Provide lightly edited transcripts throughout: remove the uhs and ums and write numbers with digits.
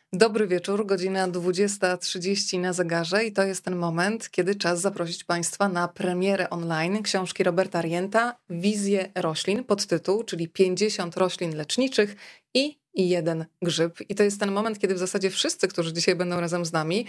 Dobry wieczór, godzina 20:30 na zegarze i to jest ten moment, kiedy czas zaprosić Państwa na premierę online książki Roberta Rienta „Wizje roślin”, podtytuł, czyli 50 roślin leczniczych i jeden grzyb. I to jest ten moment, kiedy w zasadzie wszyscy, którzy dzisiaj będą razem z nami,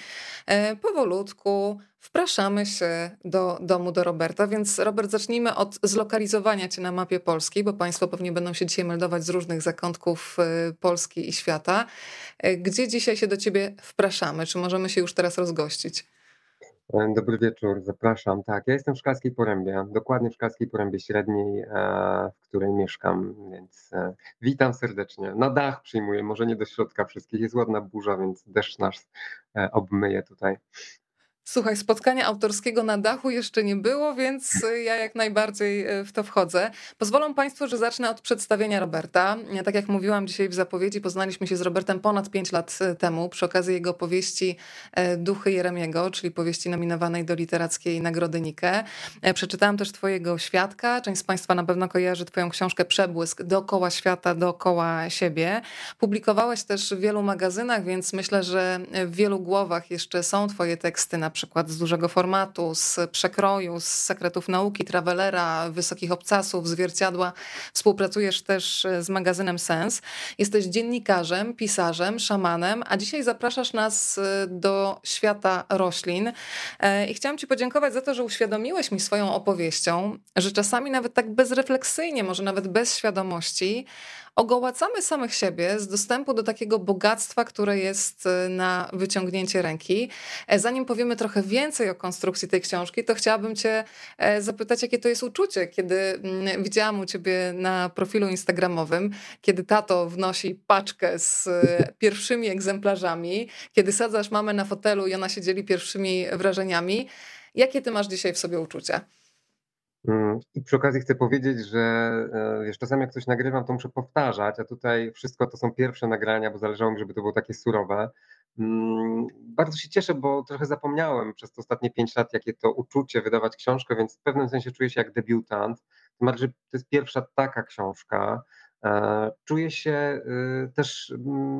powolutku wpraszamy się do Roberta. Więc Robert, zacznijmy od zlokalizowania cię na mapie Polski, bo Państwo pewnie będą się dzisiaj meldować z różnych zakątków Polski i świata. Gdzie dzisiaj się do ciebie wpraszamy? Czy możemy się już teraz rozgościć? Dobry wieczór, zapraszam. Tak, ja jestem w Szklarskiej Porębie, dokładnie w Szklarskiej Porębie Średniej, w której mieszkam, więc witam serdecznie. Na dach przyjmuję, może nie do środka wszystkich. Jest ładna burza, więc deszcz nas obmyje tutaj. Słuchaj, spotkania autorskiego na dachu jeszcze nie było, więc ja jak najbardziej w to wchodzę. Pozwolą Państwo, że zacznę od przedstawienia Roberta. Ja, tak jak mówiłam dzisiaj w zapowiedzi, poznaliśmy się z Robertem ponad 5 lat temu przy okazji jego powieści Duchy Jeremiego, czyli powieści nominowanej do Literackiej Nagrody Nike. Przeczytałam też Twojego Świadka. Część z Państwa na pewno kojarzy Twoją książkę Przebłysk dookoła świata, dookoła siebie. Publikowałeś też w wielu magazynach, więc myślę, że w wielu głowach jeszcze są Twoje teksty, na przykład z dużego formatu, z przekroju, z sekretów nauki, Travelera, Wysokich Obcasów, Zwierciadła. Współpracujesz też z magazynem Sens. Jesteś dziennikarzem, pisarzem, szamanem, a dzisiaj zapraszasz nas do świata roślin. I chciałam Ci podziękować za to, że uświadomiłeś mi swoją opowieścią, że czasami nawet tak bezrefleksyjnie, może nawet bez świadomości, ogołacamy samych siebie z dostępu do takiego bogactwa, które jest na wyciągnięcie ręki. Zanim powiemy trochę więcej o konstrukcji tej książki, to chciałabym cię zapytać, jakie to jest uczucie, kiedy widziałam u ciebie na profilu instagramowym, kiedy tato wnosi paczkę z pierwszymi egzemplarzami, kiedy sadzasz mamę na fotelu i ona się dzieli pierwszymi wrażeniami. Jakie ty masz dzisiaj w sobie uczucia? I przy okazji chcę powiedzieć, że wiesz, czasami jak coś nagrywam, to muszę powtarzać, a tutaj wszystko to są pierwsze nagrania, bo zależało mi, żeby to było takie surowe. Bardzo się cieszę, bo trochę zapomniałem przez te ostatnie 5 lat, jakie to uczucie wydawać książkę, więc w pewnym sensie czuję się jak debiutant. To znaczy, że to jest pierwsza taka książka. Czuję się też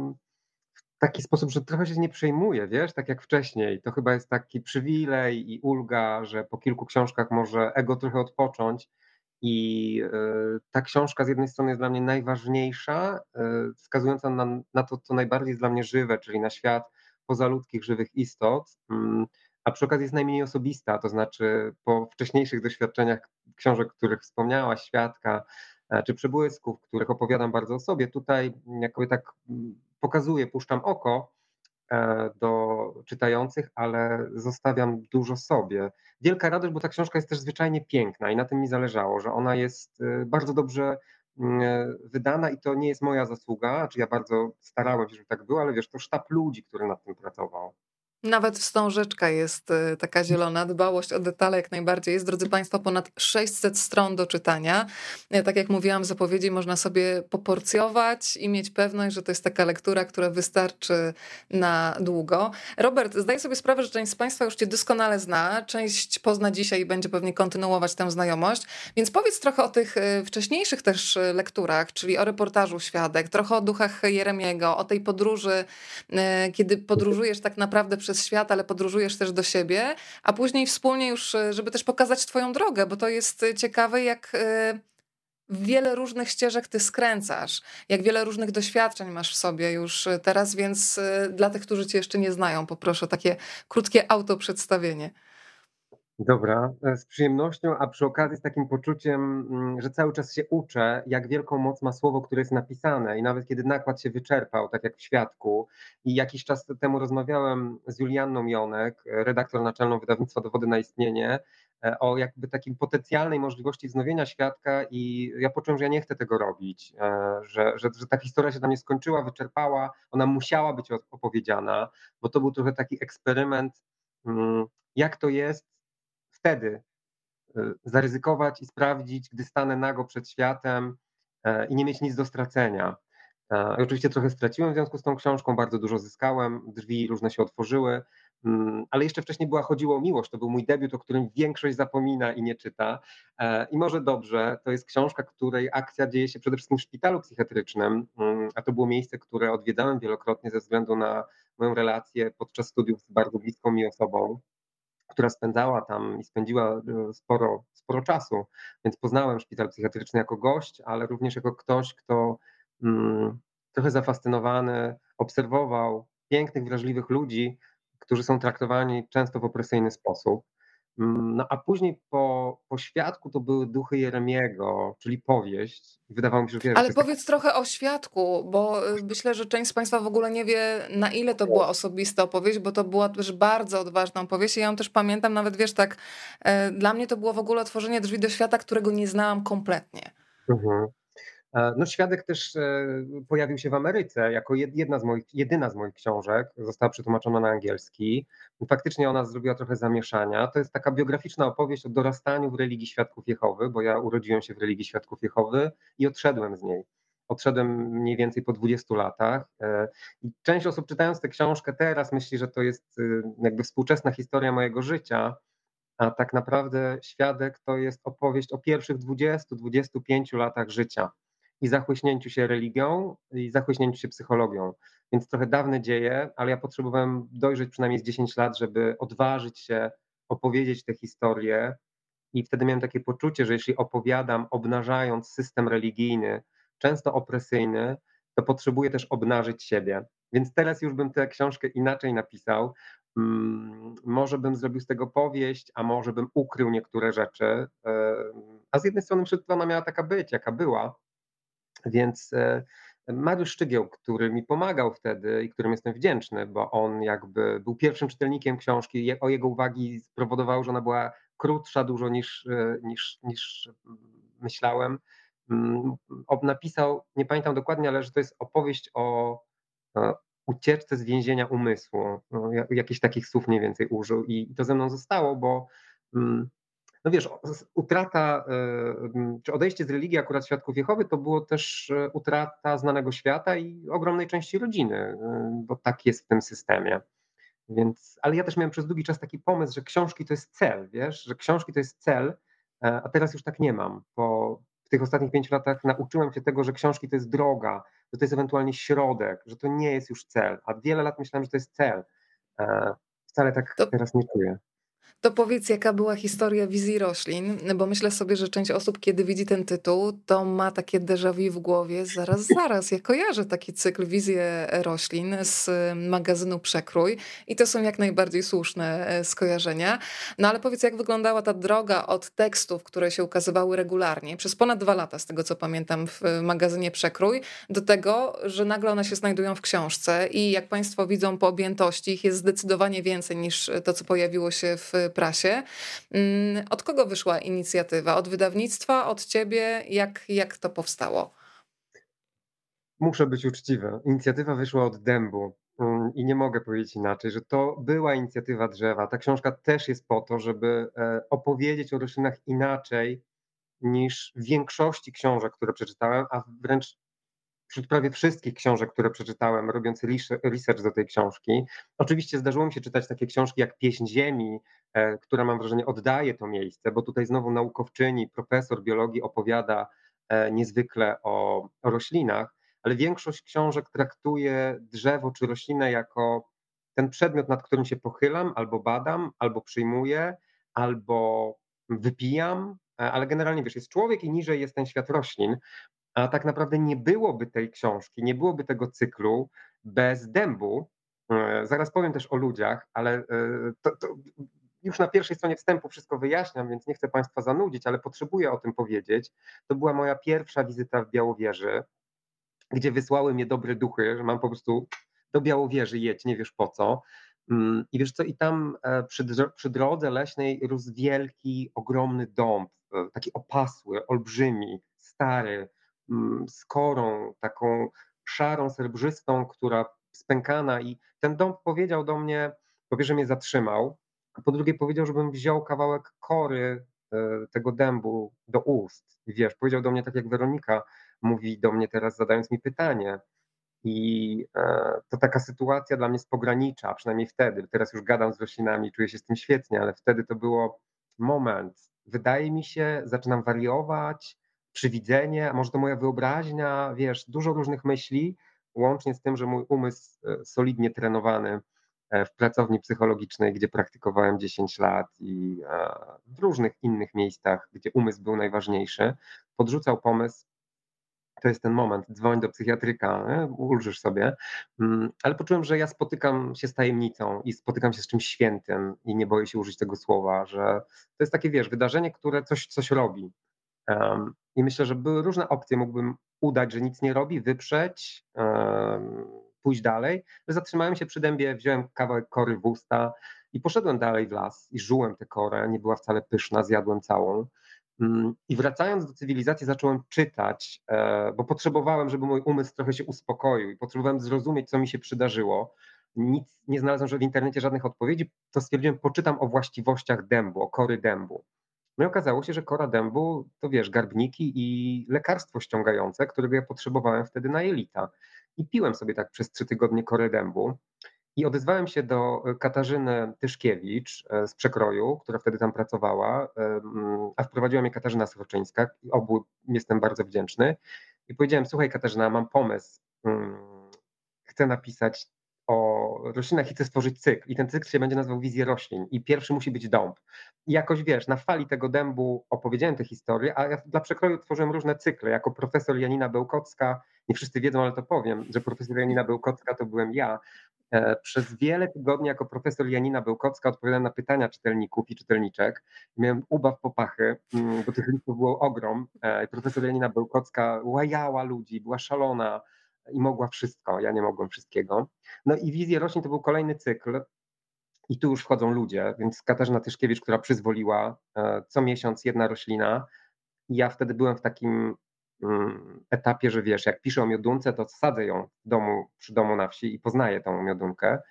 w taki sposób, że trochę się nie przejmuję, wiesz, tak jak wcześniej. To chyba jest taki przywilej i ulga, że po kilku książkach może ego trochę odpocząć i ta książka z jednej strony jest dla mnie najważniejsza, wskazująca na to, co najbardziej jest dla mnie żywe, czyli na świat pozaludzkich żywych istot, a przy okazji jest najmniej osobista, to znaczy po wcześniejszych doświadczeniach książek, których wspomniałaś, Świadka, czy Przebłysków, w których opowiadam bardzo o sobie, tutaj jakoby tak pokazuję, puszczam oko do czytających, ale zostawiam dużo sobie. Wielka radość, bo ta książka jest też zwyczajnie piękna i na tym mi zależało, że ona jest bardzo dobrze wydana i to nie jest moja zasługa, czy ja bardzo starałem się, żeby tak było, ale wiesz, to sztab ludzi, który nad tym pracował. Nawet wstążeczka jest taka zielona, dbałość o detale jak najbardziej jest. Drodzy Państwo, ponad 600 stron do czytania. Tak jak mówiłam w zapowiedzi, można sobie poporcjować i mieć pewność, że to jest taka lektura, która wystarczy na długo. Robert, zdaję sobie sprawę, że część z Państwa już Cię doskonale zna, część pozna dzisiaj i będzie pewnie kontynuować tę znajomość, więc powiedz trochę o tych wcześniejszych też lekturach, czyli o reportażu Świadek, trochę o Duchach Jeremiego, o tej podróży, kiedy podróżujesz tak naprawdę przez świat, ale podróżujesz też do siebie, a później wspólnie już, żeby też pokazać twoją drogę, bo to jest ciekawe, jak wiele różnych ścieżek ty skręcasz, jak wiele różnych doświadczeń masz w sobie już teraz, więc dla tych, którzy cię jeszcze nie znają, poproszę o takie krótkie autoprzedstawienie. Dobra, z przyjemnością, a przy okazji z takim poczuciem, że cały czas się uczę, jak wielką moc ma słowo, które jest napisane i nawet kiedy nakład się wyczerpał, tak jak w Świadku i jakiś czas temu rozmawiałem z Julianną Jonek, redaktor naczelną wydawnictwa Dowody na istnienie, o jakby takim potencjalnej możliwości wznowienia Świadka i ja poczułem, że ja nie chcę tego robić, że ta historia się tam nie skończyła, wyczerpała, ona musiała być opowiedziana, bo to był trochę taki eksperyment, jak to jest wtedy zaryzykować i sprawdzić, gdy stanę nago przed światem i nie mieć nic do stracenia. I oczywiście trochę straciłem w związku z tą książką, bardzo dużo zyskałem, drzwi różne się otworzyły. Ale jeszcze wcześniej Chodziło o miłość. To był mój debiut, o którym większość zapomina i nie czyta. I może dobrze, to jest książka, której akcja dzieje się przede wszystkim w szpitalu psychiatrycznym, a to było miejsce, które odwiedzałem wielokrotnie ze względu na moją relację podczas studiów z bardzo bliską mi osobą, która spędzała tam i spędziła sporo czasu, więc poznałem szpital psychiatryczny jako gość, ale również jako ktoś, kto trochę zafascynowany obserwował pięknych, wrażliwych ludzi, którzy są traktowani często w opresyjny sposób. No a później po świadku to były Duchy Jeremiego, czyli powieść. Wydawało mi się, że wiesz, że to Ale jest taka powiedz trochę o świadku, bo myślę, że część z Państwa w ogóle nie wie, na ile to była osobista opowieść, bo to była też bardzo odważna opowieść. I ja ją też pamiętam, nawet wiesz, tak, dla mnie to było w ogóle otworzenie drzwi do świata, którego nie znałam kompletnie. Mhm. No, Świadek też pojawił się w Ameryce jako jedyna z moich książek. Została przetłumaczona na angielski. Faktycznie ona zrobiła trochę zamieszania. To jest taka biograficzna opowieść o dorastaniu w religii Świadków Jehowy, bo ja urodziłem się w religii Świadków Jehowy i odszedłem z niej. Odszedłem mniej więcej po 20 latach. I część osób czytając tę książkę teraz myśli, że to jest jakby współczesna historia mojego życia, a tak naprawdę Świadek to jest opowieść o pierwszych 20-25 latach życia i zachłyśnięciu się religią i zachłyśnięciu się psychologią. Więc trochę dawne dzieje, ale ja potrzebowałem dojrzeć przynajmniej z 10 lat, żeby odważyć się opowiedzieć tę historię. I wtedy miałem takie poczucie, że jeśli opowiadam, obnażając system religijny, często opresyjny, to potrzebuję też obnażyć siebie. Więc teraz już bym tę książkę inaczej napisał. Może bym zrobił z tego powieść, a może bym ukrył niektóre rzeczy. A z jednej strony ona miała taka być, jaka była. Więc Mariusz Szczygieł, który mi pomagał wtedy i którym jestem wdzięczny, bo on jakby był pierwszym czytelnikiem książki, o jego uwagi spowodowało, że ona była krótsza dużo niż myślałem. Napisał, nie pamiętam dokładnie, ale że to jest opowieść o e, ucieczce z więzienia umysłu. No, jakichś takich słów mniej więcej użył i to ze mną zostało, bo mm, no wiesz, utrata czy odejście z religii akurat Świadków Jehowy to było też utrata znanego świata i ogromnej części rodziny, bo tak jest w tym systemie. Więc, ale ja też miałem przez długi czas taki pomysł, że książki to jest cel, wiesz, że książki to jest cel, a teraz już tak nie mam, bo w tych ostatnich 5 latach nauczyłem się tego, że książki to jest droga, że to jest ewentualnie środek, że to nie jest już cel, a wiele lat myślałem, że to jest cel. Wcale tak To teraz nie czuję. To powiedz, jaka była historia wizji roślin, bo myślę sobie, że część osób, kiedy widzi ten tytuł, to ma takie déjà vu w głowie. Zaraz, ja kojarzę taki cykl Wizje roślin z magazynu Przekrój i to są jak najbardziej słuszne skojarzenia. No ale powiedz, jak wyglądała ta droga od tekstów, które się ukazywały regularnie, przez ponad 2 lata, z tego co pamiętam, w magazynie Przekrój, do tego, że nagle one się znajdują w książce i jak Państwo widzą po objętości, ich jest zdecydowanie więcej niż to, co pojawiło się w prasie. Od kogo wyszła inicjatywa? Od wydawnictwa, od ciebie? Jak to powstało? Muszę być uczciwy. Inicjatywa wyszła od dębu i nie mogę powiedzieć inaczej, że to była inicjatywa drzewa. Ta książka też jest po to, żeby opowiedzieć o roślinach inaczej niż w większości książek, które przeczytałem, a wręcz wśród prawie wszystkich książek, które przeczytałem, robiąc research do tej książki. Oczywiście zdarzyło mi się czytać takie książki jak Pieśń Ziemi, która mam wrażenie oddaje to miejsce, bo tutaj znowu naukowczyni, profesor biologii opowiada niezwykle o roślinach, ale większość książek traktuje drzewo czy roślinę jako ten przedmiot, nad którym się pochylam, albo badam, albo przyjmuję, albo wypijam, ale generalnie wiesz, jest człowiek i niżej jest ten świat roślin. A tak naprawdę nie byłoby tej książki, nie byłoby tego cyklu bez dębu. Zaraz powiem też o ludziach, ale to już na pierwszej stronie wstępu wszystko wyjaśniam, więc nie chcę Państwa zanudzić, ale potrzebuję o tym powiedzieć. To była moja pierwsza wizyta w Białowieży, gdzie wysłały mnie dobre duchy, że mam po prostu do Białowieży jedź, nie wiesz po co. I wiesz co, i tam przy drodze leśnej rósł wielki, ogromny dąb, taki opasły, olbrzymi, stary, z korą taką szarą, srebrzystą, która spękana i ten dąb powiedział do mnie, po pierwsze mnie zatrzymał, a po drugie powiedział, żebym wziął kawałek kory tego dębu do ust. I wiesz, powiedział do mnie tak jak Weronika mówi do mnie teraz, zadając mi pytanie, I to taka sytuacja dla mnie z pogranicza, przynajmniej wtedy. Teraz już gadam z roślinami, czuję się z tym świetnie, ale wtedy to było moment. Wydaje mi się, zaczynam wariować, przywidzenie, a może to moja wyobraźnia, wiesz, dużo różnych myśli, łącznie z tym, że mój umysł solidnie trenowany w pracowni psychologicznej, gdzie praktykowałem 10 lat i w różnych innych miejscach, gdzie umysł był najważniejszy, podrzucał pomysł, to jest ten moment, dzwoń do psychiatryka, nie? Ulżysz sobie. Ale poczułem, że ja spotykam się z tajemnicą i spotykam się z czymś świętym i nie boję się użyć tego słowa, że to jest takie, wiesz, wydarzenie, które coś robi. I myślę, że były różne opcje. Mógłbym udać, że nic nie robi, wyprzeć, pójść dalej. Ale zatrzymałem się przy dębie, wziąłem kawałek kory w usta i poszedłem dalej w las i żułem tę korę. Nie była wcale pyszna, zjadłem całą. I wracając do cywilizacji, zacząłem czytać, bo potrzebowałem, żeby mój umysł trochę się uspokoił i potrzebowałem zrozumieć, co mi się przydarzyło. Nic nie znalazłem w internecie żadnych odpowiedzi, to stwierdziłem, poczytam o właściwościach dębu, o kory dębu. No i okazało się, że kora dębu to wiesz, garbniki i lekarstwo ściągające, którego ja potrzebowałem wtedy na jelita. I piłem sobie tak przez 3 tygodnie korę dębu. I odezwałem się do Katarzyny Tyszkiewicz z Przekroju, która wtedy tam pracowała, a wprowadziła mnie Katarzyna Sochoczyńska i obu jestem bardzo wdzięczny. I powiedziałem, słuchaj Katarzyna, mam pomysł, chcę napisać o roślinach i chcę stworzyć cykl. I ten cykl się będzie nazywał Wizje roślin. I pierwszy musi być dąb. I jakoś wiesz, na fali tego dębu opowiedziałem tę historię, a ja dla Przekroju tworzyłem różne cykle. Jako profesor Janina Bełkocka, nie wszyscy wiedzą, ale to powiem, że profesor Janina Bełkocka to byłem ja. Przez wiele tygodni jako profesor Janina Bełkocka odpowiadałem na pytania czytelników i czytelniczek. Miałem ubaw popachy, bo tych listów było ogrom. Profesor Janina Bełkocka łajała ludzi, była szalona i mogła wszystko. Ja nie mogłem wszystkiego. No i Wizje roślin to był kolejny cykl. I tu już wchodzą ludzie, więc Katarzyna Tyszkiewicz, która przyzwoliła, co miesiąc jedna roślina. I ja wtedy byłem w takim etapie, że wiesz, jak piszę o miodunce, to sadzę ją w domu, przy domu na wsi i poznaję tą miodunkę.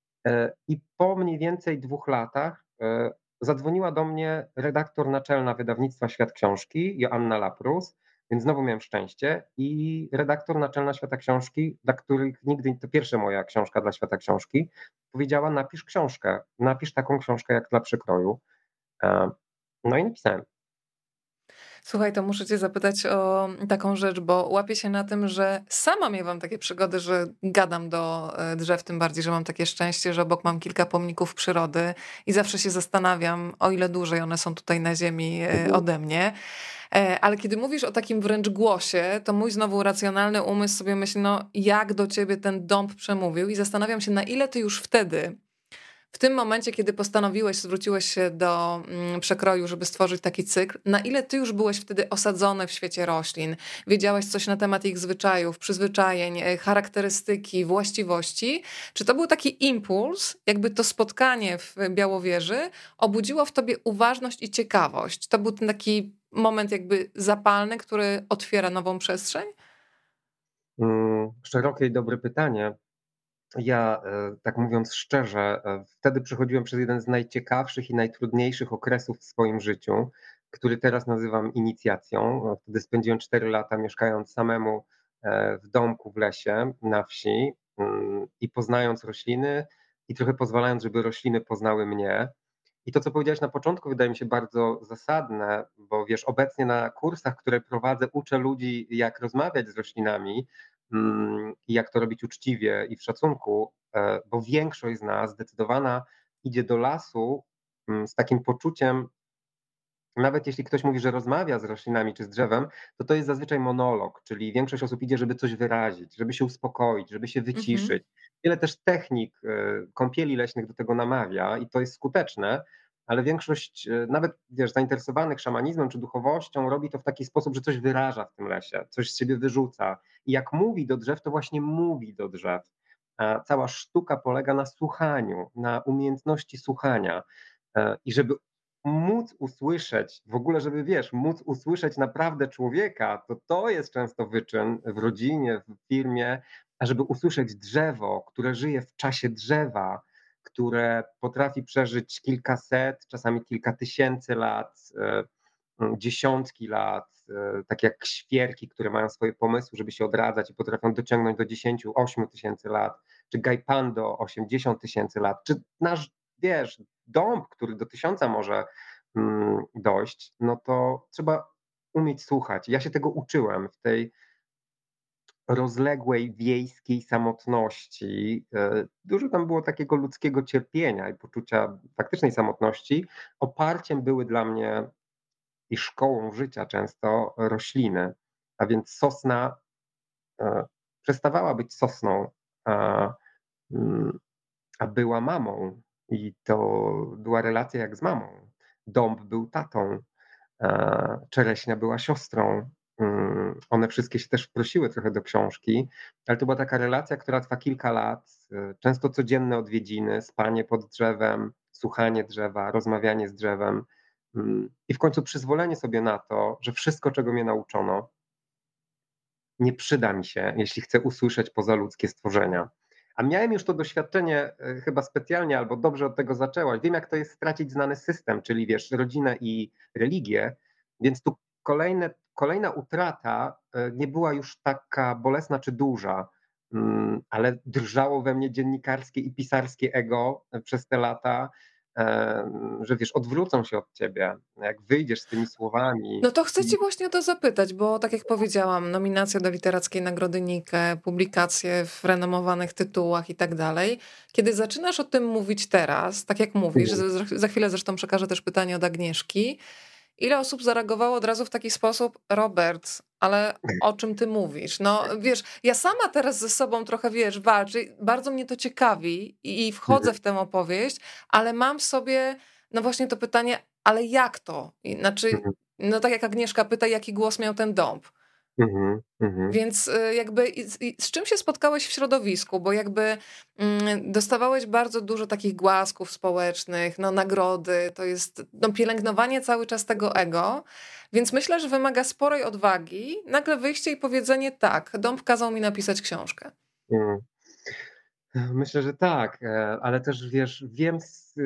I po mniej więcej 2 latach zadzwoniła do mnie redaktor naczelna wydawnictwa Świat Książki, Joanna Laprus, więc znowu miałem szczęście i redaktor naczelna Świata Książki, dla których nigdy, to pierwsza moja książka dla Świata Książki, powiedziała napisz książkę, napisz taką książkę jak dla Przekroju. No i napisałem. Słuchaj, to muszę cię zapytać o taką rzecz, bo łapię się na tym, że sama miewam takie przygody, że gadam do drzew, tym bardziej, że mam takie szczęście, że obok mam kilka pomników przyrody i zawsze się zastanawiam, o ile dłużej one są tutaj na ziemi ode mnie. Ale kiedy mówisz o takim wręcz głosie, to mój znowu racjonalny umysł sobie myśli, no jak do ciebie ten dąb przemówił i zastanawiam się, na ile ty już wtedy, w tym momencie, kiedy postanowiłeś, zwróciłeś się do Przekroju, żeby stworzyć taki cykl, na ile ty już byłeś wtedy osadzony w świecie roślin? Wiedziałeś coś na temat ich zwyczajów, przyzwyczajeń, charakterystyki, właściwości? Czy to był taki impuls, jakby to spotkanie w Białowieży obudziło w tobie uważność i ciekawość? To był ten taki moment jakby zapalny, który otwiera nową przestrzeń? Szerokie i dobre pytanie. Ja, tak mówiąc szczerze, wtedy przechodziłem przez jeden z najciekawszych i najtrudniejszych okresów w swoim życiu, który teraz nazywam inicjacją. Wtedy spędziłem 4 lata mieszkając samemu w domku w lesie na wsi i poznając rośliny i trochę pozwalając, żeby rośliny poznały mnie. I to, co powiedziałeś na początku, wydaje mi się bardzo zasadne, bo wiesz, obecnie na kursach, które prowadzę, uczę ludzi, jak rozmawiać z roślinami i jak to robić uczciwie i w szacunku, bo większość z nas zdecydowana idzie do lasu z takim poczuciem, nawet jeśli ktoś mówi, że rozmawia z roślinami czy z drzewem, to jest zazwyczaj monolog, czyli większość osób idzie, żeby coś wyrazić, żeby się uspokoić, żeby się Mhm. wyciszyć. Wiele też technik kąpieli leśnych do tego namawia i to jest skuteczne, ale większość, nawet wiesz, zainteresowanych szamanizmem czy duchowością robi to w taki sposób, że coś wyraża w tym lesie, coś z siebie wyrzuca. I jak mówi do drzew, to właśnie mówi do drzew. A cała sztuka polega na słuchaniu, na umiejętności słuchania. I żeby móc usłyszeć, w ogóle, żeby wiesz, móc usłyszeć naprawdę człowieka, to jest często wyczyn w rodzinie, w firmie, a żeby usłyszeć drzewo, które żyje w czasie drzewa, które potrafi przeżyć kilkaset, czasami kilka tysięcy lat, dziesiątki lat, tak jak świerki, które mają swoje pomysły, żeby się odradzać i potrafią dociągnąć do 10-8 tysięcy lat, czy Gajpando 80 000 tysięcy lat, czy nasz, wiesz, dąb, który do 1000 może dojść, no to trzeba umieć słuchać. Ja się tego uczyłem w tej rozległej wiejskiej samotności. Dużo tam było takiego ludzkiego cierpienia i poczucia faktycznej samotności. Oparciem były dla mnie i szkołą życia często rośliny. A więc sosna przestawała być sosną, a, mm, a była mamą. I to była relacja jak z mamą. Dąb był tatą, czereśnia była siostrą. One wszystkie się też wprosiły trochę do książki, ale to była taka relacja, która trwa kilka lat, często codzienne odwiedziny, spanie pod drzewem, słuchanie drzewa, rozmawianie z drzewem i w końcu przyzwolenie sobie na to, że wszystko, czego mnie nauczono, nie przyda mi się, jeśli chcę usłyszeć pozaludzkie stworzenia. A miałem już to doświadczenie chyba specjalnie, albo dobrze od tego zaczęłaś. Wiem, jak to jest stracić znany system, czyli wiesz, rodzinę i religię, więc tu kolejna utrata nie była już taka bolesna czy duża, ale drżało we mnie dziennikarskie i pisarskie ego przez te lata, że wiesz, odwrócą się od ciebie, jak wyjdziesz z tymi słowami. No to chcę cię właśnie o to zapytać, bo tak jak powiedziałam, nominacja do Literackiej Nagrody Nike, publikacje w renomowanych tytułach i tak dalej. Kiedy zaczynasz o tym mówić teraz, tak jak mówisz, za chwilę zresztą przekażę też pytanie od Agnieszki, ile osób zareagowało od razu w taki sposób? Robert, ale o czym ty mówisz? No wiesz, ja sama teraz ze sobą trochę, wiesz, walczę. Bardzo mnie to ciekawi i wchodzę w tę opowieść, ale mam w sobie, no właśnie to pytanie, ale jak to? Znaczy, no tak jak Agnieszka pyta, jaki głos miał ten dąb. Mhm, mhm. Więc jakby z czym się spotkałeś w środowisku? Bo jakby dostawałeś bardzo dużo takich głasków społecznych, no nagrody, to jest no, pielęgnowanie cały czas tego ego, więc myślę, że wymaga sporej odwagi nagle wyjście i powiedzenie tak, dąb kazał mi napisać książkę. Mm. Myślę, że tak, ale też wiesz, wiem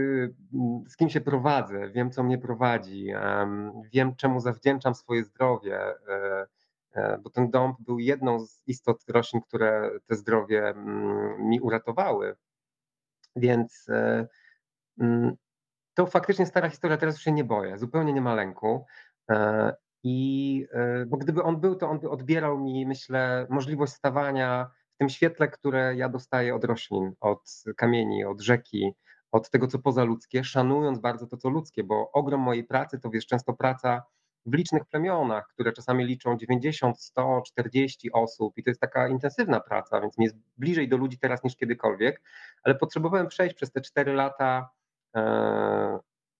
z kim się prowadzę, wiem co mnie prowadzi, wiem czemu zawdzięczam swoje zdrowie, bo ten dąb był jedną z istot roślin, które te zdrowie mi uratowały. Więc mm, to faktycznie stara historia, teraz już się nie boję, zupełnie nie ma lęku. E, bo gdyby on był, to on by odbierał mi, myślę, możliwość stawania w tym świetle, które ja dostaję od roślin, od kamieni, od rzeki, od tego, co pozaludzkie, szanując bardzo to, co ludzkie, bo ogrom mojej pracy to wiesz, często praca w licznych plemionach, które czasami liczą 90, 100, 40 osób i to jest taka intensywna praca, więc mi jest bliżej do ludzi teraz niż kiedykolwiek, ale potrzebowałem przejść przez te 4 lata e,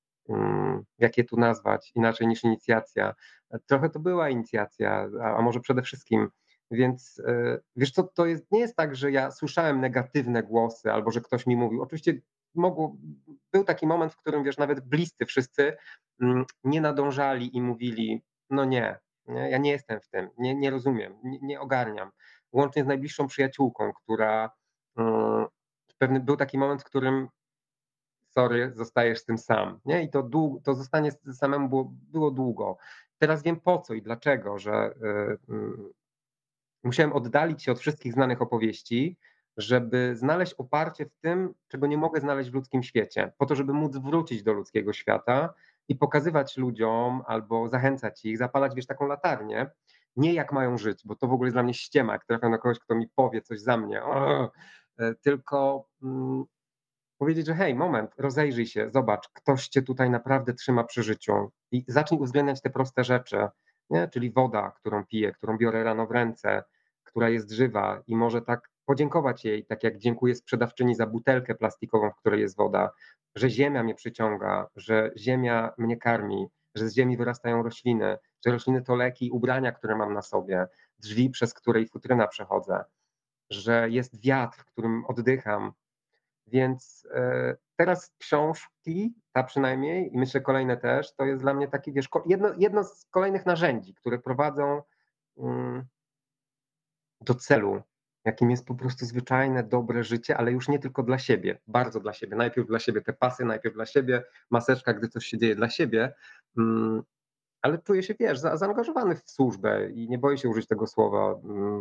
jak je tu nazwać, inaczej niż inicjacja. Trochę to była inicjacja, a może przede wszystkim. Więc wiesz co, nie jest tak, że ja słyszałem negatywne głosy albo że ktoś mi mówił. Oczywiście był taki moment, w którym wiesz, nawet bliscy wszyscy nie nadążali i mówili, no nie, ja nie jestem w tym, nie rozumiem, nie ogarniam. Łącznie z najbliższą przyjaciółką, która był taki moment, w którym sorry, zostajesz z tym sam, nie? I to zostanie samemu było długo. Teraz wiem po co i dlaczego, że musiałem oddalić się od wszystkich znanych opowieści, żeby znaleźć oparcie w tym, czego nie mogę znaleźć w ludzkim świecie, po to, żeby móc wrócić do ludzkiego świata i pokazywać ludziom albo zachęcać ich, zapalać, wiesz, taką latarnię, nie jak mają żyć, bo to w ogóle jest dla mnie ściema, jak trafiam na kogoś, kto mi powie coś za mnie, tylko powiedzieć, że hej, moment, rozejrzyj się, zobacz, ktoś cię tutaj naprawdę trzyma przy życiu i zacznij uwzględniać te proste rzeczy, nie? Czyli woda, którą piję, którą biorę rano w ręce, która jest żywa i może tak podziękować jej, tak jak dziękuję sprzedawczyni za butelkę plastikową, w której jest woda, że ziemia mnie przyciąga, że ziemia mnie karmi, że z ziemi wyrastają rośliny, że rośliny to leki i ubrania, które mam na sobie, drzwi, przez które i futryna przechodzę, że jest wiatr, którym oddycham, więc teraz książki, ta przynajmniej, i myślę kolejne też, to jest dla mnie taki, wiesz, jedno z kolejnych narzędzi, które prowadzą mm, do celu, jakim jest po prostu zwyczajne, dobre życie, ale już nie tylko dla siebie, bardzo dla siebie. Najpierw dla siebie te pasy, najpierw dla siebie, maseczka, gdy coś się dzieje dla siebie, mm, ale czuję się, wiesz, zaangażowany w służbę i nie boję się użyć tego słowa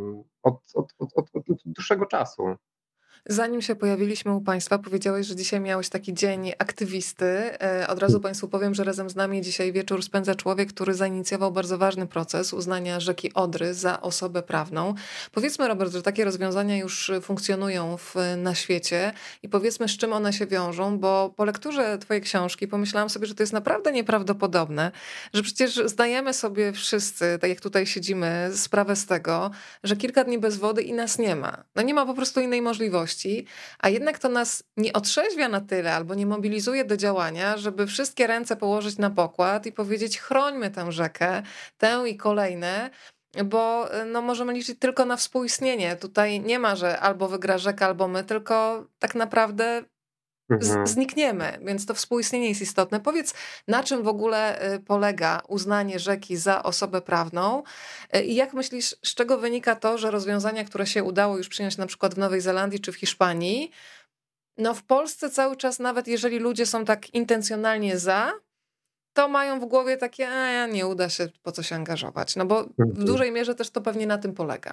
od dłuższego czasu. Zanim się pojawiliśmy u Państwa, powiedziałeś, że dzisiaj miałeś taki dzień aktywisty. Od razu Państwu powiem, że razem z nami dzisiaj wieczór spędza człowiek, który zainicjował bardzo ważny proces uznania rzeki Odry za osobę prawną. Powiedzmy, Robert, że takie rozwiązania już funkcjonują na świecie i powiedzmy, z czym one się wiążą, bo po lekturze Twojej książki pomyślałam sobie, że to jest naprawdę nieprawdopodobne, że przecież zdajemy sobie wszyscy, tak jak tutaj siedzimy, sprawę z tego, że kilka dni bez wody i nas nie ma. No nie ma po prostu innej możliwości. A jednak to nas nie otrzeźwia na tyle albo nie mobilizuje do działania, żeby wszystkie ręce położyć na pokład i powiedzieć: chrońmy tę rzekę, tę i kolejne, bo no, możemy liczyć tylko na współistnienie. Tutaj nie ma, że albo wygra rzeka, albo my, tylko tak naprawdę Mhm. znikniemy, więc to współistnienie jest istotne. Powiedz, na czym w ogóle polega uznanie rzeki za osobę prawną i jak myślisz, z czego wynika to, że rozwiązania, które się udało już przyjąć na przykład w Nowej Zelandii czy w Hiszpanii, no w Polsce cały czas, nawet jeżeli ludzie są tak intencjonalnie za, to mają w głowie takie, a nie uda się, po co się angażować. No bo w Mhm. dużej mierze też to pewnie na tym polega.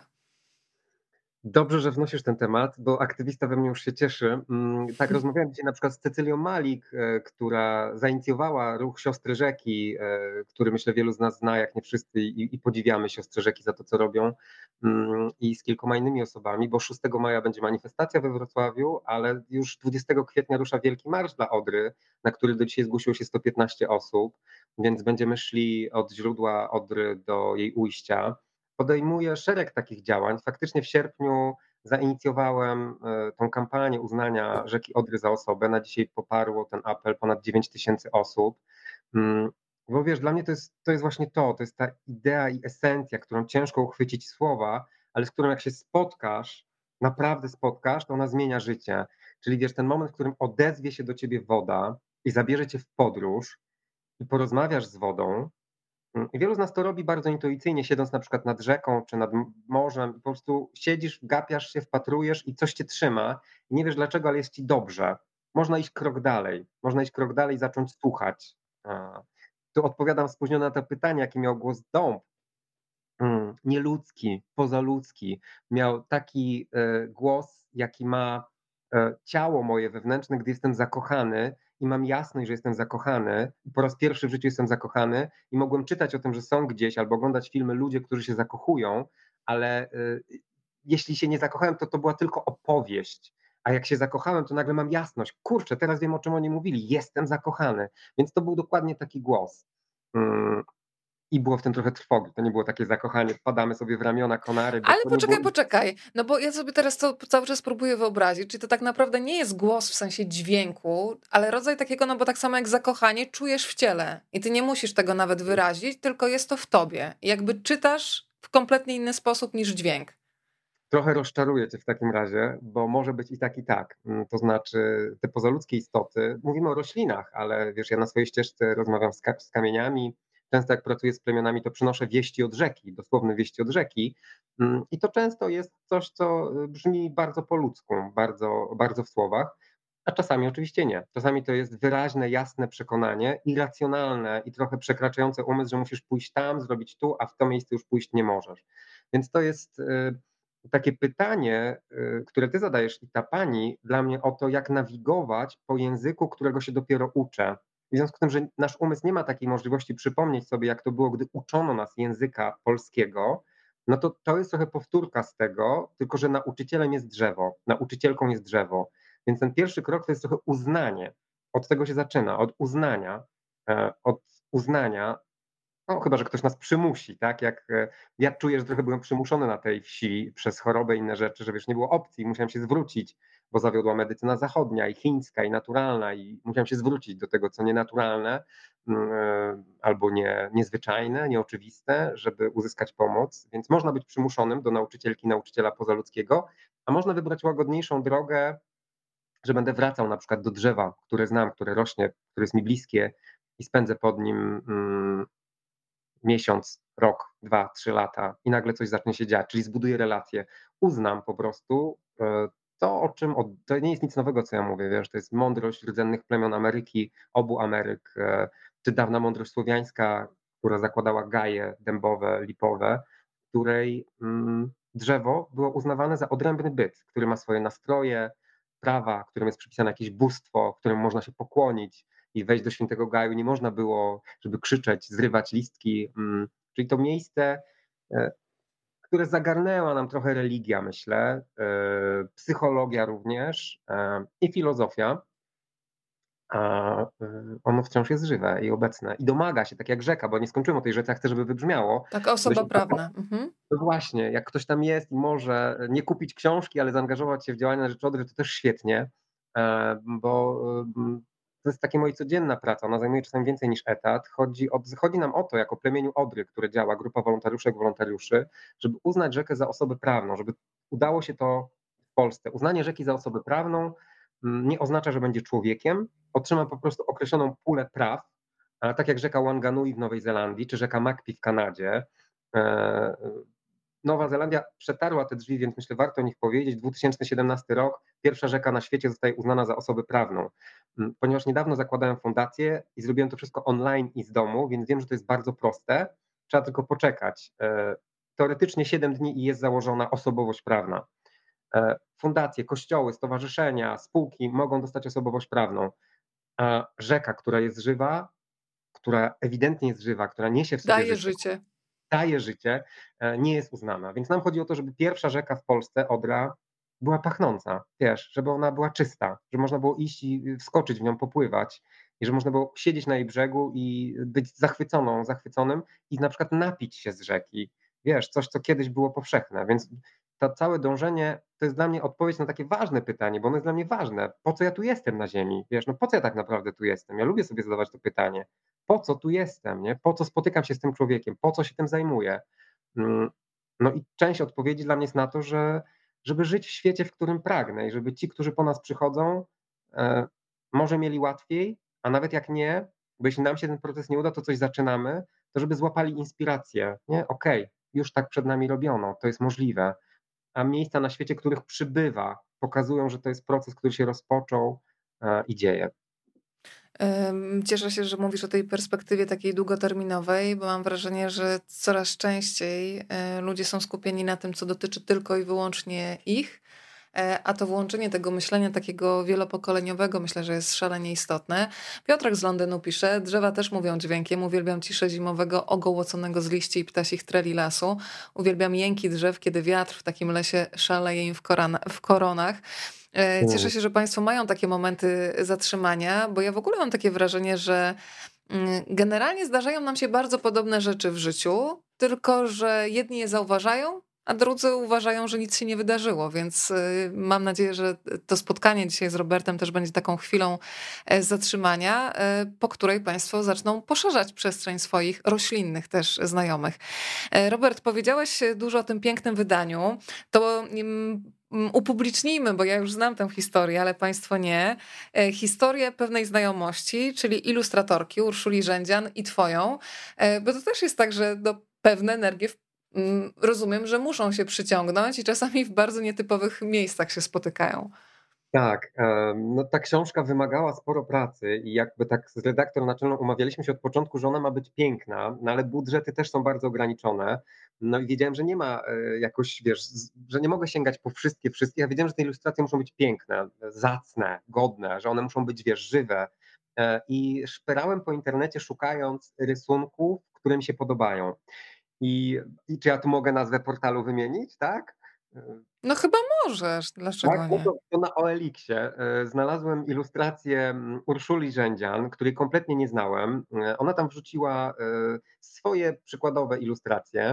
Dobrze, że wnosisz ten temat, bo aktywista we mnie już się cieszy. Tak, rozmawiałem dzisiaj na przykład z Cecylią Malik, która zainicjowała ruch Siostry Rzeki, który myślę wielu z nas zna, jak nie wszyscy, i podziwiamy Siostry Rzeki za to, co robią, i z kilkoma innymi osobami, bo 6 maja będzie manifestacja we Wrocławiu, ale już 20 kwietnia rusza Wielki Marsz dla Odry, na który do dzisiaj zgłosiło się 115 osób, więc będziemy szli od źródła Odry do jej ujścia. Podejmuję szereg takich działań. Faktycznie w sierpniu zainicjowałem tą kampanię uznania rzeki Odry za osobę. Na dzisiaj poparło ten apel ponad 9 000 osób. Mm, Bo wiesz, dla mnie to jest właśnie to jest ta idea i esencja, którą ciężko uchwycić słowa, ale z którą jak się spotkasz, naprawdę spotkasz, to ona zmienia życie. Czyli wiesz, ten moment, w którym odezwie się do ciebie woda i zabierze cię w podróż i porozmawiasz z wodą, i wielu z nas to robi bardzo intuicyjnie, siedząc na przykład nad rzeką czy nad morzem, po prostu siedzisz, gapiasz się, wpatrujesz i coś cię trzyma i nie wiesz dlaczego, ale jest ci dobrze. Można iść krok dalej, można iść krok dalej i zacząć słuchać. Tu odpowiadam spóźnione na to pytanie, jaki miał głos dąb. Nieludzki, pozaludzki. Miał taki głos, jaki ma ciało moje wewnętrzne, gdy jestem zakochany i mam jasność, że jestem zakochany. Po raz pierwszy w życiu jestem zakochany i mogłem czytać o tym, że są gdzieś albo oglądać filmy ludzie, którzy się zakochują, ale jeśli się nie zakochałem, to była tylko opowieść. A jak się zakochałem, to nagle mam jasność. Kurczę, teraz wiem, o czym oni mówili. Jestem zakochany. Więc to był dokładnie taki głos. Mm, I było w tym trochę trwogi. To nie było takie zakochanie, wpadamy sobie w ramiona konary, bo Ale to nie było. poczekaj, no bo ja sobie teraz to cały czas próbuję wyobrazić, czy to tak naprawdę nie jest głos w sensie dźwięku, ale rodzaj takiego, no bo tak samo jak zakochanie czujesz w ciele i ty nie musisz tego nawet wyrazić, tylko jest to w tobie. I jakby czytasz w kompletnie inny sposób niż dźwięk. Trochę rozczaruję cię w takim razie, bo może być i tak, i tak. To znaczy, te pozaludzkie istoty, mówimy o roślinach, ale wiesz, ja na swojej ścieżce rozmawiam z kamieniami. Często jak pracuję z plemionami, to przynoszę wieści od rzeki, dosłowne wieści od rzeki. I to często jest coś, co brzmi bardzo po ludzku, bardzo, bardzo w słowach, a czasami oczywiście nie. Czasami to jest wyraźne, jasne przekonanie, irracjonalne i trochę przekraczające umysł, że musisz pójść tam, zrobić tu, a w to miejsce już pójść nie możesz. Więc to jest takie pytanie, które ty zadajesz i ta pani, dla mnie o to, jak nawigować po języku, którego się dopiero uczę. W związku z tym, że nasz umysł nie ma takiej możliwości przypomnieć sobie, jak to było, gdy uczono nas języka polskiego, no to jest trochę powtórka z tego, tylko że nauczycielem jest drzewo, nauczycielką jest drzewo. Więc ten pierwszy krok to jest trochę uznanie. Od tego się zaczyna, od uznania, no, chyba że ktoś nas przymusi, tak? Jak ja czuję, że trochę byłem przymuszony na tej wsi przez chorobę i inne rzeczy, że wiesz, nie było opcji, musiałem się zwrócić, bo zawiodła medycyna zachodnia i chińska i naturalna i musiałem się zwrócić do tego, co nienaturalne, albo niezwyczajne, nieoczywiste, żeby uzyskać pomoc. Więc można być przymuszonym do nauczycielki, nauczyciela pozaludzkiego, a można wybrać łagodniejszą drogę, że będę wracał na przykład do drzewa, które znam, które rośnie, które jest mi bliskie i spędzę pod nim miesiąc, rok, 2, 3 lata i nagle coś zacznie się dziać, czyli zbuduję relację. Uznam po prostu to, to nie jest nic nowego, co ja mówię, wiesz, to jest mądrość rdzennych plemion Ameryki, obu Ameryk, czy dawna mądrość słowiańska, która zakładała gaje dębowe, lipowe, w której drzewo było uznawane za odrębny byt, który ma swoje nastroje, prawa, którym jest przypisane jakieś bóstwo, któremu można się pokłonić i wejść do świętego gaju. Nie można było, żeby krzyczeć, zrywać listki. Czyli to miejsce, które zagarnęła nam trochę religia, myślę, psychologia również i filozofia. A ono wciąż jest żywe i obecne i domaga się, tak jak rzeka, bo nie skończyłem o tej rzece, a chcę, żeby wybrzmiało. Taka osoba prawna. Mhm. No właśnie, jak ktoś tam jest i może nie kupić książki, ale zaangażować się w działania na rzecz Odry, to też świetnie, bo to jest taka moja codzienna praca, ona zajmuje czasem więcej niż etat. Chodzi nam o to, jako plemieniu Odry, które działa, grupa wolontariuszy, żeby uznać rzekę za osobę prawną, żeby udało się to w Polsce. Uznanie rzeki za osobę prawną nie oznacza, że będzie człowiekiem, otrzyma po prostu określoną pulę praw, tak jak rzeka Wanganui w Nowej Zelandii, czy rzeka Magpie w Kanadzie. Nowa Zelandia przetarła te drzwi, więc myślę, warto o nich powiedzieć. 2017 rok, pierwsza rzeka na świecie zostaje uznana za osobę prawną. Ponieważ niedawno zakładałem fundację i zrobiłem to wszystko online i z domu, więc wiem, że to jest bardzo proste. Trzeba tylko poczekać. Teoretycznie 7 dni i jest założona osobowość prawna. Fundacje, kościoły, stowarzyszenia, spółki mogą dostać osobowość prawną. A rzeka, która jest żywa, która ewidentnie jest żywa, która niesie w sobie Daje życie, życie. daje życie, nie jest uznana. Więc nam chodzi o to, żeby pierwsza rzeka w Polsce, Odra, była pachnąca, wiesz, żeby ona była czysta, żeby można było iść i wskoczyć w nią, popływać i że można było siedzieć na jej brzegu i być zachwyconym i na przykład napić się z rzeki. Wiesz, coś, co kiedyś było powszechne. Więc to całe dążenie to jest dla mnie odpowiedź na takie ważne pytanie, bo ono jest dla mnie ważne. Po co ja tu jestem na ziemi? Wiesz, no po co ja tak naprawdę tu jestem? Ja lubię sobie zadawać to pytanie. Po co tu jestem, nie? Po co spotykam się z tym człowiekiem? Po co się tym zajmuję? No i część odpowiedzi dla mnie jest na to, że żeby żyć w świecie, w którym pragnę i żeby ci, którzy po nas przychodzą, może mieli łatwiej, a nawet jak nie, bo jeśli nam się ten proces nie uda, to coś zaczynamy, to żeby złapali inspirację, nie? Okej, już tak przed nami robiono, to jest możliwe, a miejsca na świecie, których przybywa, pokazują, że to jest proces, który się rozpoczął i dzieje. Cieszę się, że mówisz o tej perspektywie takiej długoterminowej, bo mam wrażenie, że coraz częściej ludzie są skupieni na tym, co dotyczy tylko i wyłącznie ich, a to włączenie tego myślenia takiego wielopokoleniowego myślę, że jest szalenie istotne. Piotrek z Londynu pisze: drzewa też mówią dźwiękiem, uwielbiam ciszę zimowego, ogołoconego z liści i ptasich treli lasu. Uwielbiam jęki drzew, kiedy wiatr w takim lesie szaleje im w koronach. Cieszę się, że Państwo mają takie momenty zatrzymania, bo ja w ogóle mam takie wrażenie, że generalnie zdarzają nam się bardzo podobne rzeczy w życiu, tylko że jedni je zauważają, a drudzy uważają, że nic się nie wydarzyło, więc mam nadzieję, że to spotkanie dzisiaj z Robertem też będzie taką chwilą zatrzymania, po której Państwo zaczną poszerzać przestrzeń swoich roślinnych też znajomych. Robert, powiedziałeś dużo o tym pięknym wydaniu. To upublicznijmy, bo ja już znam tę historię, ale Państwo nie. Historię pewnej znajomości, czyli ilustratorki Urszuli Rzędzian i twoją, bo to też jest tak, że pewne energie rozumiem, że muszą się przyciągnąć i czasami w bardzo nietypowych miejscach się spotykają. Tak, no ta książka wymagała sporo pracy i jakby tak z redaktor naczelną umawialiśmy się od początku, że ona ma być piękna, no ale budżety też są bardzo ograniczone. No i wiedziałem, że nie ma jakoś, wiesz, że nie mogę sięgać po wszystkie. Ja wiedziałem, że te ilustracje muszą być piękne, zacne, godne, że one muszą być, wiesz, żywe. I szperałem po internecie szukając rysunków, które mi się podobają. I czy ja tu mogę nazwę portalu wymienić, tak? No chyba możesz, Tak, dlaczego no nie? to na OLX-ie znalazłem ilustrację Urszuli Rzędzian, której kompletnie nie znałem. Ona tam wrzuciła swoje przykładowe ilustracje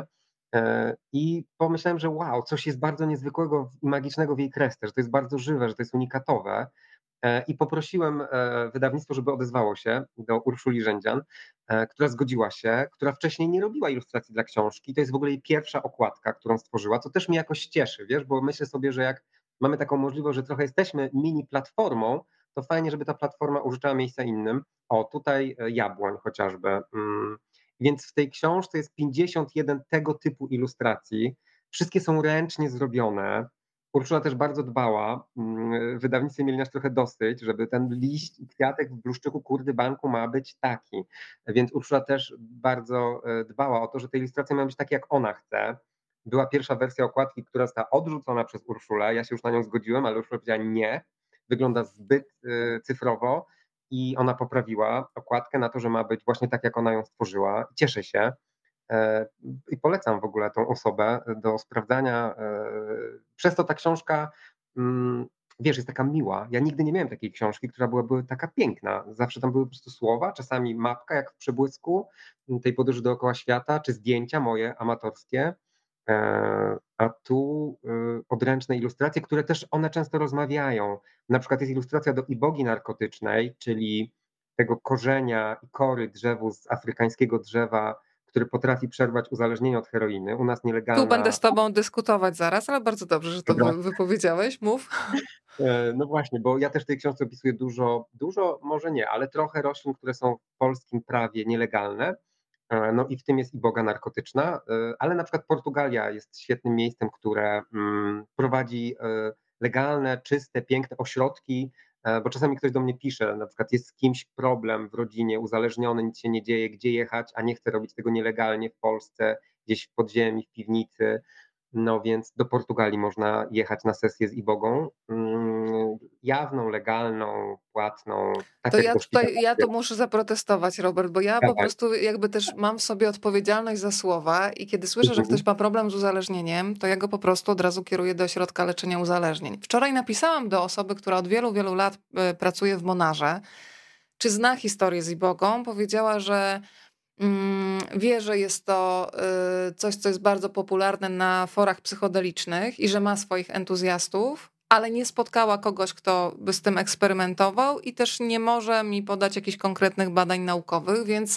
i pomyślałem, że wow, coś jest bardzo niezwykłego i magicznego w jej kresce, że to jest bardzo żywe, że to jest unikatowe. I poprosiłem wydawnictwo, żeby odezwało się do Urszuli Rzędzian, która zgodziła się, która wcześniej nie robiła ilustracji dla książki. To jest w ogóle jej pierwsza okładka, którą stworzyła, co też mnie jakoś cieszy, wiesz, bo myślę sobie, że jak mamy taką możliwość, że trochę jesteśmy mini platformą, to fajnie, żeby ta platforma użyczała miejsca innym. O, tutaj Jabłoń chociażby. Więc w tej książce jest 51 tego typu ilustracji. Wszystkie są ręcznie zrobione. Urszula też bardzo dbała, w wydawnictwie mieli nas trochę dosyć, żeby ten liść i kwiatek w bluszczyku kurdybanku ma być taki. Więc Urszula też bardzo dbała o to, że te ilustracje mają być takie, jak ona chce. Była pierwsza wersja okładki, która została odrzucona przez Urszulę. Ja się już na nią zgodziłem, ale Urszula powiedziała nie, wygląda zbyt cyfrowo i ona poprawiła okładkę na to, że ma być właśnie tak, jak ona ją stworzyła. Cieszę się. I polecam w ogóle tą osobę do sprawdzania. Przez to ta książka, wiesz, jest taka miła. Ja nigdy nie miałem takiej książki, która byłaby taka piękna. Zawsze tam były po prostu słowa, czasami mapka jak w Przebłysku tej podróży dookoła świata, czy zdjęcia moje amatorskie. A tu odręczne ilustracje, które też one często rozmawiają. Na przykład jest ilustracja do ibogi narkotycznej, czyli tego korzenia i kory drzewu z afrykańskiego drzewa, który potrafi przerwać uzależnienie od heroiny. U nas Tu będę nielegalna. z tobą dyskutować zaraz, ale bardzo dobrze, że to Dobra. wypowiedziałeś. Mów. No właśnie, bo ja też w tej książce opisuję dużo może nie, ale trochę roślin, które są w polskim prawie nielegalne. No i w tym jest iboga narkotyczna, ale na przykład Portugalia jest świetnym miejscem, które prowadzi legalne, czyste, piękne ośrodki, bo czasami ktoś do mnie pisze, na przykład jest z kimś problem w rodzinie, uzależniony, nic się nie dzieje, gdzie jechać, a nie chce robić tego nielegalnie w Polsce, gdzieś w podziemi, w piwnicy. No więc do Portugalii można jechać na sesję z ibogą, jawną, legalną, płatną, tak To jak ja do szpitala. tutaj, ja to muszę zaprotestować, Robert, bo ja po Dawaj. prostu jakby też mam w sobie odpowiedzialność za słowa i kiedy słyszę, że Mhm. ktoś ma problem z uzależnieniem, to ja go po prostu od razu kieruję do ośrodka leczenia uzależnień. Wczoraj napisałam do osoby, która od wielu, wielu lat pracuje w Monarze, czy zna historię z Ibogą. Powiedziała, że wie, że jest to coś, co jest bardzo popularne na forach psychodelicznych i że ma swoich entuzjastów, ale nie spotkała kogoś, kto by z tym eksperymentował i też nie może mi podać jakichś konkretnych badań naukowych, więc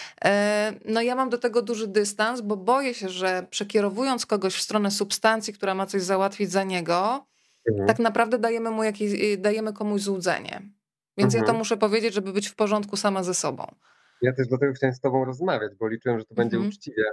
no ja mam do tego duży dystans, bo boję się, że przekierowując kogoś w stronę substancji, która ma coś załatwić za niego, Mhm. tak naprawdę dajemy komuś złudzenie. Więc ja to Mhm. muszę powiedzieć, żeby być w porządku sama ze sobą. Ja też dlatego chciałem z tobą rozmawiać, bo liczyłem, że to będzie Mhm. uczciwie.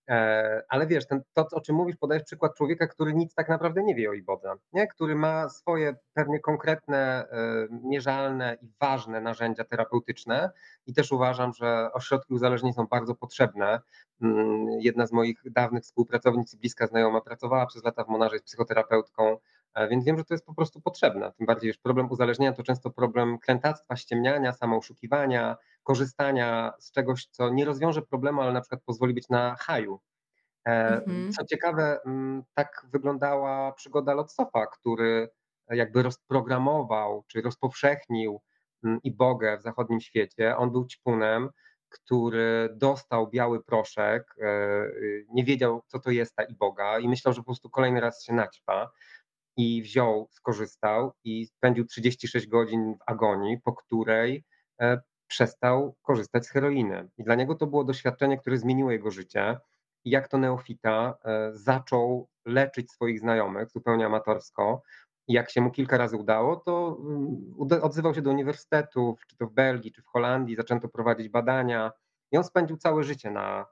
Ale wiesz, to, o czym mówisz, podajesz przykład człowieka, który nic tak naprawdę nie wie o ibodze, nie? Który ma swoje pewnie konkretne, mierzalne i ważne narzędzia terapeutyczne i też uważam, że ośrodki uzależnień są bardzo potrzebne. Jedna z moich dawnych współpracownic i bliska znajoma pracowała przez lata w Monarze, jest psychoterapeutką, więc wiem, że to jest po prostu potrzebne. Tym bardziej, że problem uzależnienia to często problem krętactwa, ściemniania, samooszukiwania, korzystania z czegoś, co nie rozwiąże problemu, ale na przykład pozwoli być na haju. Mhm. Co ciekawe, tak wyglądała przygoda Lotsofa, który jakby rozprogramował czy rozpowszechnił ibogę w zachodnim świecie. On był ćpunem, który dostał biały proszek, nie wiedział, co to jest ta iboga i myślał, że po prostu kolejny raz się naćpa i wziął, skorzystał i spędził 36 godzin w agonii, po której przestał korzystać z heroiny. I dla niego to było doświadczenie, które zmieniło jego życie. I jak to neofita zaczął leczyć swoich znajomych zupełnie amatorsko. I jak się mu kilka razy udało, to odzywał się do uniwersytetów, czy to w Belgii, czy w Holandii, zaczęto prowadzić badania. I on spędził całe życie na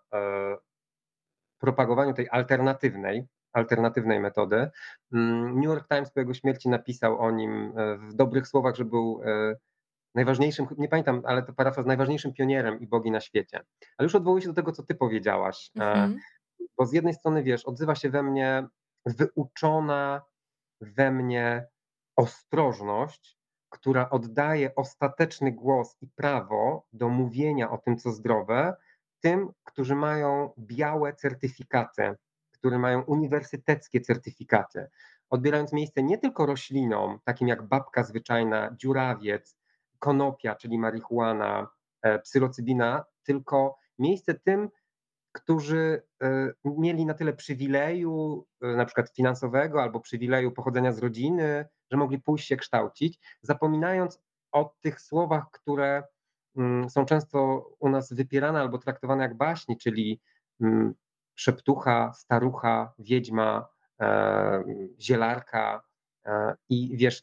propagowaniu tej alternatywnej metody. New York Times po jego śmierci napisał o nim w dobrych słowach, że był najważniejszym, nie pamiętam, ale to parafraz, najważniejszym pionierem ibogi na świecie. Ale już odwołuję się do tego, co ty powiedziałaś, Mhm. bo z jednej strony, wiesz, odzywa się we mnie wyuczona we mnie ostrożność, która oddaje ostateczny głos i prawo do mówienia o tym, co zdrowe, tym, którzy mają białe certyfikaty, które mają uniwersyteckie certyfikaty, odbierając miejsce nie tylko roślinom, takim jak babka zwyczajna, dziurawiec, konopia, czyli marihuana, psylocybina, tylko miejsce tym, którzy mieli na tyle przywileju, na przykład finansowego albo przywileju pochodzenia z rodziny, że mogli pójść się kształcić, zapominając o tych słowach, które są często u nas wypierane albo traktowane jak baśni, czyli szeptucha, starucha, wiedźma, zielarka. I wiesz,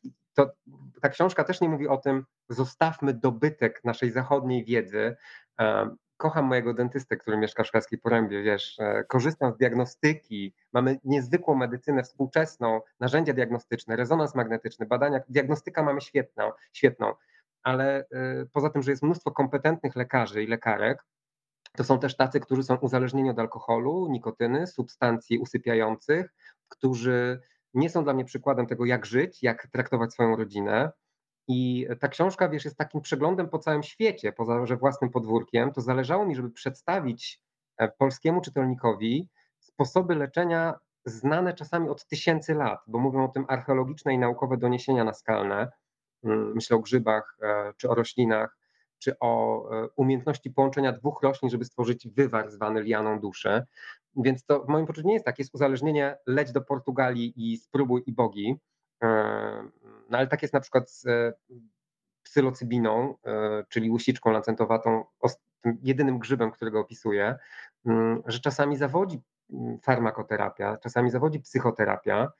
ta książka też nie mówi o tym, zostawmy dobytek naszej zachodniej wiedzy, kocham mojego dentystę, który mieszka w Szklarskiej Porębie, wiesz, korzystam z diagnostyki, mamy niezwykłą medycynę współczesną, narzędzia diagnostyczne, rezonans magnetyczny, badania, diagnostyka mamy świetną, ale poza tym, że jest mnóstwo kompetentnych lekarzy i lekarek, to są też tacy, którzy są uzależnieni od alkoholu, nikotyny, substancji usypiających, którzy nie są dla mnie przykładem tego, jak żyć, jak traktować swoją rodzinę. I ta książka, wiesz, jest takim przeglądem po całym świecie, poza że własnym podwórkiem. To zależało mi, żeby przedstawić polskiemu czytelnikowi sposoby leczenia znane czasami od tysięcy lat, bo mówią o tym archeologiczne i naukowe doniesienia naskalne. Myślę o grzybach, czy o roślinach, czy o umiejętności połączenia dwóch roślin, żeby stworzyć wywar zwany lianą duszy. Więc to w moim poczuciu nie jest tak, jest uzależnienie, leć do Portugalii i spróbuj i bogi. No ale tak jest na przykład z psylocybiną, czyli łysiczką lancentowatą, tym jedynym grzybem, którego opisuję, że czasami zawodzi farmakoterapia, czasami zawodzi psychoterapia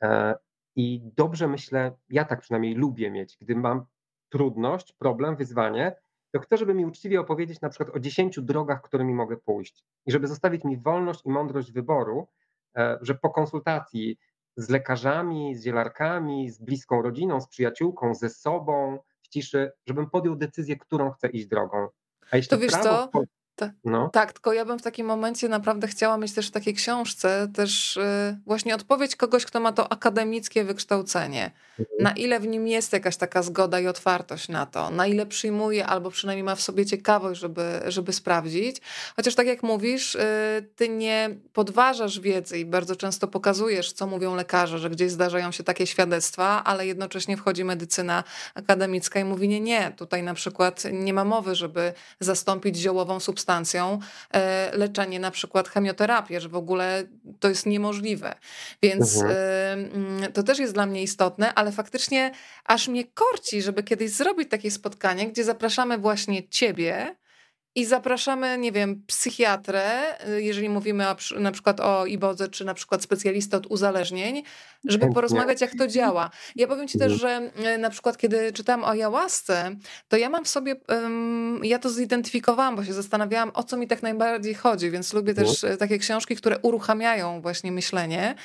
i dobrze myślę, ja tak przynajmniej lubię mieć, gdy mam trudność, problem, wyzwanie, to chcę, żeby mi uczciwie opowiedzieć na przykład o 10 drogach, którymi mogę pójść i żeby zostawić mi wolność i mądrość wyboru, że po konsultacji z lekarzami, z zielarkami, z bliską rodziną, z przyjaciółką, ze sobą, w ciszy, żebym podjął decyzję, którą chcę iść drogą. A To jeśli wiesz prawo co? no, Tak, tylko ja bym w takim momencie naprawdę chciała mieć też w takiej książce też właśnie odpowiedź kogoś, kto ma to akademickie wykształcenie. Na mhm, ile w nim jest jakaś taka zgoda i otwartość na to, na ile przyjmuje albo przynajmniej ma w sobie ciekawość, żeby sprawdzić. Chociaż tak jak mówisz, ty nie podważasz wiedzy i bardzo często pokazujesz, co mówią lekarze, że gdzieś zdarzają się takie świadectwa, ale jednocześnie wchodzi medycyna akademicka i mówi nie, tutaj na przykład nie ma mowy, żeby zastąpić ziołową substancją leczenie, na przykład chemioterapię, że w ogóle to jest niemożliwe. Więc mhm, to też jest dla mnie istotne, ale faktycznie aż mnie korci, żeby kiedyś zrobić takie spotkanie, gdzie zapraszamy właśnie ciebie i zapraszamy, nie wiem, psychiatrę, jeżeli mówimy na przykład o ibodze, czy na przykład specjalistę od uzależnień, żeby chętnie. porozmawiać, jak to działa. Ja powiem ci też, Mhm, że na przykład kiedy czytałam o ayahuasce, to ja mam w sobie, ja to zidentyfikowałam, bo się zastanawiałam, o co mi tak najbardziej chodzi, więc lubię mhm, też takie książki, które uruchamiają właśnie myślenie,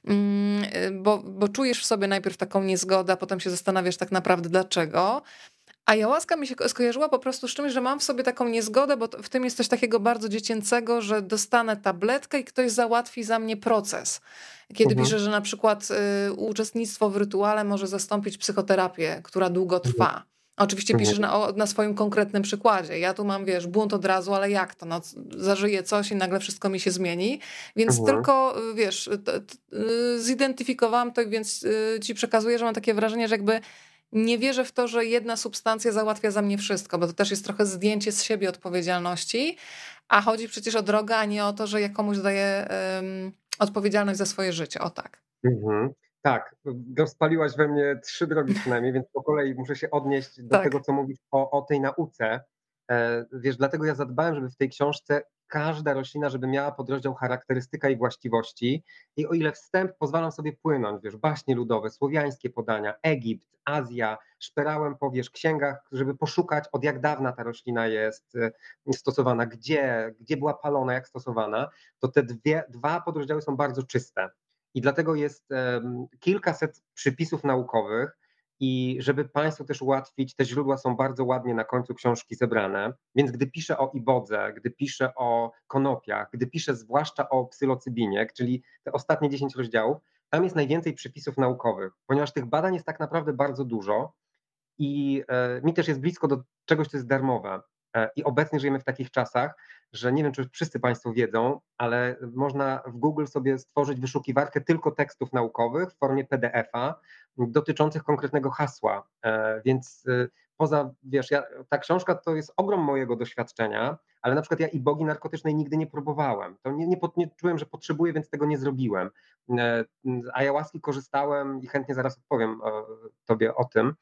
bo czujesz w sobie najpierw taką niezgodę, a potem się zastanawiasz tak naprawdę dlaczego. A jałaska mi się skojarzyła po prostu z czymś, że mam w sobie taką niezgodę, bo w tym jest coś takiego bardzo dziecięcego, że dostanę tabletkę i ktoś załatwi za mnie proces. Kiedy mhm, pisze, że na przykład uczestnictwo w rytuale może zastąpić psychoterapię, która długo mhm, trwa. Oczywiście mhm, piszesz na swoim konkretnym przykładzie. Ja tu mam, wiesz, bunt od razu, ale jak to? No, zażyję coś i nagle wszystko mi się zmieni. Więc mhm. tylko, wiesz, zidentyfikowałam to, więc ci przekazuję, że mam takie wrażenie, że jakby nie wierzę w to, że jedna substancja załatwia za mnie wszystko, bo to też jest trochę zdjęcie z siebie odpowiedzialności, a chodzi przecież o drogę, a nie o to, że ja komuś daję odpowiedzialność za swoje życie. O tak. Mhm. Tak, rozpaliłaś we mnie 3 drogi przynajmniej, więc po kolei muszę się odnieść do tego, Tak. co mówisz o tej nauce. Wiesz, dlatego ja zadbałem, żeby w tej książce każda roślina, żeby miała podrozdział charakterystyka i właściwości. I o ile wstęp pozwalam sobie płynąć, wiesz, baśnie ludowe, słowiańskie podania, Egipt, Azja, szperałem po, wiesz, księgach, żeby poszukać, od jak dawna ta roślina jest stosowana, gdzie była palona, jak stosowana, to te dwa podrozdziały są bardzo czyste. I dlatego jest kilkaset przypisów naukowych i żeby Państwu też ułatwić, te źródła są bardzo ładnie na końcu książki zebrane, więc gdy piszę o ibodze, gdy piszę o konopiach, gdy piszę zwłaszcza o psylocybinie, czyli te ostatnie 10 rozdziałów, tam jest najwięcej przypisów naukowych, ponieważ tych badań jest tak naprawdę bardzo dużo i mi też jest blisko do czegoś, co jest darmowe. I obecnie żyjemy w takich czasach, że nie wiem, czy wszyscy Państwo wiedzą, ale można w Google sobie stworzyć wyszukiwarkę tylko tekstów naukowych w formie PDF-a dotyczących konkretnego hasła. Więc wiesz, ta książka to jest ogrom mojego doświadczenia, ale na przykład ja ibogi narkotycznej nigdy nie próbowałem. To nie czułem, że potrzebuję, więc tego nie zrobiłem. Z ayahuaski korzystałem i chętnie zaraz odpowiem Tobie o tym.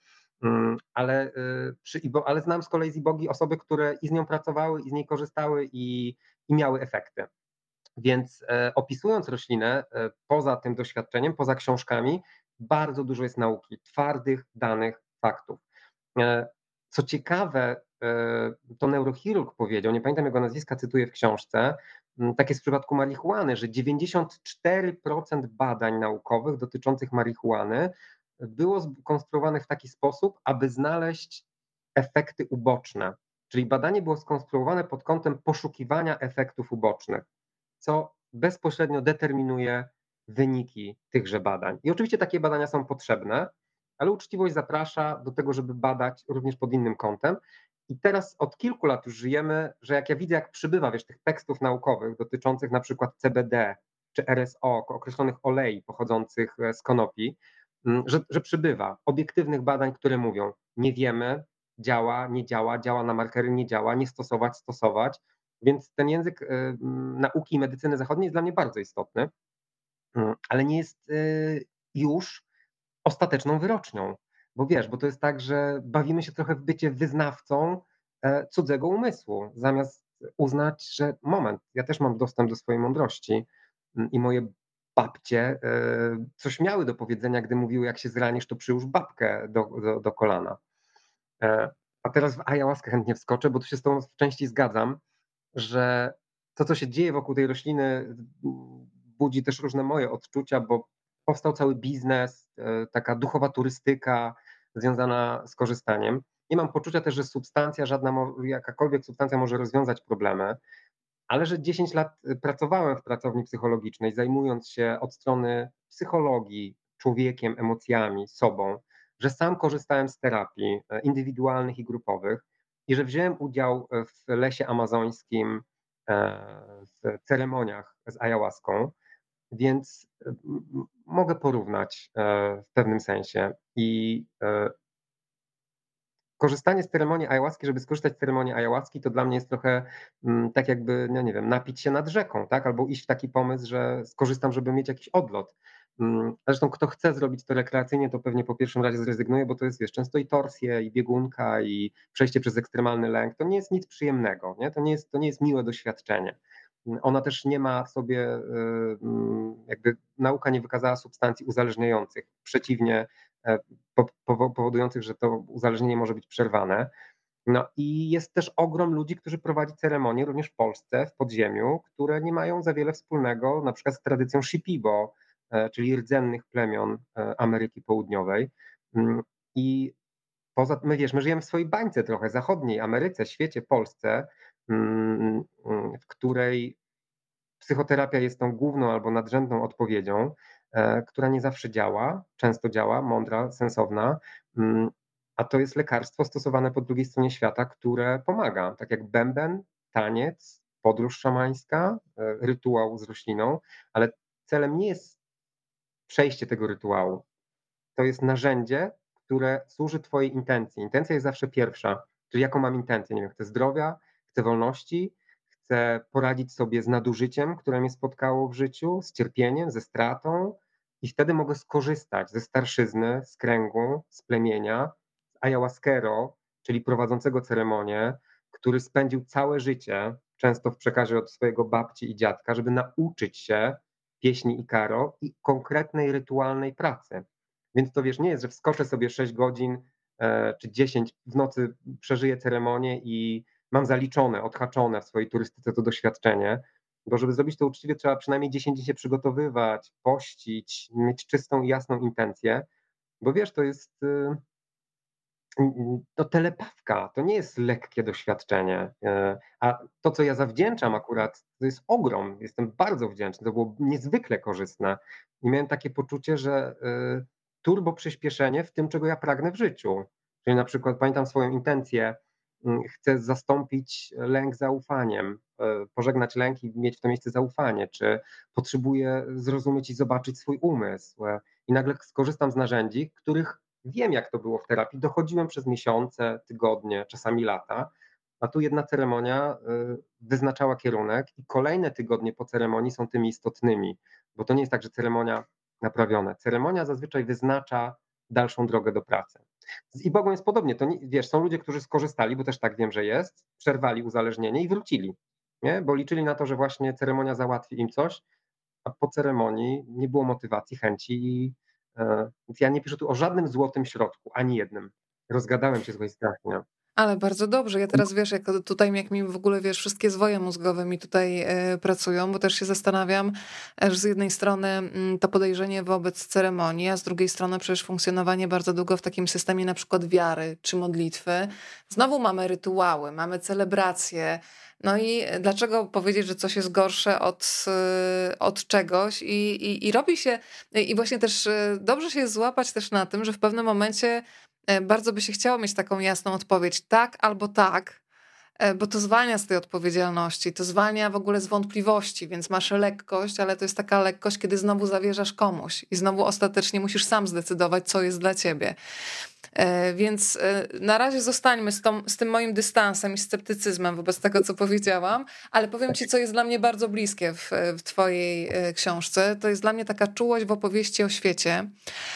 Ale, ale znam z kolei z Ibogi osoby, które i z nią pracowały, i z niej korzystały, i miały efekty. Więc opisując roślinę, poza tym doświadczeniem, poza książkami, bardzo dużo jest nauki, twardych danych, faktów. Co ciekawe, to neurochirurg powiedział, nie pamiętam jego nazwiska, cytuję w książce, tak jest w przypadku marihuany, że 94% badań naukowych dotyczących marihuany było skonstruowanych w taki sposób, aby znaleźć efekty uboczne. Czyli badanie było skonstruowane pod kątem poszukiwania efektów ubocznych, co bezpośrednio determinuje wyniki tychże badań. I oczywiście takie badania są potrzebne, ale uczciwość zaprasza do tego, żeby badać również pod innym kątem. I teraz od kilku lat już żyjemy, że jak ja widzę, jak przybywa, wiesz, tych tekstów naukowych dotyczących na przykład CBD czy RSO, określonych olei pochodzących z konopi, że przybywa obiektywnych badań, które mówią, nie wiemy, działa, nie działa, działa na markery, nie działa, nie stosować, stosować. Więc ten język nauki i medycyny zachodniej jest dla mnie bardzo istotny, ale nie jest już ostateczną wyrocznią. Bo wiesz, bo to jest tak, że bawimy się trochę w bycie wyznawcą cudzego umysłu, zamiast uznać, że moment, ja też mam dostęp do swojej mądrości i moje babcie coś miały do powiedzenia, gdy mówiły, jak się zranisz, to przyłóż babkę do kolana. A teraz w ayahuaskę chętnie wskoczę, bo tu się z tą w części zgadzam, że to, co się dzieje wokół tej rośliny, budzi też różne moje odczucia, bo powstał cały biznes, taka duchowa turystyka związana z korzystaniem. Nie mam poczucia też, że substancja żadna, jakakolwiek substancja może rozwiązać problemy, ale że 10 lat pracowałem w pracowni psychologicznej, zajmując się od strony psychologii, człowiekiem, emocjami, sobą, że sam korzystałem z terapii indywidualnych i grupowych i że wziąłem udział w lesie amazońskim, w ceremoniach z ayahuaską, więc mogę porównać w pewnym sensie. I korzystanie z ceremonii ayahuaski, żeby skorzystać z ceremonii ayahuaski, to dla mnie jest trochę tak jakby, no nie wiem, napić się nad rzeką, tak? Albo iść w taki pomysł, że skorzystam, żeby mieć jakiś odlot. Zresztą kto chce zrobić to rekreacyjnie, to pewnie po pierwszym razie zrezygnuje, bo to jest, wiesz, często i torsje, i biegunka, i przejście przez ekstremalny lęk. To nie jest nic przyjemnego, nie? To nie jest miłe doświadczenie. Ona też nie ma w sobie, jakby nauka nie wykazała substancji uzależniających. Przeciwnie, powodujących, że to uzależnienie może być przerwane. No i jest też ogrom ludzi, którzy prowadzi ceremonie, również w Polsce, w podziemiu, które nie mają za wiele wspólnego na przykład z tradycją Shipibo, czyli rdzennych plemion Ameryki Południowej. I my żyjemy w swojej bańce trochę, zachodniej Ameryce, świecie, Polsce, w której psychoterapia jest tą główną albo nadrzędną odpowiedzią, która nie zawsze działa, często działa, mądra, sensowna, a to jest lekarstwo stosowane po drugiej stronie świata, które pomaga, tak jak bęben, taniec, podróż szamańska, rytuał z rośliną, ale celem nie jest przejście tego rytuału. To jest narzędzie, które służy twojej intencji. Intencja jest zawsze pierwsza, czyli jaką mam intencję, nie wiem, chcę zdrowia, chcę wolności, chcę poradzić sobie z nadużyciem, które mnie spotkało w życiu, z cierpieniem, ze stratą i wtedy mogę skorzystać ze starszyzny, z kręgu, z plemienia, z ayahuaskero, czyli prowadzącego ceremonię, który spędził całe życie, często w przekazie od swojego babci i dziadka, żeby nauczyć się pieśni Ikaro i konkretnej rytualnej pracy. Więc to wiesz, nie jest, że wskoczę sobie 6 godzin czy 10 w nocy, przeżyję ceremonię i mam zaliczone, odhaczone w swojej turystyce to doświadczenie, bo żeby zrobić to uczciwie, trzeba przynajmniej 10 dni się przygotowywać, pościć, mieć czystą i jasną intencję, bo wiesz, to jest to telepawka, to nie jest lekkie doświadczenie. A to, co ja zawdzięczam akurat, to jest ogrom. Jestem bardzo wdzięczny. To było niezwykle korzystne. I miałem takie poczucie, że turbo przyspieszenie w tym, czego ja pragnę w życiu. Czyli na przykład pamiętam swoją intencję, chcę zastąpić lęk zaufaniem, pożegnać lęk i mieć w to miejsce zaufanie, czy potrzebuję zrozumieć i zobaczyć swój umysł. I nagle skorzystam z narzędzi, których wiem, jak to było w terapii. Dochodziłem przez miesiące, tygodnie, czasami lata, a tu jedna ceremonia wyznaczała kierunek i kolejne tygodnie po ceremonii są tymi istotnymi, bo to nie jest tak, że ceremonia naprawione. Ceremonia zazwyczaj wyznacza dalszą drogę do pracy. Z ibogą jest podobnie. To nie, wiesz, są ludzie, którzy skorzystali, bo też tak wiem, że jest, przerwali uzależnienie i wrócili, nie? Bo liczyli na to, że właśnie ceremonia załatwi im coś, a po ceremonii nie było motywacji, chęci i więc ja nie piszę tu o żadnym złotym środku, ani jednym. Rozgadałem się, słuchaj, strasznie. Ale bardzo dobrze. Ja teraz wiesz, jak mi w ogóle wiesz, wszystkie zwoje mózgowe mi tutaj pracują, bo też się zastanawiam, że z jednej strony to podejrzenie wobec ceremonii, a z drugiej strony przecież funkcjonowanie bardzo długo w takim systemie na przykład wiary czy modlitwy. Znowu mamy rytuały, mamy celebracje. No i dlaczego powiedzieć, że coś jest gorsze od czegoś i robi się, i właśnie też dobrze się jest złapać też na tym, że w pewnym momencie bardzo by się chciało mieć taką jasną odpowiedź, tak albo tak, bo to zwalnia z tej odpowiedzialności, to zwalnia w ogóle z wątpliwości, więc masz lekkość, ale to jest taka lekkość, kiedy znowu zawierzasz komuś i znowu ostatecznie musisz sam zdecydować, co jest dla ciebie. Więc na razie zostańmy z tym moim dystansem i sceptycyzmem wobec tego, co powiedziałam, ale powiem ci, co jest dla mnie bardzo bliskie w twojej książce. To jest dla mnie taka czułość w opowieści o świecie.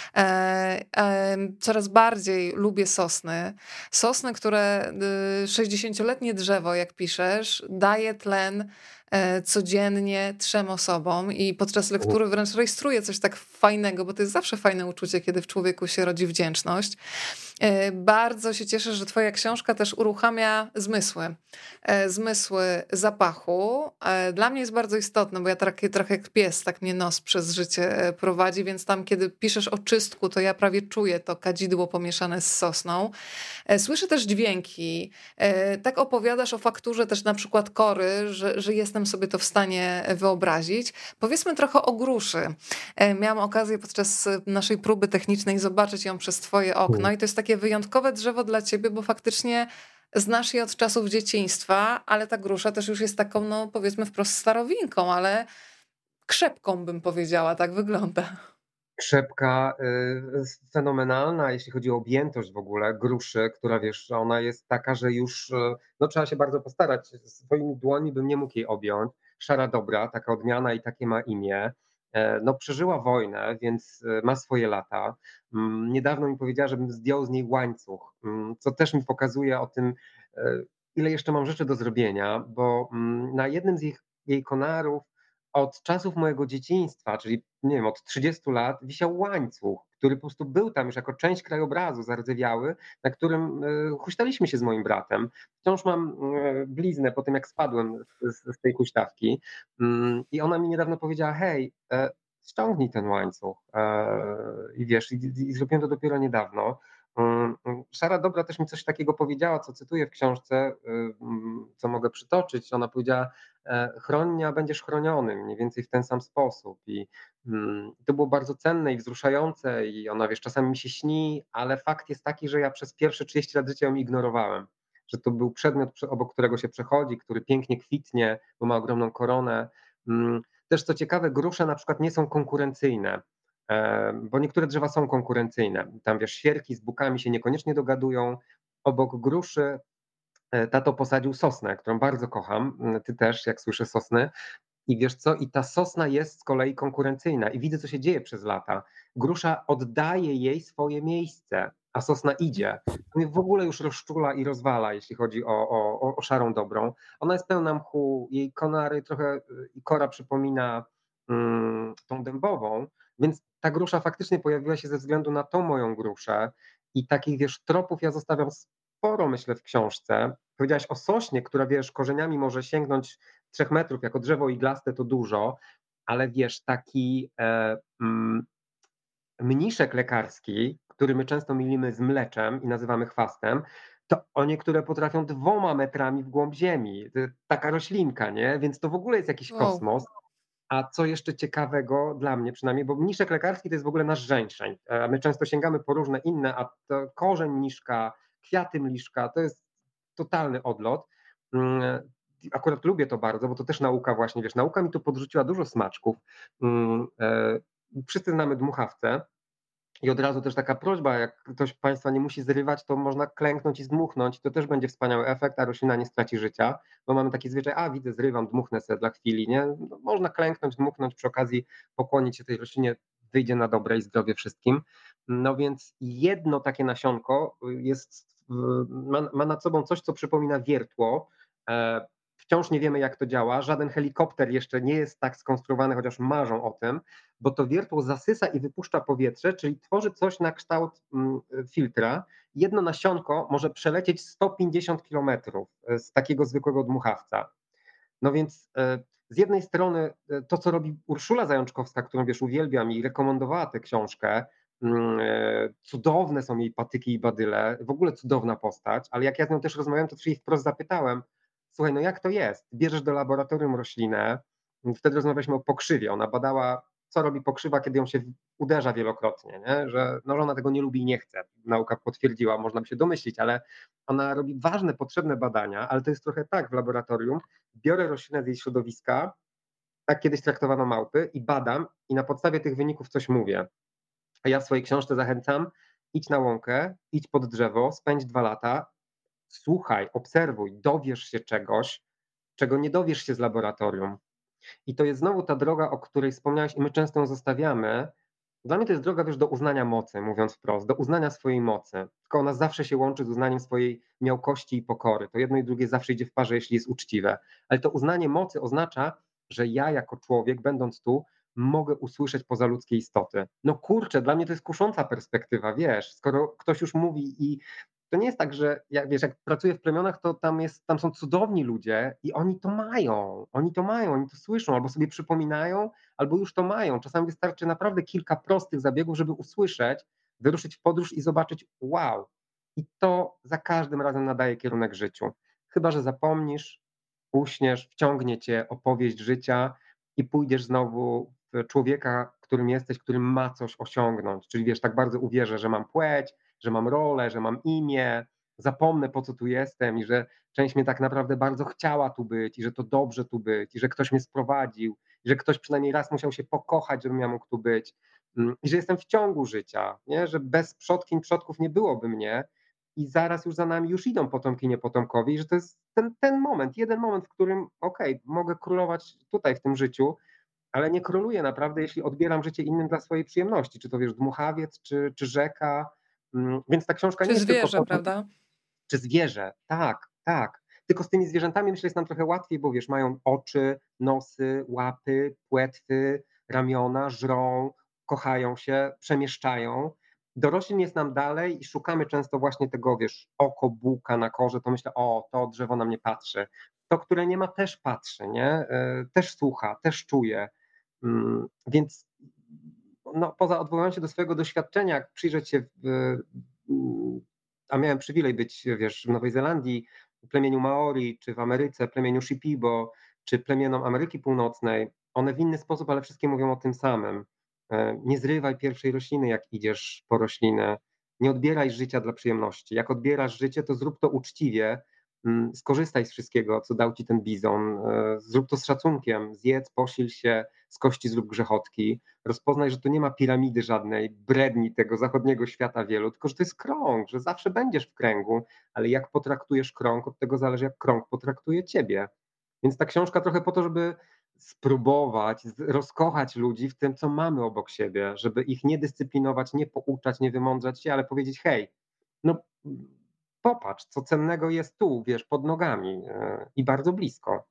Coraz bardziej lubię sosny. Sosny, które 60-letnie drzewo, jak piszesz, daje tlen codziennie 3 osobom i podczas lektury wręcz rejestruje coś tak fajnego, bo to jest zawsze fajne uczucie, kiedy w człowieku się rodzi wdzięczność. Bardzo się cieszę, że twoja książka też uruchamia zmysły. Zmysły zapachu. Dla mnie jest bardzo istotne, bo ja trochę jak pies, tak mnie nos przez życie prowadzi, więc tam, kiedy piszesz o czystku, to ja prawie czuję to kadzidło pomieszane z sosną. Słyszę też dźwięki. Tak opowiadasz o fakturze też na przykład kory, że jestem sobie to w stanie wyobrazić. Powiedzmy trochę o gruszy. Miałam okazję podczas naszej próby technicznej zobaczyć ją przez twoje okno i to jest takie wyjątkowe drzewo dla ciebie, bo faktycznie znasz je od czasów dzieciństwa, ale ta grusza też już jest taką, no powiedzmy wprost starowinką, ale krzepką bym powiedziała, tak wygląda. Krzepka fenomenalna, jeśli chodzi o objętość w ogóle gruszy, która wiesz, ona jest taka, że już no, trzeba się bardzo postarać. Swoimi dłońmi bym nie mógł jej objąć. Szara dobra, taka odmiana i takie ma imię. No, przeżyła wojnę, więc ma swoje lata. Niedawno mi powiedziała, żebym zdjął z niej łańcuch, co też mi pokazuje o tym, ile jeszcze mam rzeczy do zrobienia, bo na jednym z jej konarów od czasów mojego dzieciństwa, czyli nie wiem, od 30 lat wisiał łańcuch, który po prostu był tam już jako część krajobrazu zardzewiały, na którym huśtaliśmy się z moim bratem. Wciąż mam bliznę po tym, jak spadłem z tej huśtawki. I ona mi niedawno powiedziała, hej, ściągnij ten łańcuch. I wiesz, i zrobiłem to dopiero niedawno. Szara Dobra też mi coś takiego powiedziała, co cytuję w książce, co mogę przytoczyć. Ona powiedziała, chroń mnie, a będziesz chroniony, mniej więcej w ten sam sposób. I to było bardzo cenne i wzruszające i ona, wiesz, czasami mi się śni, ale fakt jest taki, że ja przez pierwsze 30 lat życia ją ignorowałem. Że to był przedmiot, obok którego się przechodzi, który pięknie kwitnie, bo ma ogromną koronę. Też co ciekawe, grusze na przykład nie są konkurencyjne, bo niektóre drzewa są konkurencyjne. Tam wiesz, świerki z bukami się niekoniecznie dogadują. Obok gruszy tato posadził sosnę, którą bardzo kocham. Ty też, jak słyszę sosny. I wiesz co? I ta sosna jest z kolei konkurencyjna. I widzę, co się dzieje przez lata. Grusza oddaje jej swoje miejsce, a sosna idzie. To mnie w ogóle już rozczula i rozwala, jeśli chodzi o szarą dobrą. Ona jest pełna mchu, jej konary trochę i kora przypomina tą dębową, więc ta grusza faktycznie pojawiła się ze względu na tą moją gruszę. I takich, wiesz, tropów ja zostawiam sporo, myślę, w książce. Powiedziałaś o sośnie, która, wiesz, korzeniami może sięgnąć 3 metrów, jako drzewo iglaste to dużo, ale wiesz, taki mniszek lekarski, który my często mylimy z mleczem i nazywamy chwastem, to oni, które potrafią 2 metrami w głąb ziemi. Taka roślinka, nie? Więc to w ogóle jest jakiś Wow. kosmos. A co jeszcze ciekawego dla mnie przynajmniej, bo mniszek lekarski to jest w ogóle nasz żeńszeń. My często sięgamy po różne inne, a to korzeń mniszka, kwiaty mniszka to jest totalny odlot. Akurat lubię to bardzo, bo to też nauka właśnie, wiesz, nauka mi tu podrzuciła dużo smaczków. Wszyscy znamy dmuchawce, i od razu też taka prośba, jak ktoś Państwa nie musi zrywać, to można klęknąć i zdmuchnąć. To też będzie wspaniały efekt, a roślina nie straci życia, bo mamy taki zwyczaj, a widzę, zrywam, dmuchnę sobie dla chwili, nie? No, można klęknąć, dmuchnąć, przy okazji pokłonić się tej roślinie, wyjdzie na dobre i zdrowie wszystkim. No więc jedno takie nasionko jest, ma nad sobą coś, co przypomina wiertło. Wciąż nie wiemy, jak to działa. Żaden helikopter jeszcze nie jest tak skonstruowany, chociaż marzą o tym, bo to wiertło zasysa i wypuszcza powietrze, czyli tworzy coś na kształt filtra. Jedno nasionko może przelecieć 150 kilometrów z takiego zwykłego dmuchawca. No więc z jednej strony to, co robi Urszula Zajączkowska, którą wiesz, uwielbiam i rekomendowała tę książkę, cudowne są jej patyki i badyle, w ogóle cudowna postać, ale jak ja z nią też rozmawiałem, to jej wprost zapytałem, słuchaj, no jak to jest? Bierzesz do laboratorium roślinę, wtedy rozmawialiśmy o pokrzywie, ona badała, co robi pokrzywa, kiedy ją się uderza wielokrotnie, nie? Że ona tego nie lubi i nie chce. Nauka potwierdziła, można by się domyślić, ale ona robi ważne, potrzebne badania, ale to jest trochę tak w laboratorium, biorę roślinę z jej środowiska, tak kiedyś traktowano małpy i badam i na podstawie tych wyników coś mówię. A ja w swojej książce zachęcam, idź na łąkę, idź pod drzewo, spędź 2 lata, słuchaj, obserwuj, dowiesz się czegoś, czego nie dowiesz się z laboratorium. I to jest znowu ta droga, o której wspomniałeś i my często ją zostawiamy. Dla mnie to jest droga, wiesz, do uznania mocy, mówiąc wprost, do uznania swojej mocy. Tylko ona zawsze się łączy z uznaniem swojej miałkości i pokory. To jedno i drugie zawsze idzie w parze, jeśli jest uczciwe. Ale to uznanie mocy oznacza, że ja jako człowiek, będąc tu, mogę usłyszeć pozaludzkie istoty. No kurczę, dla mnie to jest kusząca perspektywa, wiesz, skoro ktoś już mówi i to nie jest tak, że jak pracuję w plemionach, to tam są cudowni ludzie i oni to słyszą, albo sobie przypominają, albo już to mają. Czasami wystarczy naprawdę kilka prostych zabiegów, żeby usłyszeć, wyruszyć w podróż i zobaczyć wow. I to za każdym razem nadaje kierunek życiu. Chyba że zapomnisz, uśniesz, wciągnie cię opowieść życia i pójdziesz znowu w człowieka, którym jesteś, który ma coś osiągnąć. Czyli wiesz, tak bardzo uwierzę, że mam płeć, że mam rolę, że mam imię, zapomnę po co tu jestem i że część mnie tak naprawdę bardzo chciała tu być i że to dobrze tu być i że ktoś mnie sprowadził i że ktoś przynajmniej raz musiał się pokochać, żebym ja mógł tu być i że jestem w ciągu życia, nie? Że bez przodkiń, przodków nie byłoby mnie i zaraz już za nami już idą potomkinie, potomkowie i że to jest ten moment, jeden moment, w którym mogę królować tutaj w tym życiu, ale nie króluję naprawdę, jeśli odbieram życie innym dla swojej przyjemności, czy to wiesz, dmuchawiec, czy rzeka, więc ta książka nie Czy jest tylko zwierzę, po to, prawda? czy zwierzę, tak, tak. Tylko z tymi zwierzętami myślę, jest nam trochę łatwiej, bo wiesz, mają oczy, nosy, łapy, płetwy, ramiona, żrą, kochają się, przemieszczają. Do roślin jest nam dalej i szukamy często właśnie tego, wiesz, oko, bułka na korze, to myślę, o, to drzewo na mnie patrzy. To, które nie ma, też patrzy, nie? Też słucha, też czuje. Więc no, poza odwołaniem się do swojego doświadczenia, jak przyjrzeć się a miałem przywilej być, wiesz, w Nowej Zelandii, w plemieniu Maori, czy w Ameryce, plemieniu Shipibo, czy plemienom Ameryki Północnej, one w inny sposób, ale wszystkie mówią o tym samym. Nie zrywaj pierwszej rośliny, jak idziesz po roślinę. Nie odbieraj życia dla przyjemności. Jak odbierasz życie, to zrób to uczciwie. Skorzystaj z wszystkiego, co dał ci ten bizon. Zrób to z szacunkiem. Zjedz, posil się, z kości zrób grzechotki. Rozpoznaj, że tu nie ma piramidy żadnej, bredni tego zachodniego świata wielu, tylko że to jest krąg, że zawsze będziesz w kręgu, ale jak potraktujesz krąg, od tego zależy, jak krąg potraktuje ciebie. Więc ta książka trochę po to, żeby spróbować rozkochać ludzi w tym, co mamy obok siebie, żeby ich nie dyscyplinować, nie pouczać, nie wymądrzać się, ale powiedzieć, hej, no popatrz, co cennego jest tu, wiesz, pod nogami i bardzo blisko,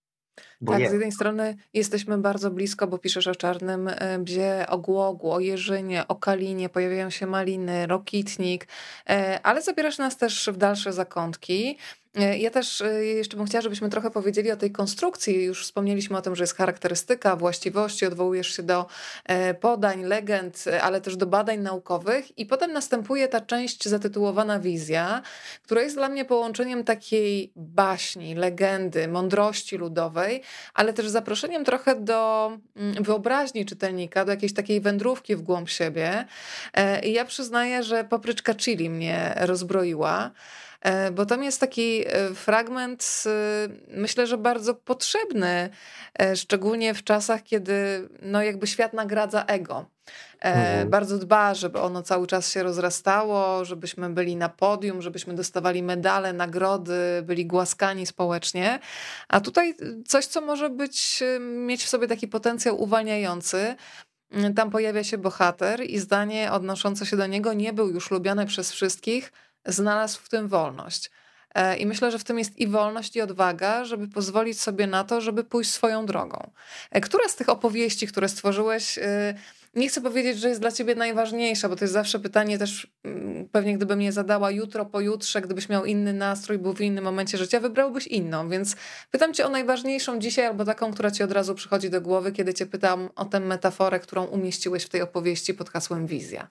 bo Tak, z jest. jednej strony jesteśmy bardzo blisko, bo piszesz o czarnym bzie, o głogu, o jeżynie, o kalinie, pojawiają się maliny, rokitnik, ale zabierasz nas też w dalsze zakątki. Ja też jeszcze bym chciała, żebyśmy trochę powiedzieli o tej konstrukcji. Już wspomnieliśmy o tym, że jest charakterystyka, właściwości, odwołujesz się do podań, legend, ale też do badań naukowych i potem następuje ta część zatytułowana Wizja, która jest dla mnie połączeniem takiej baśni, legendy, mądrości ludowej, ale też zaproszeniem trochę do wyobraźni czytelnika, do jakiejś takiej wędrówki w głąb siebie. I ja przyznaję, że papryczka chili mnie rozbroiła. Bo tam jest taki fragment, myślę, że bardzo potrzebny, szczególnie w czasach, kiedy no jakby świat nagradza ego. Mhm. Bardzo dba, żeby ono cały czas się rozrastało, żebyśmy byli na podium, żebyśmy dostawali medale, nagrody, byli głaskani społecznie. A tutaj coś, co może mieć w sobie taki potencjał uwalniający. Tam pojawia się bohater i zdanie odnoszące się do niego: nie był już lubiany przez wszystkich, znalazł w tym wolność. I myślę, że w tym jest i wolność, i odwaga, żeby pozwolić sobie na to, żeby pójść swoją drogą. Która z tych opowieści, które stworzyłeś, nie chcę powiedzieć, że jest dla ciebie najważniejsza, bo to jest zawsze pytanie też, pewnie gdybym je zadała jutro, pojutrze, gdybyś miał inny nastrój, był w innym momencie życia, wybrałbyś inną. Więc pytam cię o najważniejszą dzisiaj, albo taką, która ci od razu przychodzi do głowy, kiedy cię pytam o tę metaforę, którą umieściłeś w tej opowieści pod hasłem wizja.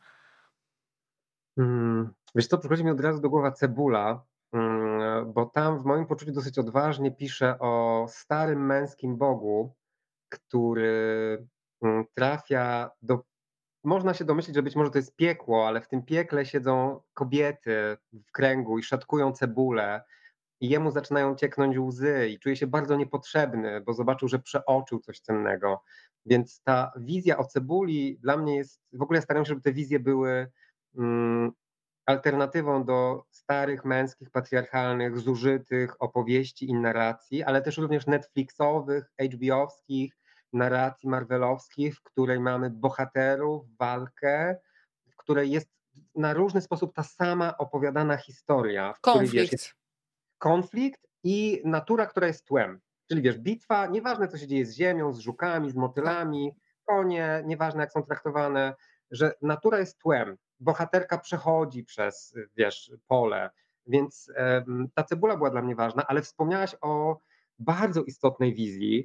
Wiesz co, przychodzi mi od razu do głowy cebula, bo tam w moim poczuciu dosyć odważnie pisze o starym męskim bogu, który trafia do. Można się domyślić, że być może to jest piekło, ale w tym piekle siedzą kobiety w kręgu i szatkują cebulę i jemu zaczynają cieknąć łzy i czuje się bardzo niepotrzebny, bo zobaczył, że przeoczył coś cennego. Więc ta wizja o cebuli dla mnie jest, w ogóle ja staram się, żeby te wizje były mm, alternatywą do starych, męskich, patriarchalnych, zużytych opowieści i narracji, ale też również Netflixowych, HBO-owskich, narracji marvelowskich, w której mamy bohaterów, walkę, w której jest na różny sposób ta sama opowiadana historia, w której wiesz, jest Konflikt. konflikt i natura, która jest tłem. Czyli wiesz, bitwa, nieważne co się dzieje z ziemią, z żukami, z Tak. motylami, konie, nieważne jak są traktowane, że natura jest tłem. Bohaterka przechodzi przez, wiesz, pole, więc ta cebula była dla mnie ważna, ale wspomniałaś o bardzo istotnej wizji,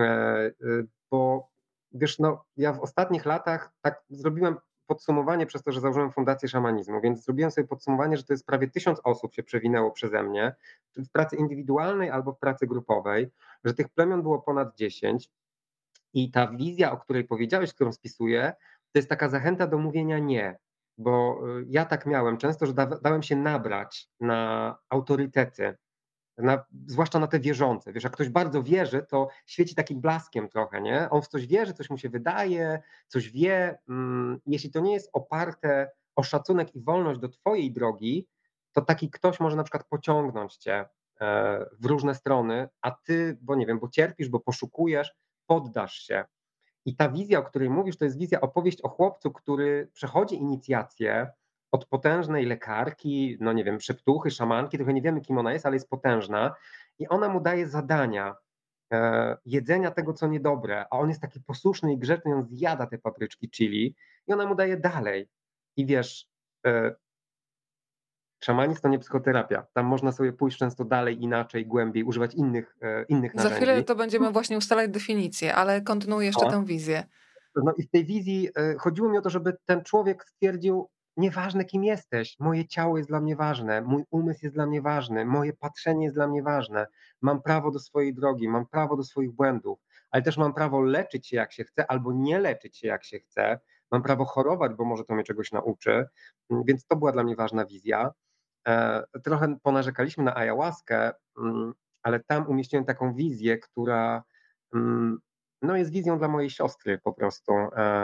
bo wiesz, no, ja w ostatnich latach tak zrobiłem podsumowanie przez to, że założyłem Fundację Szamanizmu, więc zrobiłem sobie podsumowanie, że to jest prawie 1000 osób się przewinęło przeze mnie, w pracy indywidualnej albo w pracy grupowej, że tych plemion było ponad 10 i ta wizja, o której powiedziałeś, którą spisuję, to jest taka zachęta do mówienia nie, bo ja tak miałem często, że dałem się nabrać na autorytety, zwłaszcza na te wierzące. Wiesz, jak ktoś bardzo wierzy, to świeci takim blaskiem trochę, nie? On w coś wierzy, coś mu się wydaje, coś wie. Jeśli to nie jest oparte o szacunek i wolność do twojej drogi, to taki ktoś może na przykład pociągnąć cię w różne strony, a ty, bo nie wiem, bo cierpisz, bo poszukujesz, poddasz się. I ta wizja, o której mówisz, to jest wizja, opowieść o chłopcu, który przechodzi inicjację od potężnej lekarki, no nie wiem, szeptuchy, szamanki, trochę nie wiemy, kim ona jest, ale jest potężna i ona mu daje zadania jedzenia tego, co niedobre, a on jest taki posłuszny i grzeczny, on zjada te papryczki chili i ona mu daje dalej. I wiesz, e, szamanizm to nie psychoterapia. Tam można sobie pójść często dalej, inaczej, głębiej, używać innych Za chwilę narzędzi. to będziemy właśnie ustalać definicję, ale kontynuuję jeszcze tę wizję. No i w tej wizji chodziło mi o to, żeby ten człowiek stwierdził, nieważne kim jesteś, moje ciało jest dla mnie ważne, mój umysł jest dla mnie ważny, moje patrzenie jest dla mnie ważne, mam prawo do swojej drogi, mam prawo do swoich błędów, ale też mam prawo leczyć się jak się chce albo nie leczyć się jak się chce, mam prawo chorować, bo może to mnie czegoś nauczy, więc to była dla mnie ważna wizja. Trochę ponarzekaliśmy na ayahuaskę, ale tam umieściłem taką wizję, która mm, no jest wizją dla mojej siostry po prostu.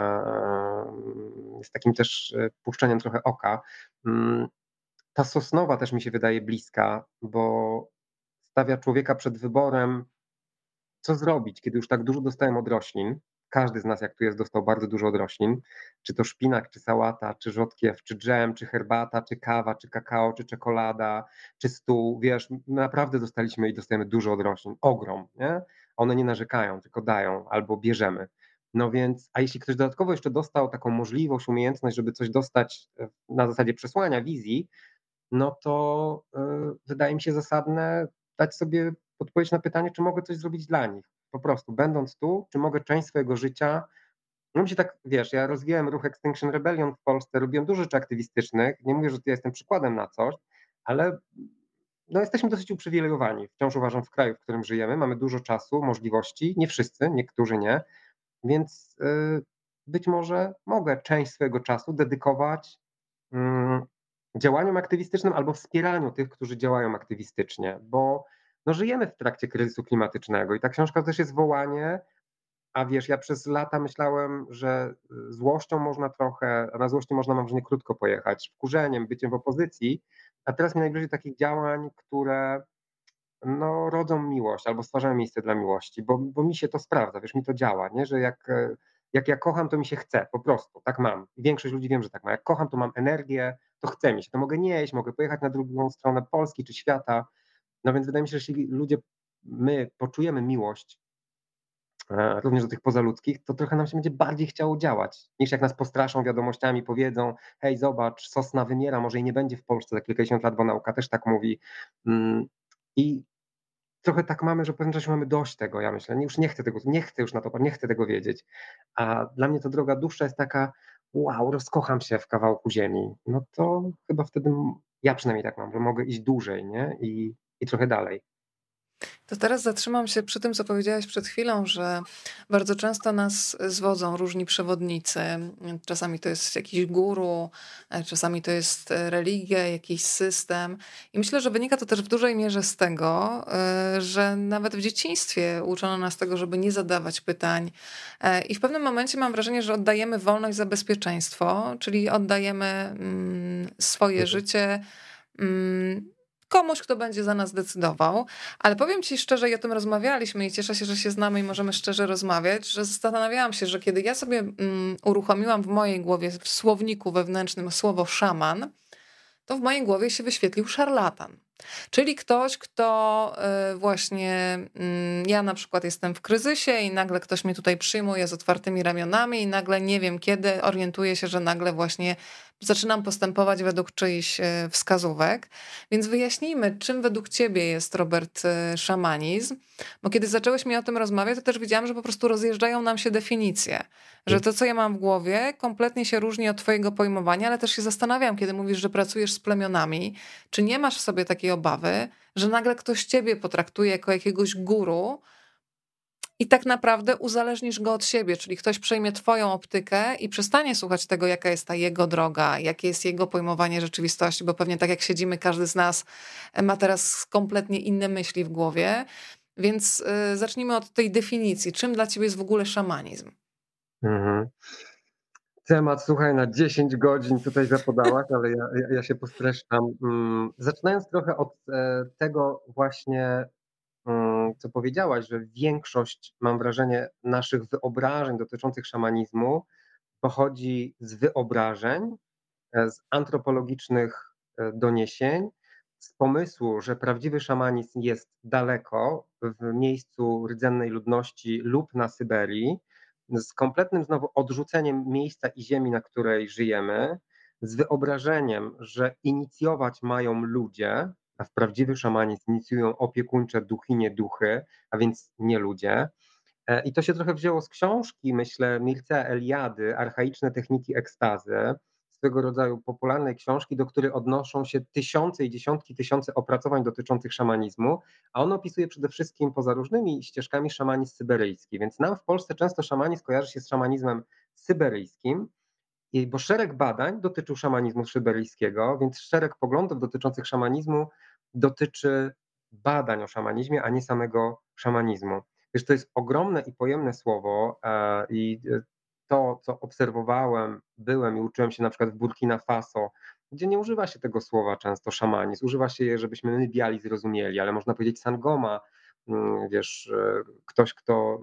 Z takim też puszczeniem trochę oka. Mm, Ta sosnowa też mi się wydaje bliska, bo stawia człowieka przed wyborem, co zrobić, kiedy już tak dużo dostałem od roślin. Każdy z nas, jak tu jest, dostał bardzo dużo od roślin. Czy to szpinak, czy sałata, czy rzodkiew, czy dżem, czy herbata, czy kawa, czy kakao, czy czekolada, czy stół. Wiesz, naprawdę dostaliśmy i dostajemy dużo od roślin. Ogrom, nie? One nie narzekają, tylko dają albo bierzemy. No więc, a jeśli ktoś dodatkowo jeszcze dostał taką możliwość, umiejętność, żeby coś dostać na zasadzie przesłania, wizji, no to wydaje mi się zasadne dać sobie odpowiedź na pytanie, czy mogę coś zrobić dla nich. Po prostu, będąc tu, czy mogę część swojego życia. No mi się tak, wiesz, ja rozwijałem ruch Extinction Rebellion w Polsce, robiłem dużo rzeczy aktywistycznych. Nie mówię, że ja jestem przykładem na coś, ale no jesteśmy dosyć uprzywilejowani. Wciąż uważam w kraju, w którym żyjemy. Mamy dużo czasu, możliwości. Nie wszyscy, niektórzy nie. Więc być może mogę część swojego czasu dedykować mm, działaniom aktywistycznym albo wspieraniu tych, którzy działają aktywistycznie, bo no, żyjemy w trakcie kryzysu klimatycznego i ta książka też jest wołanie, a wiesz, ja przez lata myślałem, że złością można trochę, a na złości można mam nie krótko pojechać, wkurzeniem, byciem w opozycji, a teraz mi najbliżej takich działań, które no, rodzą miłość albo stwarzają miejsce dla miłości, bo mi się to sprawdza, wiesz, mi to działa, nie? Że jak ja kocham, to mi się chce, po prostu, tak mam. I większość ludzi wiem, że tak ma. Jak kocham, to mam energię, to chce mi się, to mogę nie jeść, mogę pojechać na drugą stronę Polski czy świata, No więc wydaje mi się, że jeśli my poczujemy miłość również do tych pozaludzkich, to trochę nam się będzie bardziej chciało działać, niż jak nas postraszą wiadomościami, powiedzą: hej, zobacz, sosna wymiera, może i nie będzie w Polsce za kilkadziesiąt lat, bo nauka też tak mówi. Mm, I trochę tak mamy, że w pewnym czasie mamy dość tego, ja myślę. Już nie chcę tego, nie chcę już na to, nie chcę tego wiedzieć. A dla mnie to droga dłuższa jest taka: wow, rozkocham się w kawałku ziemi. No to chyba wtedy ja przynajmniej tak mam, że mogę iść dłużej, nie? I trochę dalej. To teraz zatrzymam się przy tym, co powiedziałaś przed chwilą, że bardzo często nas zwodzą różni przewodnicy. Czasami to jest jakiś guru, czasami to jest religia, jakiś system. I myślę, że wynika to też w dużej mierze z tego, że nawet w dzieciństwie uczono nas tego, żeby nie zadawać pytań. I w pewnym momencie mam wrażenie, że oddajemy wolność za bezpieczeństwo, czyli oddajemy swoje Mhm. życie komuś, kto będzie za nas decydował. Ale powiem ci szczerze, i o tym rozmawialiśmy i cieszę się, że się znamy i możemy szczerze rozmawiać, że zastanawiałam się, że kiedy ja sobie uruchomiłam w mojej głowie w słowniku wewnętrznym słowo szaman, to w mojej głowie się wyświetlił szarlatan. Czyli ktoś, kto właśnie, ja na przykład jestem w kryzysie i nagle ktoś mnie tutaj przyjmuje z otwartymi ramionami i nagle nie wiem kiedy, orientuję się, że nagle właśnie zaczynam postępować według czyichś wskazówek. Więc wyjaśnijmy, czym według ciebie jest, Robert, szamanizm, bo kiedy zaczęłeś mi o tym rozmawiać, to też widziałam, że po prostu rozjeżdżają nam się definicje, że to, co ja mam w głowie, kompletnie się różni od twojego pojmowania, ale też się zastanawiam, kiedy mówisz, że pracujesz z plemionami, czy nie masz w sobie takiej obawy, że nagle ktoś ciebie potraktuje jako jakiegoś guru i tak naprawdę uzależnisz go od siebie, czyli ktoś przejmie twoją optykę i przestanie słuchać tego, jaka jest ta jego droga, jakie jest jego pojmowanie rzeczywistości, bo pewnie tak jak siedzimy, każdy z nas ma teraz kompletnie inne myśli w głowie. Więc zacznijmy od tej definicji. Czym dla ciebie jest w ogóle szamanizm? Mhm. Temat, słuchaj, na 10 godzin tutaj zapodałaś, ale ja się postreszczam. Zaczynając trochę od tego właśnie, co powiedziałaś, że większość, mam wrażenie, naszych wyobrażeń dotyczących szamanizmu pochodzi z wyobrażeń, z antropologicznych doniesień, z pomysłu, że prawdziwy szamanizm jest daleko, w miejscu rdzennej ludności lub na Syberii, z kompletnym znowu odrzuceniem miejsca i ziemi, na której żyjemy, z wyobrażeniem, że inicjować mają ludzie, a w prawdziwy szamanizm inicjują opiekuńcze duchynie, duchy, a więc nie ludzie. I to się trochę wzięło z książki, myślę, Mircea Eliady, Archaiczne techniki ekstazy, swego rodzaju popularnej książki, do której odnoszą się tysiące i dziesiątki tysięcy opracowań dotyczących szamanizmu, a on opisuje przede wszystkim poza różnymi ścieżkami szamanizm syberyjski. Więc nam w Polsce często szamanizm kojarzy się z szamanizmem syberyjskim, bo szereg badań dotyczył szamanizmu syberyjskiego, więc szereg poglądów dotyczących szamanizmu dotyczy badań o szamanizmie, a nie samego szamanizmu. Wiesz, to jest ogromne i pojemne słowo i to, co obserwowałem, byłem i uczyłem się na przykład w Burkina Faso, gdzie nie używa się tego słowa często szamanizm, używa się je, żebyśmy my biali zrozumieli, ale można powiedzieć sangoma, wiesz, ktoś, kto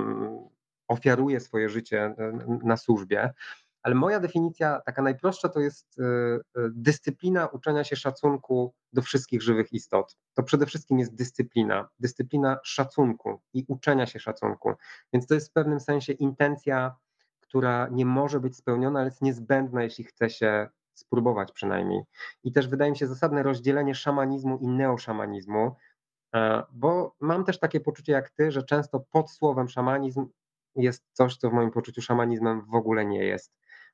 ofiaruje swoje życie na służbie. Ale moja definicja, taka najprostsza, to jest dyscyplina uczenia się szacunku do wszystkich żywych istot. To przede wszystkim jest dyscyplina szacunku i uczenia się szacunku. Więc to jest w pewnym sensie intencja, która nie może być spełniona, ale jest niezbędna, jeśli chce się spróbować przynajmniej. I też wydaje mi się zasadne rozdzielenie szamanizmu i neoszamanizmu, bo mam też takie poczucie jak ty, że często pod słowem szamanizm jest coś, co w moim poczuciu szamanizmem w ogóle nie jest.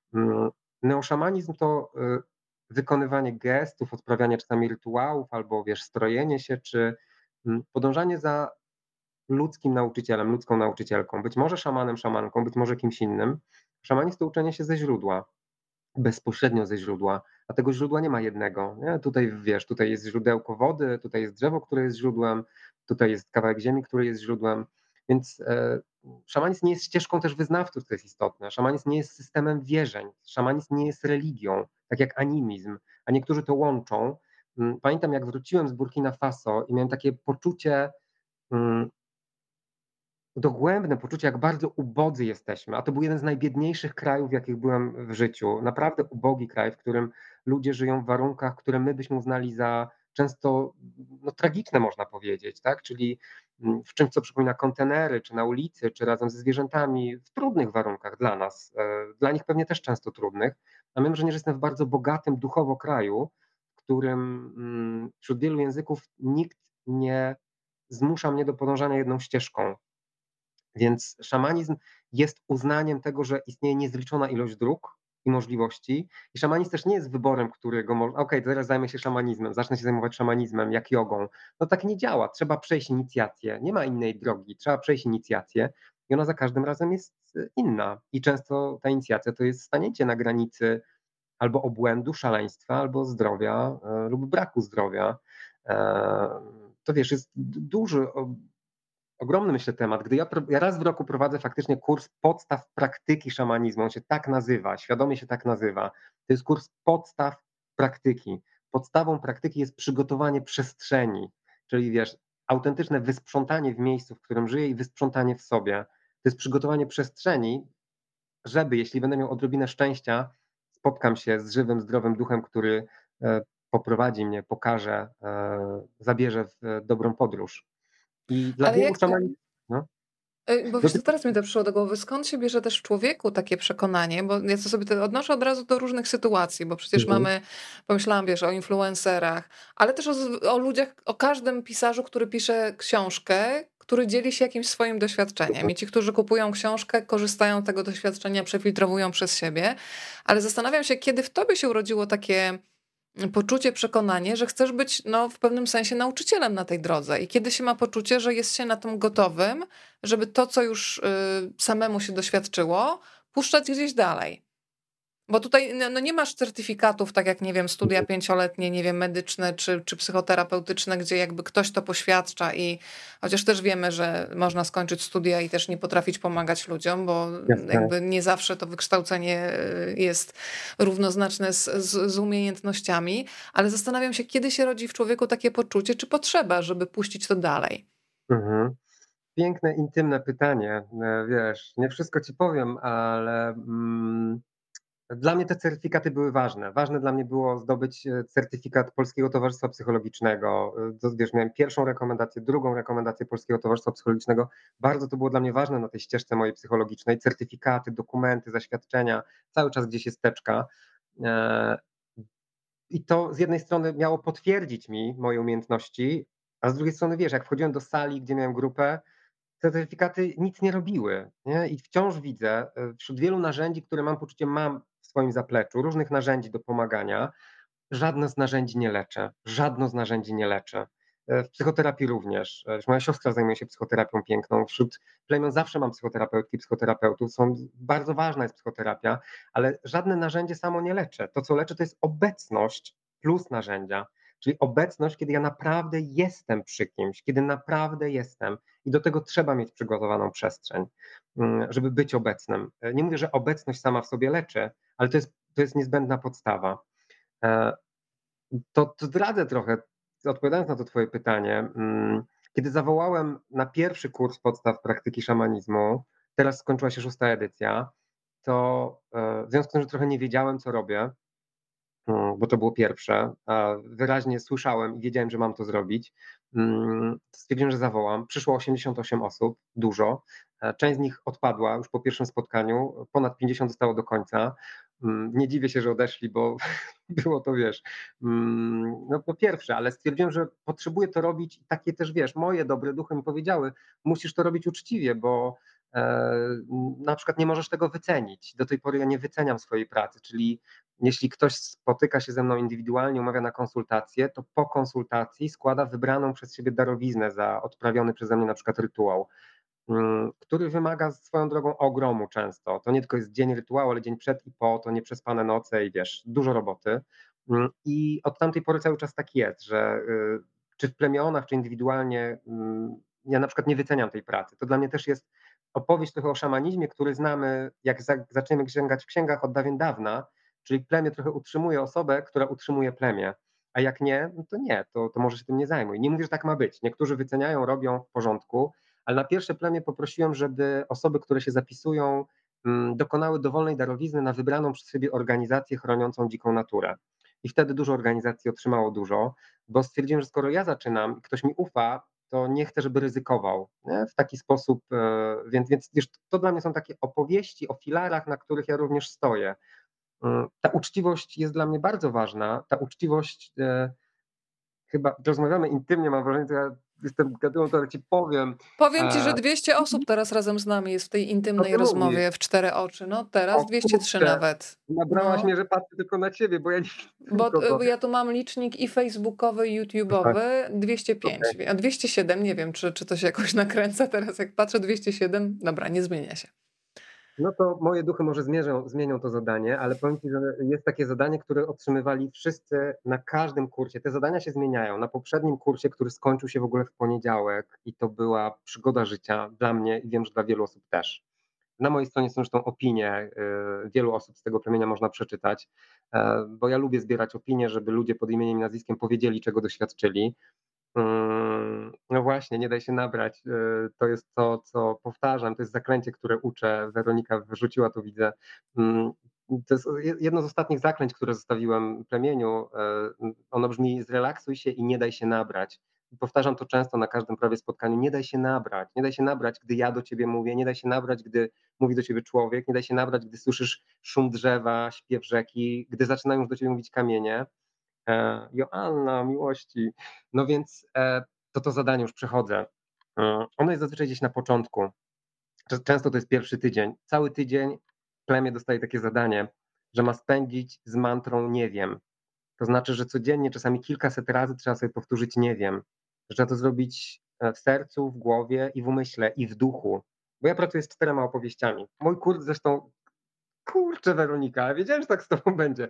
Neoszamanizm to wykonywanie gestów, odprawianie czasami rytuałów, albo wiesz, strojenie się, czy podążanie za ludzkim nauczycielem, ludzką nauczycielką, być może szamanem, szamanką, być może kimś innym. Szamanizm to uczenie się ze źródła, bezpośrednio ze źródła, a tego źródła nie ma jednego. Nie? Tutaj wiesz, tutaj jest źródełko wody, tutaj jest drzewo, które jest źródłem, tutaj jest kawałek ziemi, który jest źródłem, więc szamanizm nie jest ścieżką też wyznawców, co jest istotne. Szamanizm nie jest systemem wierzeń, szamanizm nie jest religią, tak jak animizm, a niektórzy to łączą. Pamiętam, jak wróciłem z Burkina Faso i miałem takie poczucie, mm, dogłębne poczucie, jak bardzo ubodzy jesteśmy, a to był jeden z najbiedniejszych krajów, w jakich byłem w życiu. Naprawdę ubogi kraj, w którym ludzie żyją w warunkach, które my byśmy uznali za często tragiczne można powiedzieć, tak? Czyli w czymś, co przypomina kontenery, czy na ulicy, czy razem ze zwierzętami, w trudnych warunkach dla nas, dla nich pewnie też często trudnych. A mam wrażenie, że jestem w bardzo bogatym duchowo kraju, w którym wśród wielu języków nikt nie zmusza mnie do podążania jedną ścieżką. Więc szamanizm jest uznaniem tego, że istnieje niezliczona ilość dróg i możliwości. I szamanizm też nie jest wyborem, którego można. Okej, teraz zajmę się szamanizmem, zacznę się zajmować szamanizmem, jak jogą. No tak nie działa. Trzeba przejść inicjację. Nie ma innej drogi. Trzeba przejść inicjację i ona za każdym razem jest inna. I często ta inicjacja to jest stanięcie na granicy albo obłędu, szaleństwa, albo zdrowia lub braku zdrowia. To wiesz, jest duży, ogromny, myślę, temat. Gdy ja raz w roku prowadzę faktycznie kurs podstaw praktyki szamanizmu, on się tak nazywa, świadomie się tak nazywa. To jest kurs podstaw praktyki. Podstawą praktyki jest przygotowanie przestrzeni, czyli wiesz, autentyczne wysprzątanie w miejscu, w którym żyję i wysprzątanie w sobie. To jest przygotowanie przestrzeni, żeby, jeśli będę miał odrobinę szczęścia, spotkam się z żywym, zdrowym duchem, który poprowadzi mnie, pokaże, zabierze w dobrą podróż. I dla Ale wielu jak to, szamanistów, no, bo no wiesz ty, co, teraz mi to przyszło do głowy, skąd się bierze też w człowieku takie przekonanie, bo ja to sobie to odnoszę od razu do różnych sytuacji, bo przecież mhm, mamy, pomyślałam, wiesz, o influencerach, ale też o ludziach, o każdym pisarzu, który pisze książkę, który dzieli się jakimś swoim doświadczeniem. I ci, którzy kupują książkę, korzystają z tego doświadczenia, przefiltrowują przez siebie, ale zastanawiam się, kiedy w tobie się urodziło takie poczucie, przekonanie, że chcesz być w pewnym sensie nauczycielem na tej drodze i kiedy się ma poczucie, że jest się na tym gotowym, żeby to, co już samemu się doświadczyło, puszczać gdzieś dalej. Bo tutaj nie masz certyfikatów, tak jak, nie wiem, studia 5-letnie, nie wiem, medyczne czy psychoterapeutyczne, gdzie jakby ktoś to poświadcza i chociaż też wiemy, że można skończyć studia i też nie potrafić pomagać ludziom, bo jasne. jakby nie zawsze to wykształcenie jest równoznaczne z umiejętnościami, ale zastanawiam się, kiedy się rodzi w człowieku takie poczucie, czy potrzeba, żeby puścić to dalej. Mhm. Piękne, intymne pytanie. Wiesz, nie wszystko ci powiem, ale dla mnie te certyfikaty były ważne. Ważne dla mnie było zdobyć certyfikat Polskiego Towarzystwa Psychologicznego. Wiesz, miałem pierwszą rekomendację, drugą rekomendację Polskiego Towarzystwa Psychologicznego. Bardzo to było dla mnie ważne na tej ścieżce mojej psychologicznej. Certyfikaty, dokumenty, zaświadczenia, cały czas gdzieś jest teczka. E, I to z jednej strony miało potwierdzić mi moje umiejętności, a z drugiej strony, wiesz, jak wchodziłem do sali, gdzie miałem grupę, te certyfikaty nic nie robiły. Nie? I wciąż widzę wśród wielu narzędzi, które mam poczucie mam w swoim zapleczu, różnych narzędzi do pomagania, żadne z narzędzi nie leczy. Żadno z narzędzi nie leczy. W psychoterapii również. Moja siostra zajmuje się psychoterapią piękną. Wśród plemion zawsze mam psychoterapeutki, psychoterapeutów. Bardzo ważna jest psychoterapia, ale żadne narzędzie samo nie leczy. To, co leczy, to jest obecność plus narzędzia. Czyli obecność, kiedy ja naprawdę jestem przy kimś, kiedy naprawdę jestem. I do tego trzeba mieć przygotowaną przestrzeń, żeby być obecnym. Nie mówię, że obecność sama w sobie leczy, ale to jest niezbędna podstawa. E, to zdradzę trochę, odpowiadając na to twoje pytanie. Kiedy zawołałem na pierwszy kurs podstaw praktyki szamanizmu, teraz skończyła się 6. edycja, to w związku z tym, że trochę nie wiedziałem, co robię, bo to było pierwsze, a wyraźnie słyszałem i wiedziałem, że mam to zrobić, stwierdziłem, że zawołam. Przyszło 88 osób, dużo. Część z nich odpadła już po pierwszym spotkaniu, ponad 50 zostało do końca. Nie dziwię się, że odeszli, bo było to, wiesz, no po pierwsze, ale stwierdziłem, że potrzebuję to robić i takie też, wiesz, moje dobre duchy mi powiedziały, musisz to robić uczciwie, bo e, na przykład nie możesz tego wycenić. Do tej pory ja nie wyceniam swojej pracy, czyli jeśli ktoś spotyka się ze mną indywidualnie, umawia na konsultację, to po konsultacji składa wybraną przez siebie darowiznę za odprawiony przeze mnie na przykład rytuał, który wymaga swoją drogą ogromu często. To nie tylko jest dzień rytuału, ale dzień przed i po, to nieprzespane noce i wiesz, dużo roboty. I od tamtej pory cały czas tak jest, że czy w plemionach, czy indywidualnie, ja na przykład nie wyceniam tej pracy. To dla mnie też jest opowieść trochę o szamanizmie, który znamy, jak zaczniemy sięgać w księgach od dawien dawna, czyli plemię trochę utrzymuje osobę, która utrzymuje plemię. A jak nie, no to nie, to może się tym nie zajmuj. Nie mówię, że tak ma być. Niektórzy wyceniają, robią w porządku, ale na pierwsze plemię poprosiłem, żeby osoby, które się zapisują, dokonały dowolnej darowizny na wybraną przez siebie organizację chroniącą dziką naturę. i wtedy dużo organizacji otrzymało dużo, bo stwierdziłem, że skoro ja zaczynam i ktoś mi ufa, to nie chcę, żeby ryzykował, nie? W taki sposób, więc wiesz, to dla mnie są takie opowieści o filarach, na których ja również stoję. Ta uczciwość jest dla mnie bardzo ważna. Ta uczciwość, chyba rozmawiamy intymnie, mam wrażenie, że ja jestem gadułą, to ci powiem. Powiem ci, że 200 osób teraz razem z nami jest w tej Co intymnej ty mówisz? rozmowie w 4 oczy. No teraz O 203 kurczę, nawet. nabrałaś No. mnie, że patrzę tylko na ciebie, bo ja nie Bo tylko ja tu mam licznik i facebookowy, i tak, YouTube'owy, 205, okej. a 207, nie wiem, czy to się jakoś nakręca teraz, jak patrzę, 207, dobra, nie zmienia się. No to moje duchy może zmienią to zadanie, ale powiem ci, że jest takie zadanie, które otrzymywali wszyscy na każdym kursie. Te zadania się zmieniają. Na poprzednim kursie, który skończył się w ogóle w poniedziałek i to była przygoda życia dla mnie i wiem, że dla wielu osób też. Na mojej stronie są zresztą opinie, wielu osób z tego plemienia można przeczytać, bo ja lubię zbierać opinie, żeby ludzie pod imieniem i nazwiskiem powiedzieli, czego doświadczyli. No właśnie, nie daj się nabrać. To jest to, co powtarzam, to jest zaklęcie, które uczę. Weronika wyrzuciła to, widzę. To jest jedno z ostatnich zaklęć, które zostawiłem plemieniu. Ono brzmi: zrelaksuj się i nie daj się nabrać. Powtarzam to często na każdym prawie spotkaniu. Nie daj się nabrać. Nie daj się nabrać, gdy ja do ciebie mówię. Nie daj się nabrać, gdy mówi do ciebie człowiek. Nie daj się nabrać, gdy słyszysz szum drzewa, śpiew rzeki, gdy zaczynają już do ciebie mówić kamienie. Joanna, miłości. No więc to zadanie już przechodzę. Ono jest zazwyczaj gdzieś na początku. Często to jest pierwszy tydzień. Cały tydzień plemię dostaje takie zadanie, że ma spędzić z mantrą nie wiem. To znaczy, że codziennie, czasami kilkaset razy trzeba sobie powtórzyć nie wiem. Że trzeba to zrobić w sercu, w głowie i w umyśle i w duchu. Bo ja pracuję z 4 opowieściami. Mój kurs zresztą, kurczę Weronika, ja wiedziałem, że tak z tobą będzie.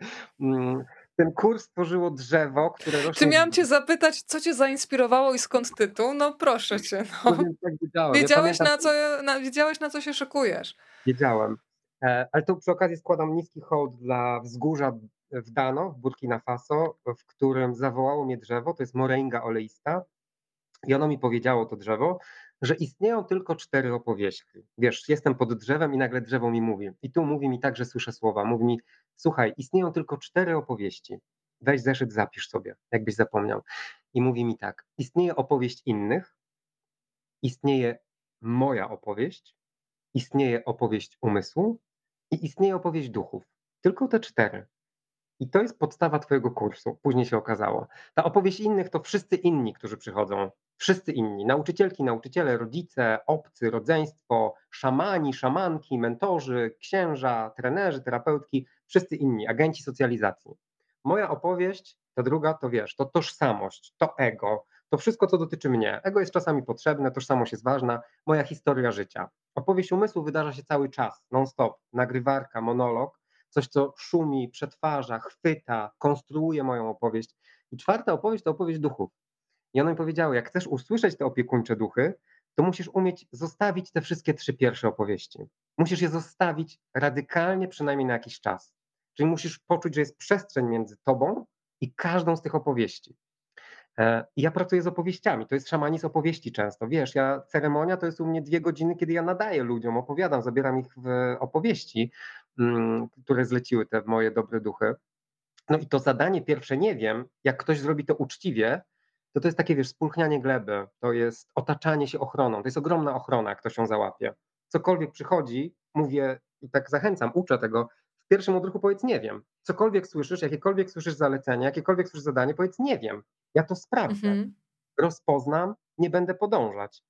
Ten kurs stworzyło drzewo, które Czy rośnie. miałam cię zapytać, co cię zainspirowało i skąd tytuł? No proszę cię, No no. więc tak wiedziałem. Ja Wiedziałeś pamiętam, wiedziałeś, na co się szykujesz. wiedziałem. Ale tu przy okazji składam niski hołd dla wzgórza w Dano, w Burkina Faso, w którym zawołało mnie drzewo, to jest moringa oleista. I ono mi powiedziało, to drzewo, że istnieją tylko 4 opowieści. Wiesz, jestem pod drzewem i nagle drzewo mi mówi. I tu mówi mi tak, że słyszę słowa. Mówi mi: słuchaj, istnieją tylko 4 opowieści. Weź zeszyt, zapisz sobie, jakbyś zapomniał. I mówi mi tak: istnieje opowieść innych, istnieje moja opowieść, istnieje opowieść umysłu i istnieje opowieść duchów. Tylko te 4. I to jest podstawa twojego kursu, później się okazało. Ta opowieść innych to wszyscy inni, którzy przychodzą. Wszyscy inni. Nauczycielki, nauczyciele, rodzice, obcy, rodzeństwo, szamani, szamanki, mentorzy, księża, trenerzy, terapeutki, wszyscy inni, agenci socjalizacji. Moja opowieść, ta druga, to wiesz, to tożsamość, to ego, to wszystko, co dotyczy mnie. Ego jest czasami potrzebne, tożsamość jest ważna, moja historia życia. Opowieść umysłu wydarza się cały czas, non-stop, nagrywarka, monolog, coś, co szumi, przetwarza, chwyta, konstruuje moją opowieść. I 4 opowieść to opowieść duchów. I one mi powiedziały: jak chcesz usłyszeć te opiekuńcze duchy, to musisz umieć zostawić te wszystkie 3 pierwsze opowieści. Musisz je zostawić radykalnie, przynajmniej na jakiś czas. Czyli musisz poczuć, że jest przestrzeń między tobą i każdą z tych opowieści. I ja pracuję z opowieściami, to jest szamanizm opowieści często. Wiesz, ceremonia to jest u mnie 2 godziny, kiedy ja nadaję ludziom, opowiadam, zabieram ich w opowieści, które zleciły te moje dobre duchy. No i to zadanie pierwsze nie wiem, jak ktoś zrobi to uczciwie, to jest takie, wiesz, spulchnianie gleby, to jest otaczanie się ochroną, to jest ogromna ochrona, jak ktoś ją załapie. Cokolwiek przychodzi, mówię i tak zachęcam, uczę tego, w pierwszym odruchu powiedz nie wiem. Cokolwiek słyszysz, jakiekolwiek słyszysz zalecenie, jakiekolwiek słyszysz zadanie, powiedz nie wiem. Ja to sprawdzę, Mhm. rozpoznam, nie będę podążać.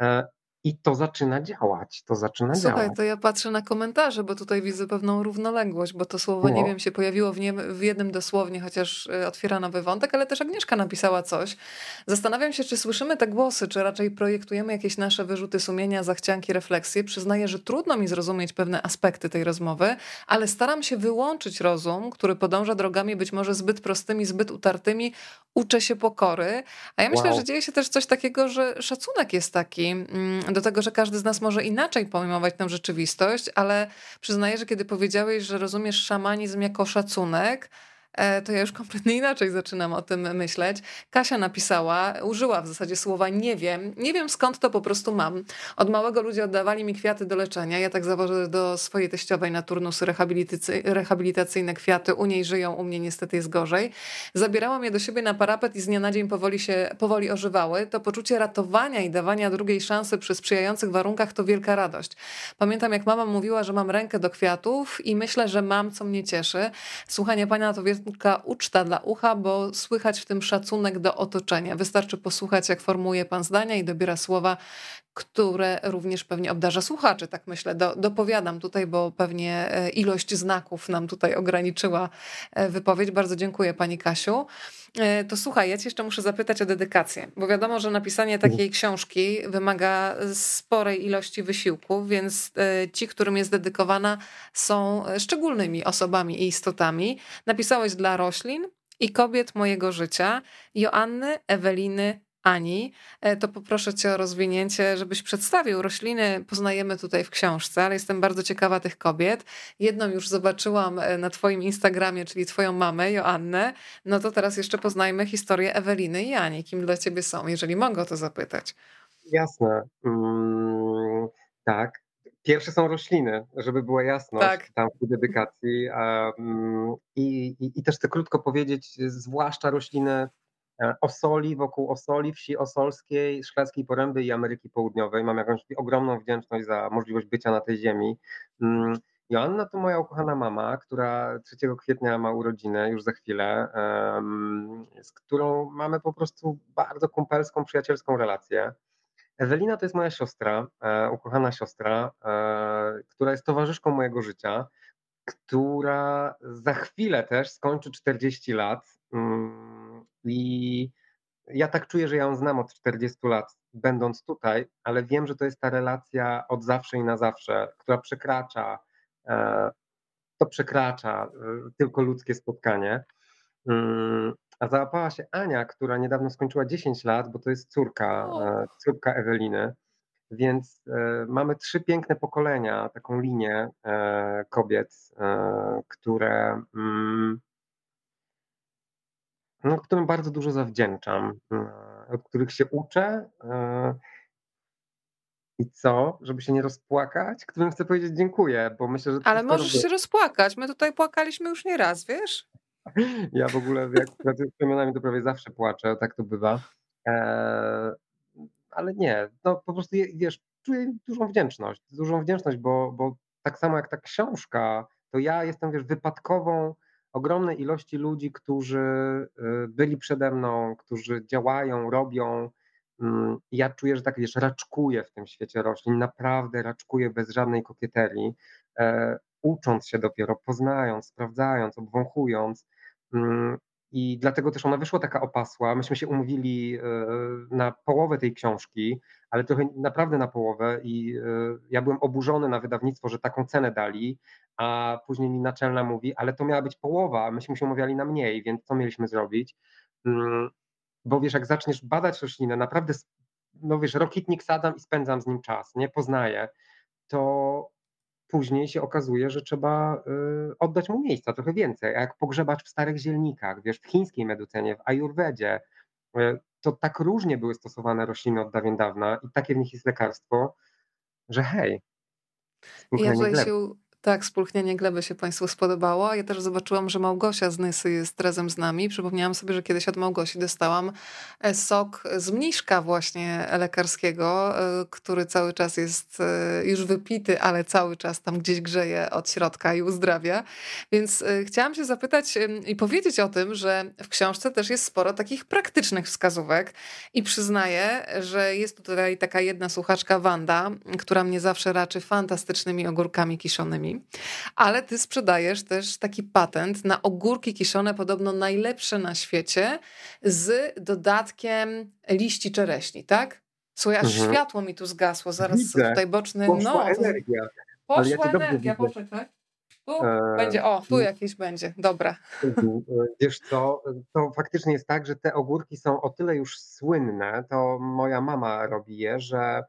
I to zaczyna działać, to zaczyna Słuchaj, działać. to ja patrzę na komentarze, bo tutaj widzę pewną równoległość, bo to słowo nie No, wiem się pojawiło w jednym dosłownie, chociaż otwiera nowy wątek, ale też Agnieszka napisała coś. Zastanawiam się, czy słyszymy te głosy, czy raczej projektujemy jakieś nasze wyrzuty sumienia, zachcianki, refleksje. Przyznaję, że trudno mi zrozumieć pewne aspekty tej rozmowy, ale staram się wyłączyć rozum, który podąża drogami być może zbyt prostymi, zbyt utartymi. Uczę się pokory, a ja myślę, że wow. dzieje się też coś takiego, że szacunek jest taki do tego, że każdy z nas może inaczej pojmować tę rzeczywistość, ale przyznaję, że kiedy powiedziałeś, że rozumiesz szamanizm jako szacunek, to ja już kompletnie inaczej zaczynam o tym myśleć. Kasia napisała, użyła w zasadzie słowa nie wiem. Nie wiem skąd to po prostu mam. Od małego ludzie oddawali mi kwiaty do leczenia. Ja tak zawożę do swojej teściowej na turnusy rehabilitacyjne kwiaty. U niej żyją, u mnie niestety jest gorzej. Zabierałam je do siebie na parapet i z dnia na dzień powoli ożywały. To poczucie ratowania i dawania drugiej szansy przy sprzyjających warunkach to wielka radość. Pamiętam, jak mama mówiła, że mam rękę do kwiatów i myślę, że mam, co mnie cieszy. Słuchanie pana to wielka uczta dla ucha, bo słychać w tym szacunek do otoczenia. Wystarczy posłuchać, jak formułuje pan zdania i dobiera słowa, które również pewnie obdarza słuchaczy. Tak myślę, dopowiadam tutaj, bo pewnie ilość znaków nam tutaj ograniczyła wypowiedź. Bardzo dziękuję pani Kasiu. To słuchaj, ja cię jeszcze muszę zapytać o dedykację, bo wiadomo, że napisanie takiej książki wymaga sporej ilości wysiłku, więc ci, którym jest dedykowana, są szczególnymi osobami i istotami. Napisałeś dla roślin i kobiet mojego życia, Joanny, Eweliny, Ani. To poproszę cię o rozwinięcie, żebyś przedstawił. Rośliny poznajemy tutaj w książce, ale jestem bardzo ciekawa tych kobiet. Jedną już zobaczyłam na twoim Instagramie, czyli twoją mamę, Joannę. No to teraz jeszcze poznajmy historię Eweliny i Ani. Kim dla ciebie są, jeżeli mogę o to zapytać? Jasne. Tak. Pierwsze są rośliny, żeby była jasność Tak. tam w tej dedykacji. I też chcę krótko powiedzieć, zwłaszcza rośliny Osoli, wokół Osoli, wsi osolskiej, Szklarskiej Poręby i Ameryki Południowej. Mam jakąś ogromną wdzięczność za możliwość bycia na tej ziemi. Joanna to moja ukochana mama, która 3 kwietnia ma urodziny, już za chwilę, z którą mamy po prostu bardzo kumpelską, przyjacielską relację. Ewelina to jest moja siostra, ukochana siostra, która jest towarzyszką mojego życia, która za chwilę też skończy 40 lat. I ja tak czuję, że ja ją znam od 40 lat, będąc tutaj, ale wiem, że to jest ta relacja od zawsze i na zawsze, która e, przekracza tylko ludzkie spotkanie. A załapała się Ania, która niedawno skończyła 10 lat, bo to jest córka Eweliny. Więc mamy 3 piękne pokolenia, taką linię kobiet, które, no, którym bardzo dużo zawdzięczam, od których się uczę. I co? Żeby się nie rozpłakać? Którym chcę powiedzieć dziękuję, bo myślę, że to Ale jest to możesz również. się rozpłakać. My tutaj płakaliśmy już nie raz, wiesz? Ja w ogóle jak pracuję z plemionami, to prawie zawsze płaczę, tak to bywa. Ale nie, no po prostu wiesz, czuję dużą wdzięczność, bo tak samo jak ta książka, to ja jestem, wiesz, wypadkową ogromnej ilości ludzi, którzy byli przede mną, którzy działają, robią. I ja czuję, że tak, wiesz, raczkuję w tym świecie roślin, naprawdę raczkuję bez żadnej kokieterii, ucząc się dopiero, poznając, sprawdzając, obwąchując. I dlatego też ona wyszła taka opasła. Myśmy się umówili na połowę tej książki, ale trochę naprawdę na połowę i ja byłem oburzony na wydawnictwo, że taką cenę dali, a później mi naczelna mówi, ale to miała być połowa, a myśmy się umawiali na mniej, więc co mieliśmy zrobić? Bo wiesz, jak zaczniesz badać roślinę, naprawdę, no wiesz, rokitnik sadzam i spędzam z nim czas, nie poznaję, to później się okazuje, że trzeba oddać mu miejsca trochę więcej. A jak pogrzebacz w starych zielnikach, wiesz, w chińskiej medycynie, w ajurwedzie, to tak różnie były stosowane rośliny od dawien dawna i takie w nich jest lekarstwo, że hej, Ja spłuchnienie tutaj gleby. się, tak, spulchnienie gleby się Państwu spodobało. Ja też zobaczyłam, że Małgosia z Nysy jest razem z nami. Przypomniałam sobie, że kiedyś od Małgosi dostałam sok z mniszka właśnie lekarskiego, który cały czas jest już wypity, ale cały czas tam gdzieś grzeje od środka i uzdrawia. Więc chciałam się zapytać i powiedzieć o tym, że w książce też jest sporo takich praktycznych wskazówek i przyznaję, że jest tutaj taka jedna słuchaczka, Wanda, która mnie zawsze raczy fantastycznymi ogórkami kiszonymi, ale ty sprzedajesz też taki patent na ogórki kiszone, podobno najlepsze na świecie, z dodatkiem liści czereśni, tak? Słuchaj, aż Mhm. światło mi tu zgasło, zaraz Widzę, tutaj boczny, poszła no, to energia, ale ja poszła cię dobrze energia, widzę. poczekaj. Tu E, będzie, o, tu jakieś będzie, dobra. Wiesz co, to faktycznie jest tak, że te ogórki są o tyle już słynne, to moja mama robi je, że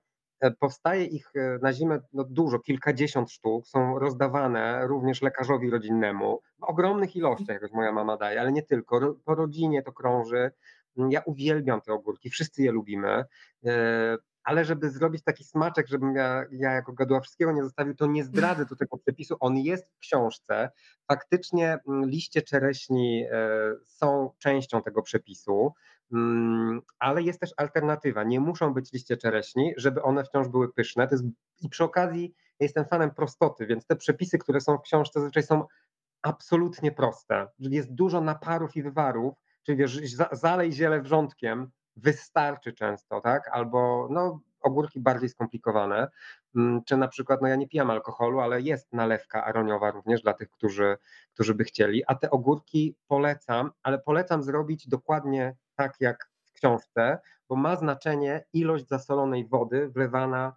Powstaje ich na zimę dużo, kilkadziesiąt sztuk, są rozdawane również lekarzowi rodzinnemu w ogromnych ilościach, jak moja mama daje, ale nie tylko. Po rodzinie to krąży. Ja uwielbiam te ogórki, wszyscy je lubimy, ale żeby zrobić taki smaczek, żebym ja jako gadła wszystkiego nie zostawił, to nie zdradzę tu tego przepisu. On jest w książce. Faktycznie liście czereśni są częścią tego przepisu. Ale jest też alternatywa. Nie muszą być liście czereśni, żeby one wciąż były pyszne. I przy okazji ja jestem fanem prostoty, więc te przepisy, które są w książce, zazwyczaj są absolutnie proste. Jest dużo naparów i wywarów, czyli wiesz, zalej ziele wrzątkiem, wystarczy często, tak? Albo ogórki bardziej skomplikowane, czy na przykład, ja nie pijam alkoholu, ale jest nalewka aroniowa również dla tych, którzy by chcieli, a te ogórki polecam, ale polecam zrobić dokładnie tak jak w książce, bo ma znaczenie ilość zasolonej wody wlewana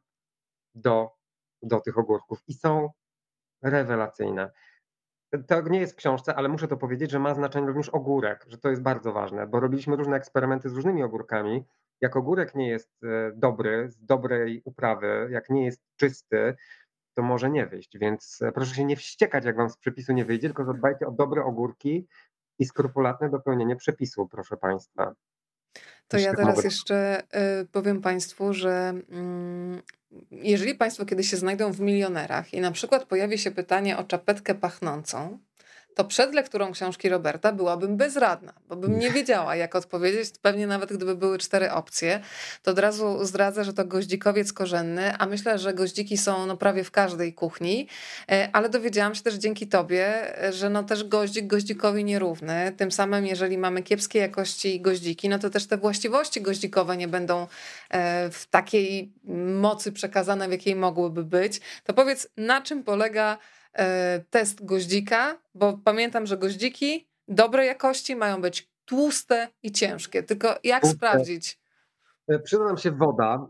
do tych ogórków i są rewelacyjne. To nie jest w książce, ale muszę to powiedzieć, że ma znaczenie również ogórek, że to jest bardzo ważne, bo robiliśmy różne eksperymenty z różnymi ogórkami. Jak ogórek nie jest dobry, z dobrej uprawy, jak nie jest czysty, to może nie wyjść, więc proszę się nie wściekać, jak wam z przepisu nie wyjdzie, tylko zadbajcie o dobre ogórki i skrupulatne dopełnienie przepisu, proszę państwa. To ja teraz jeszcze powiem Państwu, że jeżeli Państwo kiedyś się znajdą w Milionerach i na przykład pojawi się pytanie o czapetkę pachnącą, to przed lekturą książki Roberta byłabym bezradna, bo bym nie wiedziała, jak odpowiedzieć. Pewnie nawet gdyby były 4 opcje, to od razu zdradzę, że to goździkowiec korzenny, a myślę, że goździki są prawie w każdej kuchni, ale dowiedziałam się też dzięki tobie, że też goździk goździkowi nierówny. Tym samym, jeżeli mamy kiepskiej jakości goździki, to też te właściwości goździkowe nie będą w takiej mocy przekazane, w jakiej mogłyby być. To powiedz, na czym polega test goździka, bo pamiętam, że goździki dobrej jakości mają być tłuste i ciężkie. Tylko jak sprawdzić? Przyda nam się woda,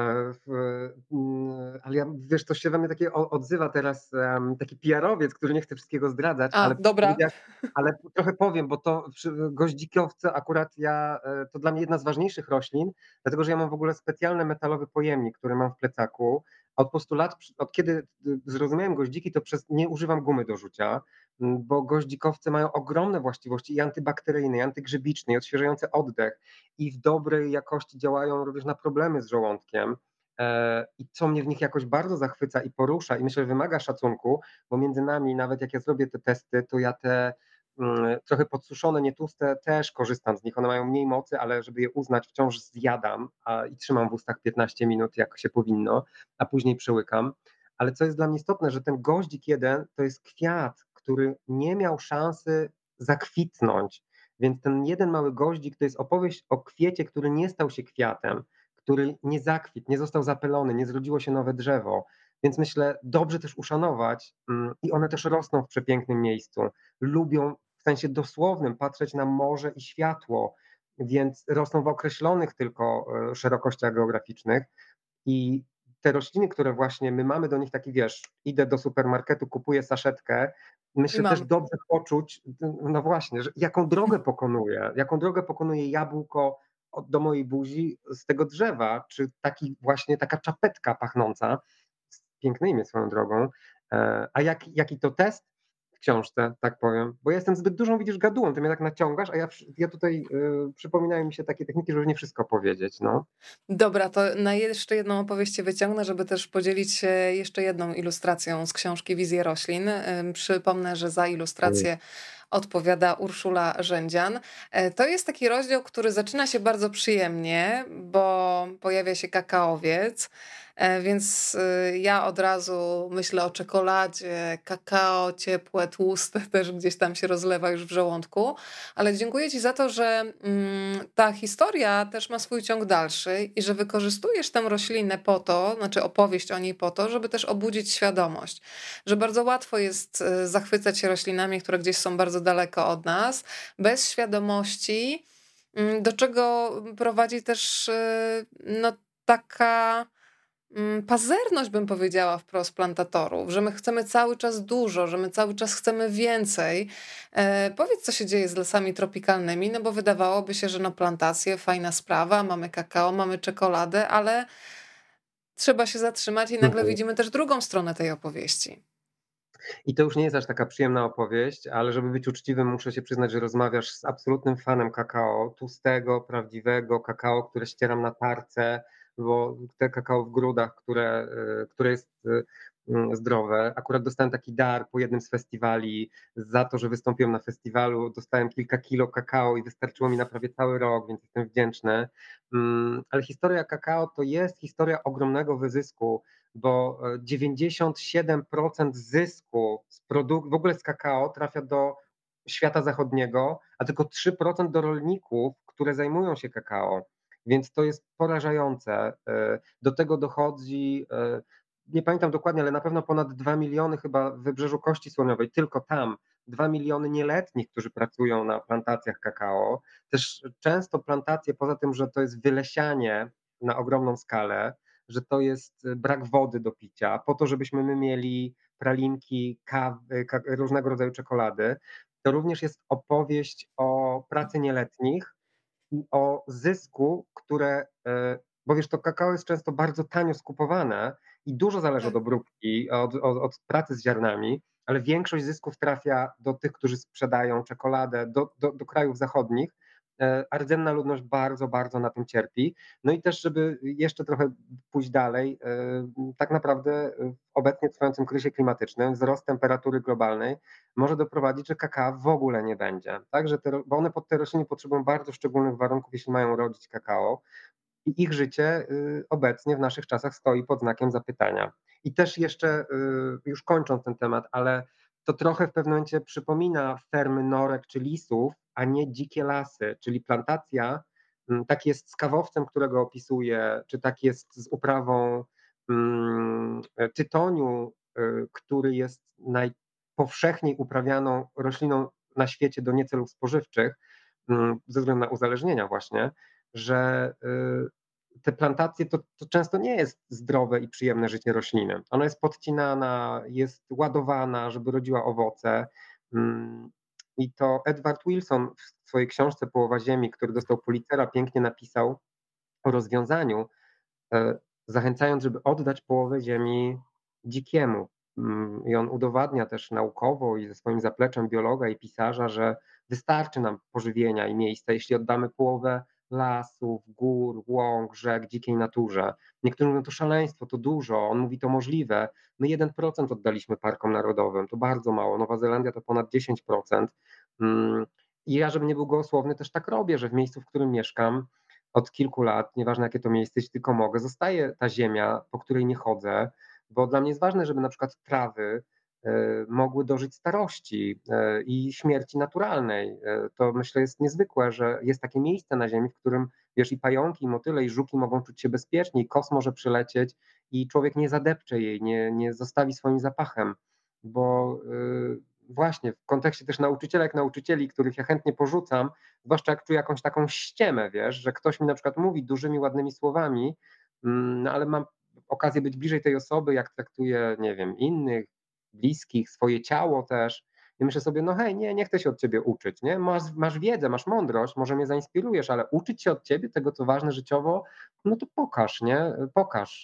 ale wiesz, to się we mnie takie odzywa teraz taki PR-owiec, który nie chce wszystkiego zdradzać, Dobra. Ale trochę powiem, bo to goździkowce akurat to dla mnie jedna z ważniejszych roślin, dlatego że ja mam w ogóle specjalny metalowy pojemnik, który mam w plecaku. Od po 100 lat, od kiedy zrozumiałem goździki, to nie używam gumy do rzucia, bo goździkowce mają ogromne właściwości i antybakteryjne, i antygrzybiczne, i odświeżające oddech, i w dobrej jakości działają również na problemy z żołądkiem. I co mnie w nich jakoś bardzo zachwyca i porusza i myślę, że wymaga szacunku, bo między nami, nawet jak ja zrobię te testy, to ja te trochę podsuszone, nietłuste też korzystam z nich. One mają mniej mocy, ale żeby je uznać, wciąż zjadam i trzymam w ustach 15 minut, jak się powinno, a później przełykam. Ale co jest dla mnie istotne, że ten goździk jeden to jest kwiat, który nie miał szansy zakwitnąć. Więc ten jeden mały goździk to jest opowieść o kwiecie, który nie stał się kwiatem, który nie zakwitł, nie został zapylony, nie zrodziło się nowe drzewo. Więc myślę, dobrze też uszanować i one też rosną w przepięknym miejscu. Lubią w sensie dosłownym patrzeć na morze i światło, więc rosną w określonych tylko szerokościach geograficznych i te rośliny, które właśnie my mamy do nich taki, wiesz, idę do supermarketu, kupuję saszetkę, myślę też dobrze poczuć, no właśnie, że jaką drogę pokonuje jabłko do mojej buzi z tego drzewa, czy taka czapetka pachnąca, z piękne imię swoją drogą, a jaki to test? W książce, tak powiem, bo ja jestem zbyt dużą, widzisz, gadułą, ty mnie tak naciągasz, a ja tutaj przypominają mi się takie techniki, żeby nie wszystko powiedzieć, no. Dobra, to na jeszcze jedną opowieść cię wyciągnę, żeby też podzielić się jeszcze jedną ilustracją z książki Wizje roślin. Przypomnę, że za ilustrację odpowiada Urszula Rzędzian. To jest taki rozdział, który zaczyna się bardzo przyjemnie, bo pojawia się kakaowiec, więc ja od razu myślę o czekoladzie, kakao ciepłe, tłuste, też gdzieś tam się rozlewa już w żołądku. Ale dziękuję ci za to, że ta historia też ma swój ciąg dalszy i że wykorzystujesz tę roślinę po to, znaczy opowieść o niej po to, żeby też obudzić świadomość. Że bardzo łatwo jest zachwycać się roślinami, które gdzieś są bardzo daleko od nas, bez świadomości, do czego prowadzi też taka pazerność, bym powiedziała, wprost plantatorów, że my chcemy cały czas dużo, że my cały czas chcemy więcej. Powiedz, co się dzieje z lasami tropikalnymi, bo wydawałoby się, że plantacje, fajna sprawa, mamy kakao, mamy czekoladę, ale Trzeba się zatrzymać i nagle widzimy też drugą stronę tej opowieści. I to już nie jest aż taka przyjemna opowieść, ale żeby być uczciwym, muszę się przyznać, że rozmawiasz z absolutnym fanem kakao, tłustego, prawdziwego kakao, które ścieram na tarce, bo te kakao w grudach, które jest zdrowe. Akurat dostałem taki dar po jednym z festiwali za to, że wystąpiłem na festiwalu. Dostałem kilka kilo kakao i wystarczyło mi na prawie cały rok, więc jestem wdzięczny. Ale historia kakao to jest historia ogromnego wyzysku, bo 97% zysku z w ogóle z kakao trafia do świata zachodniego, a tylko 3% do rolników, które zajmują się kakao. Więc to jest porażające. Do tego dochodzi, nie pamiętam dokładnie, ale na pewno ponad 2 miliony chyba w Wybrzeżu Kości Słoniowej, tylko tam 2 miliony nieletnich, którzy pracują na plantacjach kakao. Też często plantacje, poza tym, że to jest wylesianie na ogromną skalę, że to jest brak wody do picia, po to, żebyśmy my mieli pralinki, kawy, różnego rodzaju czekolady. To również jest opowieść o pracy nieletnich i o zysku, bo wiesz, to kakao jest często bardzo tanio skupowane i dużo zależy od Tak. obróbki, od pracy z ziarnami, ale większość zysków trafia do tych, którzy sprzedają czekoladę do krajów zachodnich, a rdzenna ludność bardzo, bardzo na tym cierpi. No i też, żeby jeszcze trochę pójść dalej, tak naprawdę w obecnie trwającym kryzysie klimatycznym wzrost temperatury globalnej może doprowadzić, że kakao w ogóle nie będzie. Tak? Bo one pod te rośliny potrzebują bardzo szczególnych warunków, jeśli mają rodzić kakao. I ich życie obecnie w naszych czasach stoi pod znakiem zapytania. I też jeszcze, już kończąc ten temat, ale to trochę w pewnym momencie przypomina fermy norek czy lisów, a nie dzikie lasy, czyli plantacja. Tak jest z kawowcem, którego opisuję, czy tak jest z uprawą tytoniu, który jest najpowszechniej uprawianą rośliną na świecie do niecelów spożywczych, ze względu na uzależnienia właśnie, że te plantacje to często nie jest zdrowe i przyjemne życie rośliny. Ona jest podcinana, jest ładowana, żeby rodziła owoce. I to Edward Wilson w swojej książce Połowa Ziemi, który dostał Pulitzera, pięknie napisał o rozwiązaniu, zachęcając, żeby oddać połowę ziemi dzikiemu. I on udowadnia też naukowo i ze swoim zapleczem biologa i pisarza, że wystarczy nam pożywienia i miejsca, jeśli oddamy połowę lasów, gór, łąk, rzek, dzikiej naturze. Niektórzy mówią, to szaleństwo, to dużo, on mówi, to możliwe. My 1% oddaliśmy parkom narodowym, to bardzo mało. Nowa Zelandia to ponad 10%. I ja, żeby nie był gołosłowny, też tak robię, że w miejscu, w którym mieszkam, od kilku lat, nieważne jakie to miejsce, jeśli tylko mogę, zostaje ta ziemia, po której nie chodzę, bo dla mnie jest ważne, żeby na przykład trawy mogły dożyć starości i śmierci naturalnej. To myślę jest niezwykłe, że jest takie miejsce na ziemi, w którym wiesz, i pająki, i motyle, i żuki mogą czuć się bezpiecznie, i kos może przylecieć i człowiek nie zadepcze jej, nie zostawi swoim zapachem, bo właśnie w kontekście też nauczycielek, nauczycieli, których ja chętnie porzucam, zwłaszcza jak czuję jakąś taką ściemę, wiesz, że ktoś mi na przykład mówi dużymi, ładnymi słowami, no ale mam okazję być bliżej tej osoby, jak traktuje, nie wiem, innych, bliskich, swoje ciało też. I myślę sobie, no hej, nie chcę się od ciebie uczyć, nie? Masz wiedzę, masz mądrość, może mnie zainspirujesz, ale uczyć się od ciebie tego, co ważne życiowo, no to pokaż, nie? Pokaż.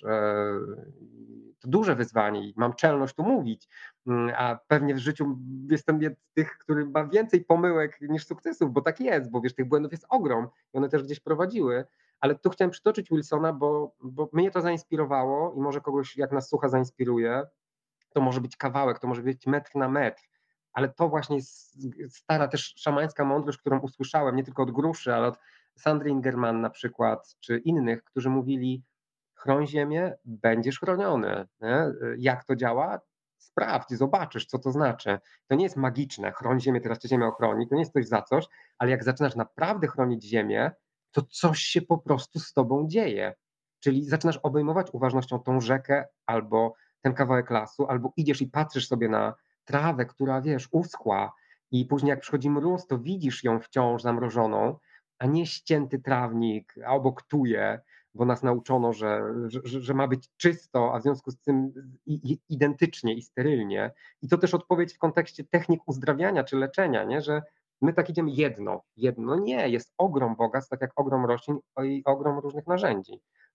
To duże wyzwanie i mam czelność tu mówić, a pewnie w życiu jestem z tych, który ma więcej pomyłek niż sukcesów, bo tak jest, bo wiesz, tych błędów jest ogrom i one też gdzieś prowadziły, ale tu chciałem przytoczyć Wilsona, bo mnie to zainspirowało i może kogoś, jak nas słucha, zainspiruje. To może być kawałek, to może być metr na metr, ale to właśnie jest stara też szamańska mądrość, którą usłyszałem nie tylko od Gruszy, ale od Sandry Ingerman na przykład, czy innych, którzy mówili: chroń ziemię, będziesz chroniony. Nie? Jak to działa? Sprawdź, zobaczysz, co to znaczy. To nie jest magiczne, chroń ziemię, teraz cię ziemia ochroni, to nie jest coś za coś, ale jak zaczynasz naprawdę chronić ziemię, to coś się po prostu z tobą dzieje. Czyli zaczynasz obejmować uważnością tą rzekę albo ten kawałek lasu, albo idziesz i patrzysz sobie na trawę, która wiesz, uschła i później jak przychodzi mróz, to widzisz ją wciąż zamrożoną, a nie ścięty trawnik, a obok tuje, bo nas nauczono, że ma być czysto, a w związku z tym identycznie i sterylnie. I to też odpowiedź w kontekście technik uzdrawiania czy leczenia, nie? Że my tak idziemy jedno. Nie, jest ogrom bogactw, tak jak ogrom roślin i ogrom różnych narzędzi.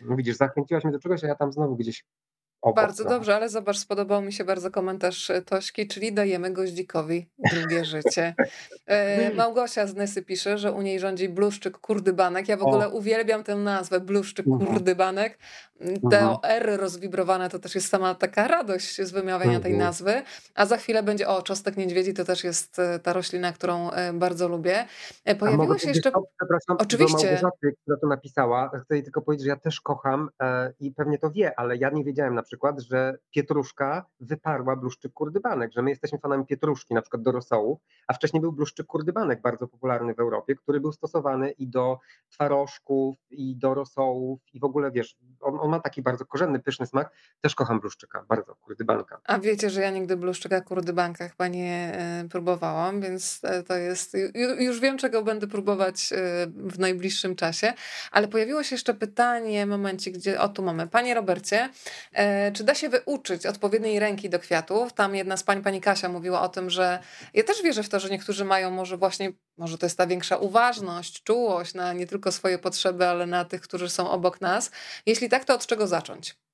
No widzisz, zachęciłaś mnie do czegoś, a ja tam znowu gdzieś obok Bardzo trochę. dobrze, ale zobacz, spodobał mi się bardzo komentarz Tośki, czyli dajemy goździkowi drugie życie. Małgosia z Nysy pisze, że u niej rządzi bluszczyk kurdybanek. Ja w ogóle O, uwielbiam tę nazwę, bluszczyk mhm, kurdybanek. Te mhm, R rozwibrowane to też jest sama taka radość z wymawiania tej mhm. nazwy. A za chwilę będzie, czostek niedźwiedzi to też jest ta roślina, którą bardzo lubię. A mogę Pojawiło się powiedzieć jeszcze, to, przepraszam, do oczywiście, Małgorzaty, która to napisała. Chcę jej tylko powiedzieć, że ja też kocham i pewnie to wie, ale ja nie wiedziałem na przykład, że pietruszka wyparła bluszczyk kurdybanek, że my jesteśmy fanami pietruszki, na przykład do rosołu, a wcześniej był bluszczyk kurdybanek bardzo popularny w Europie, który był stosowany i do twarożków, i do rosołów, i w ogóle wiesz, on ma taki bardzo korzenny, pyszny smak. Też kocham bluszczyka, bardzo, kurdybanka. a wiecie, że ja nigdy bluszczyka kurdybanka chyba nie próbowałam, więc to jest, już wiem, czego będę próbować w najbliższym czasie, ale pojawiło się jeszcze pytanie, momencik, gdzie, tu mamy. Panie Robercie, czy da się wyuczyć odpowiedniej ręki do kwiatów? Tam jedna z pań, pani Kasia mówiła o tym, że ja też wierzę w to, że niektórzy mają może to jest ta większa uważność, czułość na nie tylko swoje potrzeby, ale na tych, którzy są obok nas. Jeśli tak, to od czego zacząć?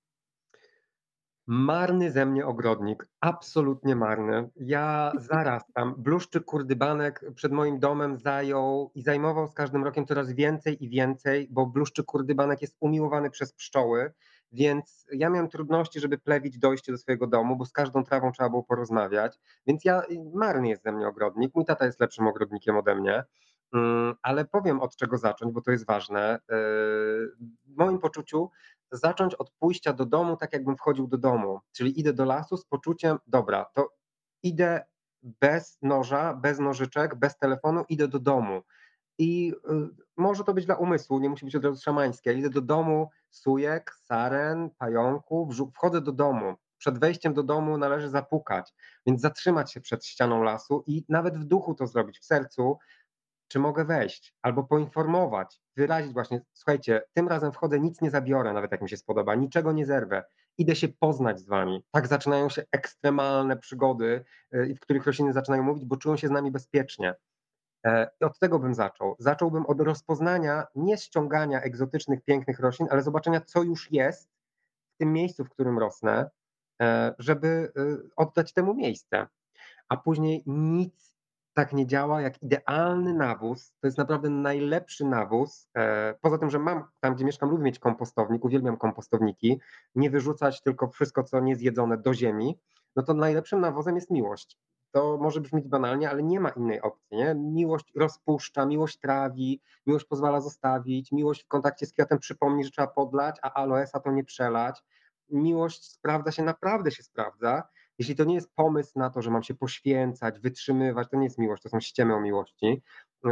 Marny ze mnie ogrodnik, absolutnie marny. Ja zarastam. Bluszczyk kurdybanek przed moim domem zajął i zajmował z każdym rokiem coraz więcej i więcej, bo bluszczyk kurdybanek jest umiłowany przez pszczoły, więc ja miałem trudności, żeby plewić dojście do swojego domu, bo z każdą trawą trzeba było porozmawiać. Więc marny jest ze mnie ogrodnik. Mój tata jest lepszym ogrodnikiem ode mnie. Ale powiem od czego zacząć, bo to jest ważne. W moim poczuciu zacząć od pójścia do domu, tak jakbym wchodził do domu. Czyli idę do lasu z poczuciem, dobra, to idę bez noża, bez nożyczek, bez telefonu, idę do domu. I może to być dla umysłu, nie musi być od razu szamańskie. Idę do domu, sujek, saren, pająków, wchodzę do domu. Przed wejściem do domu należy zapukać, więc zatrzymać się przed ścianą lasu i nawet w duchu to zrobić, w sercu, czy mogę wejść, albo poinformować, wyrazić właśnie, słuchajcie, tym razem wchodzę, nic nie zabiorę, nawet jak mi się spodoba, niczego nie zerwę, idę się poznać z wami. Tak zaczynają się ekstremalne przygody, w których rośliny zaczynają mówić, bo czują się z nami bezpiecznie. I od tego bym zaczął. Zacząłbym od rozpoznania, nie ściągania egzotycznych, pięknych roślin, ale zobaczenia, co już jest w tym miejscu, w którym rosnę, żeby oddać temu miejsce. A później nic tak nie działa jak idealny nawóz. To jest naprawdę najlepszy nawóz. Poza tym, że mam tam, gdzie mieszkam, lubię mieć kompostownik, uwielbiam kompostowniki, nie wyrzucać tylko wszystko, co niezjedzone do ziemi, no to najlepszym nawozem jest miłość. To może brzmieć banalnie, ale nie ma innej opcji. Nie? Miłość rozpuszcza, miłość trawi, miłość pozwala zostawić, miłość w kontakcie z kwiatem przypomni, że trzeba podlać, a aloesa to nie przelać. Miłość sprawdza się, naprawdę się sprawdza. Jeśli to nie jest pomysł na to, że mam się poświęcać, wytrzymywać, to nie jest miłość, to są ściemy o miłości,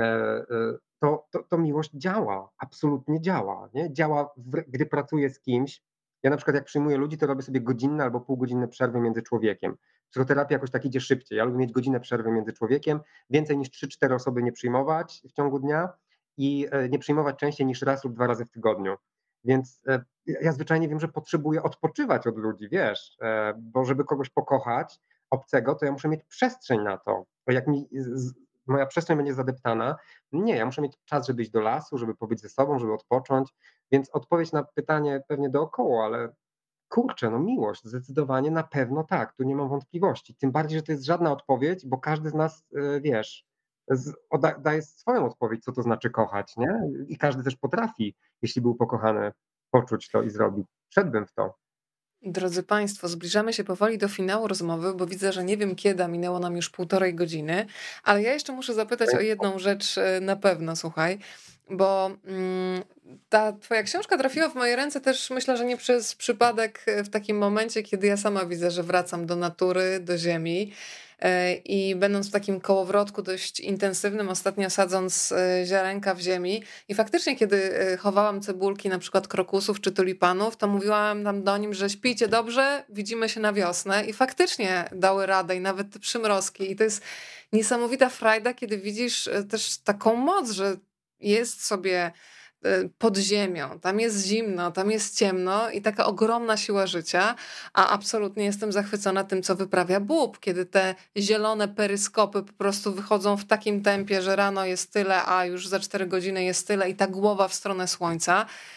to miłość działa, absolutnie działa. Nie? Działa, gdy pracuję z kimś. Ja na przykład jak przyjmuję ludzi, to robię sobie godzinne albo półgodzinne przerwy między człowiekiem. Psychoterapia jakoś tak idzie szybciej. Ja lubię mieć godzinę przerwy między człowiekiem, więcej niż 3-4 osoby nie przyjmować w ciągu dnia i nie przyjmować częściej niż raz lub 2 razy w tygodniu. Więc ja zwyczajnie wiem, że potrzebuję odpoczywać od ludzi, wiesz, bo żeby kogoś pokochać, obcego, to ja muszę mieć przestrzeń na to. Bo jak moja przestrzeń będzie zadeptana, nie, ja muszę mieć czas, żeby iść do lasu, żeby pobyć ze sobą, żeby odpocząć. Więc odpowiedź na pytanie pewnie dookoła, ale kurczę, no miłość, zdecydowanie na pewno tak, tu nie mam wątpliwości. Tym bardziej, że to jest żadna odpowiedź, bo każdy z nas, wiesz, daje swoją odpowiedź, co to znaczy kochać, nie? I każdy też potrafi, jeśli był pokochany, poczuć to i zrobić. Wszedłbym w to. Drodzy Państwo, zbliżamy się powoli do finału rozmowy, bo widzę, że nie wiem kiedy, a minęło nam już 1,5 godziny, ale ja jeszcze muszę zapytać o jedną rzecz na pewno, słuchaj, bo ta twoja książka trafiła w moje ręce też myślę, że nie przez przypadek w takim momencie, kiedy ja sama widzę, że wracam do natury, do ziemi. I będąc w takim kołowrotku dość intensywnym, ostatnio sadząc ziarenka w ziemi i faktycznie kiedy chowałam cebulki na przykład krokusów czy tulipanów, to mówiłam tam do nim, że śpijcie dobrze, widzimy się na wiosnę i faktycznie dały radę i nawet te przymrozki i to jest niesamowita frajda, kiedy widzisz też taką moc, że jest sobie pod ziemią, tam jest zimno, tam jest ciemno i taka ogromna siła życia, a absolutnie jestem zachwycona tym, co wyprawia bób, kiedy te zielone peryskopy po prostu wychodzą w takim tempie, że rano jest tyle, a już za 4 godziny jest tyle i ta głowa w stronę słońca.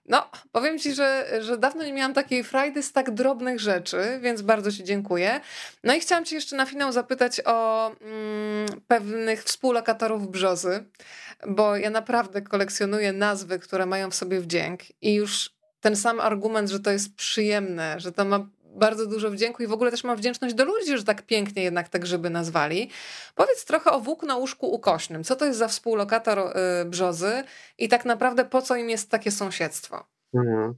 No, powiem ci, że dawno nie miałam takiej frajdy z tak drobnych rzeczy, więc bardzo ci dziękuję. No i chciałam cię jeszcze na finał zapytać o pewnych współlokatorów Brzozy, bo ja naprawdę kolekcjonuję nazwy, które mają w sobie wdzięk i już ten sam argument, że to jest przyjemne, że to ma bardzo dużo wdzięku i w ogóle też mam wdzięczność do ludzi, że tak pięknie jednak te grzyby nazwali. Powiedz trochę o włókno łóżku ukośnym. Co to jest za współlokator Brzozy i tak naprawdę po co im jest takie sąsiedztwo? Mhm.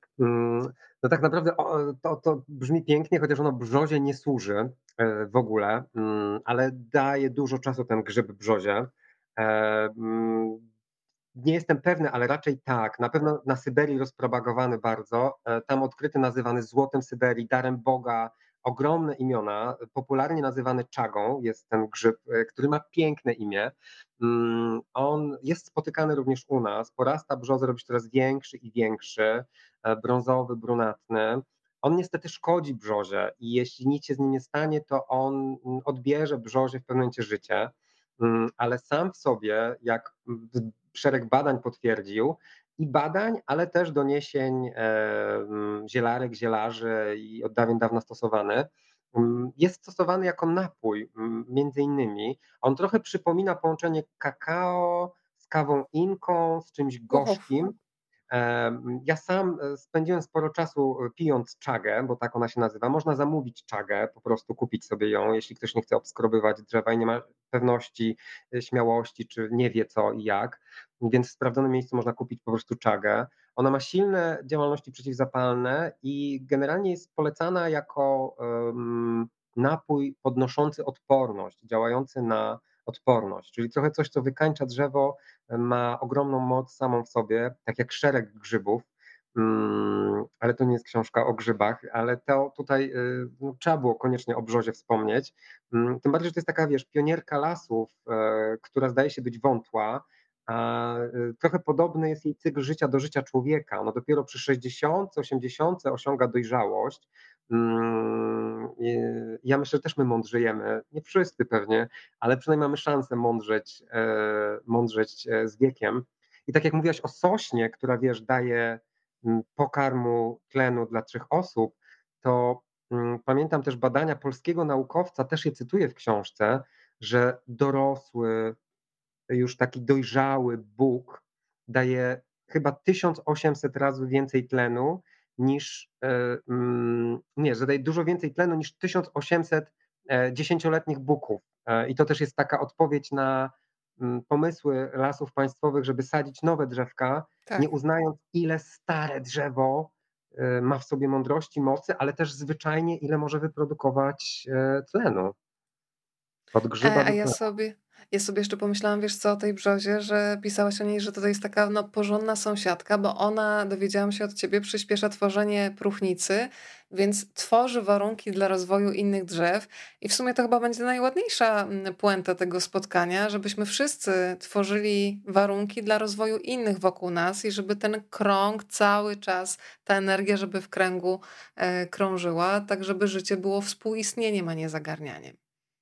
No tak naprawdę to brzmi pięknie, chociaż ono brzozie nie służy w ogóle, ale daje dużo czasu ten grzyb brzozie. E, mm, Nie jestem pewny, ale raczej tak. Na pewno na Syberii rozpropagowany bardzo. Tam odkryty, nazywany złotem Syberii, darem Boga. Ogromne imiona. Popularnie nazywany czagą jest ten grzyb, który ma piękne imię. On jest spotykany również u nas. Porasta brzozę, robi się coraz większy i większy, brązowy, brunatny. On niestety szkodzi brzozie i jeśli nic się z nim nie stanie, to on odbierze brzozie w pewnym momencie życie. Ale sam w sobie, jak szereg badań potwierdził, i badań, ale też doniesień zielarek, zielarzy i od dawien dawna stosowany, jest stosowany jako napój, między innymi. On trochę przypomina połączenie kakao z kawą inką, z czymś Wow. gorzkim. Ja sam spędziłem sporo czasu pijąc czagę, bo tak ona się nazywa. Można zamówić czagę, po prostu kupić sobie ją, jeśli ktoś nie chce obskrobywać drzewa i nie ma pewności, śmiałości, czy nie wie co i jak. Więc w sprawdzonym miejscu można kupić po prostu czagę. Ona ma silne działalności przeciwzapalne i generalnie jest polecana jako napój podnoszący odporność, działający na odporność, czyli trochę coś, co wykańcza drzewo, ma ogromną moc samą w sobie, tak jak szereg grzybów, ale to nie jest książka o grzybach, ale to tutaj no, trzeba było koniecznie o brzozie wspomnieć. Tym bardziej, że to jest taka, wiesz, pionierka lasów, która zdaje się być wątła, a trochę podobny jest jej cykl życia do życia człowieka. Ono dopiero przy 60, 80 osiąga dojrzałość. Ja myślę, że też my mądrzejemy, nie wszyscy pewnie, ale przynajmniej mamy szansę mądrzeć z wiekiem. I tak jak mówiłaś o sośnie, która wiesz, daje pokarmu tlenu dla 3 osób, to pamiętam też badania polskiego naukowca, też je cytuję w książce, że dorosły, już taki dojrzały Bóg daje chyba 1800 razy więcej tlenu niż, nie, że daje dużo więcej tlenu niż 1800 dziesięcioletnich buków. I to też jest taka odpowiedź na pomysły lasów państwowych, żeby sadzić nowe drzewka, Tak. nie uznając, ile stare drzewo ma w sobie mądrości, mocy, ale też zwyczajnie, ile może wyprodukować tlenu. Od grzyba A do tlenu. ja sobie jeszcze pomyślałam, wiesz co, o tej brzozie, że pisałaś o niej, że to jest taka no, porządna sąsiadka, bo ona, dowiedziałam się od ciebie, przyspiesza tworzenie próchnicy, więc tworzy warunki dla rozwoju innych drzew i w sumie to chyba będzie najładniejsza puenta tego spotkania, żebyśmy wszyscy tworzyli warunki dla rozwoju innych wokół nas i żeby ten krąg cały czas, ta energia, żeby w kręgu krążyła, tak żeby życie było współistnieniem, a nie zagarnianiem.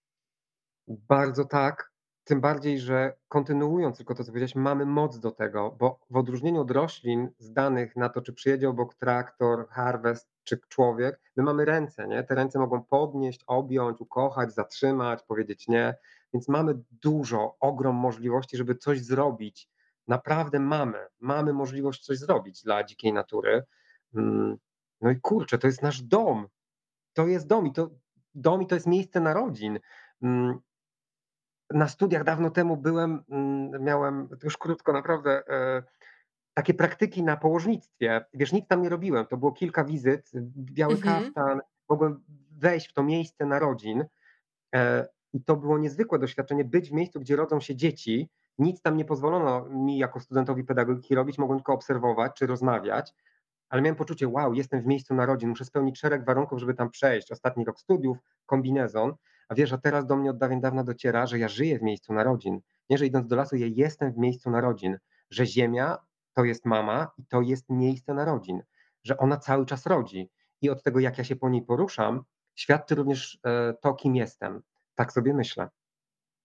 Bardzo tak, tym bardziej, że kontynuując tylko to, co powiedziałeś, mamy moc do tego, bo w odróżnieniu od roślin zdanych na to, czy przyjedzie obok traktor, harvest, czy człowiek, my mamy ręce, nie? Te ręce mogą podnieść, objąć, ukochać, zatrzymać, powiedzieć nie, więc mamy dużo, ogrom możliwości, żeby coś zrobić. Naprawdę mamy możliwość coś zrobić dla dzikiej natury. No i kurczę, to jest nasz dom. To jest dom i to jest miejsce narodzin. Mm, na studiach dawno temu byłem, miałem, to już krótko naprawdę, takie praktyki na położnictwie. Wiesz, nic tam nie robiłem, to było kilka wizyt, biały Mhm. kaftan, mogłem wejść w to miejsce narodzin, i to było niezwykłe doświadczenie, być w miejscu, gdzie rodzą się dzieci. Nic tam nie pozwolono mi jako studentowi pedagogiki robić, mogłem tylko obserwować czy rozmawiać, ale miałem poczucie, wow, jestem w miejscu narodzin, muszę spełnić szereg warunków, żeby tam przejść. Ostatni rok studiów, kombinezon, a wiesz, a teraz do mnie od dawien dawna dociera, że ja żyję w miejscu narodzin. Nie, że idąc do lasu, ja jestem w miejscu narodzin, że ziemia to jest mama i to jest miejsce narodzin, że ona cały czas rodzi. I od tego, jak ja się po niej poruszam, świadczy również to, kim jestem. Tak sobie myślę.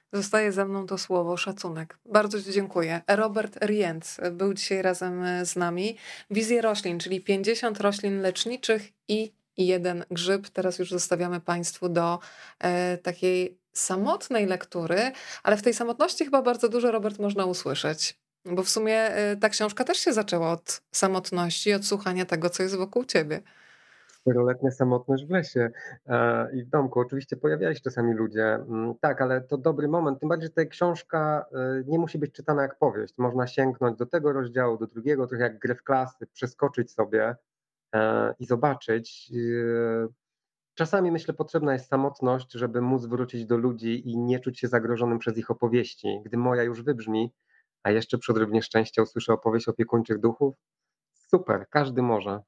Zostaje ze mną to słowo szacunek. Bardzo Ci dziękuję. Robert Rientz był dzisiaj razem z nami. Wizje roślin, czyli 50 roślin leczniczych i jeden grzyb. Teraz już zostawiamy Państwu do takiej samotnej lektury, ale w tej samotności chyba bardzo dużo, Robert, można usłyszeć. Bo w sumie ta książka też się zaczęła od samotności, od słuchania tego, co jest wokół Ciebie. Czteroletnia samotność w lesie i w domku. Oczywiście pojawiali się czasami ludzie. Tak, ale to dobry moment. Tym bardziej, że ta książka nie musi być czytana jak powieść. Można sięgnąć do tego rozdziału, do drugiego, trochę jak grę w klasy, przeskoczyć sobie i zobaczyć. Czasami, myślę, potrzebna jest samotność, żeby móc wrócić do ludzi i nie czuć się zagrożonym przez ich opowieści. Gdy moja już wybrzmi, a jeszcze przy odrobinie szczęścia usłyszę opowieść opiekuńczych duchów, super, każdy może.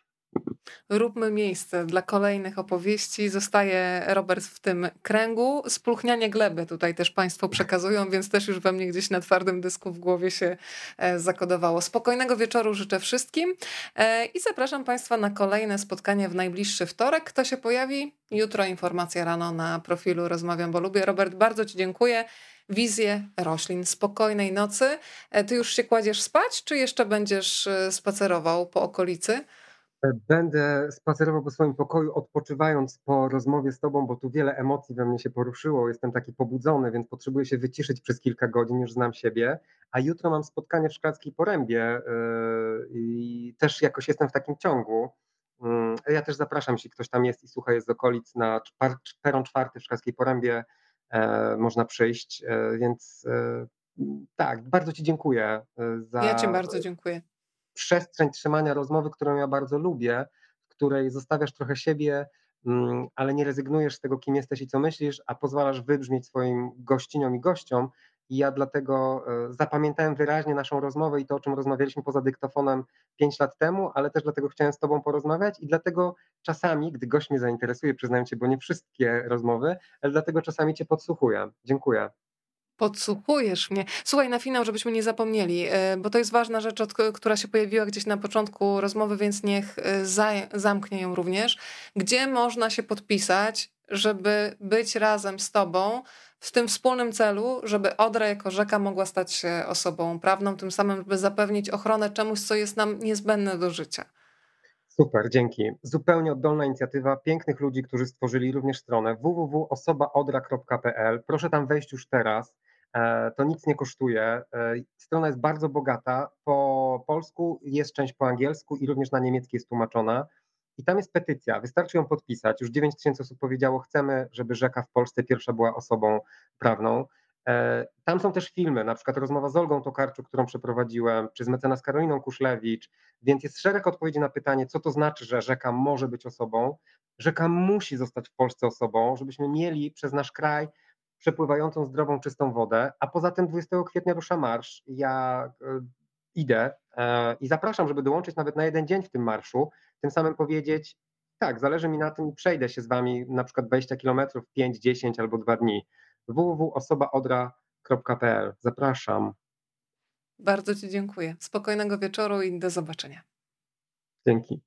Róbmy miejsce dla kolejnych opowieści. Zostaje Robert w tym kręgu. Spulchnianie gleby tutaj też Państwo przekazują, więc też już we mnie gdzieś na twardym dysku w głowie się zakodowało. Spokojnego wieczoru życzę wszystkim i zapraszam Państwa na kolejne spotkanie w najbliższy wtorek. Kto się pojawi? Jutro informacja rano na profilu Rozmawiam, bo lubię. Robert, bardzo Ci dziękuję. Wizje roślin. Spokojnej nocy. Ty już się kładziesz spać, czy jeszcze będziesz spacerował po okolicy? Będę spacerował po swoim pokoju, odpoczywając po rozmowie z tobą, bo tu wiele emocji we mnie się poruszyło. Jestem taki pobudzony, więc potrzebuję się wyciszyć przez kilka godzin, już znam siebie. A jutro mam spotkanie w Szklarskiej Porębie i też jakoś jestem w takim ciągu. Ja też zapraszam, jeśli ktoś tam jest i słucha, jest z okolic, na peron 4 w Szklarskiej Porębie można przyjść, więc tak, bardzo Ci dziękuję Ja Ci za bardzo dziękuję. przestrzeń trzymania rozmowy, którą ja bardzo lubię, w której zostawiasz trochę siebie, ale nie rezygnujesz z tego, kim jesteś i co myślisz, a pozwalasz wybrzmieć swoim gościniom i gościom. I ja dlatego zapamiętałem wyraźnie naszą rozmowę i to, o czym rozmawialiśmy poza dyktofonem 5 lat temu, ale też dlatego chciałem z tobą porozmawiać i dlatego czasami, gdy gość mnie zainteresuje, przyznaję cię, bo nie wszystkie rozmowy, ale dlatego czasami cię podsłuchuję. Dziękuję. Podsłuchujesz mnie. Słuchaj, na finał, żebyśmy nie zapomnieli, bo to jest ważna rzecz, która się pojawiła gdzieś na początku rozmowy, więc niech zamknie ją również. Gdzie można się podpisać, żeby być razem z tobą w tym wspólnym celu, żeby Odra jako rzeka mogła stać się osobą prawną, tym samym, żeby zapewnić ochronę czemuś, co jest nam niezbędne do życia. Super, dzięki. Zupełnie oddolna inicjatywa pięknych ludzi, którzy stworzyli również stronę www.osobaodra.pl. Proszę tam wejść już teraz. To nic nie kosztuje. Strona jest bardzo bogata. Po polsku jest część po angielsku i również na niemiecki jest tłumaczona. I tam jest petycja. Wystarczy ją podpisać. Już 9 000 osób powiedziało, chcemy, żeby rzeka w Polsce pierwsza była osobą prawną. Tam są też filmy, na przykład rozmowa z Olgą Tokarczuk, którą przeprowadziłem, czy z mecenas Karoliną Kuszlewicz, więc jest szereg odpowiedzi na pytanie, co to znaczy, że rzeka może być osobą. Rzeka musi zostać w Polsce osobą, żebyśmy mieli przez nasz kraj przepływającą zdrową, czystą wodę, a poza tym 20 kwietnia rusza marsz. Ja idę i zapraszam, żeby dołączyć nawet na jeden dzień w tym marszu, tym samym powiedzieć, tak, zależy mi na tym i przejdę się z wami na przykład 20 kilometrów, 5, 10 albo 2 dni. www.osobaodra.pl. Zapraszam. Bardzo Ci dziękuję. Spokojnego wieczoru i do zobaczenia. Dzięki.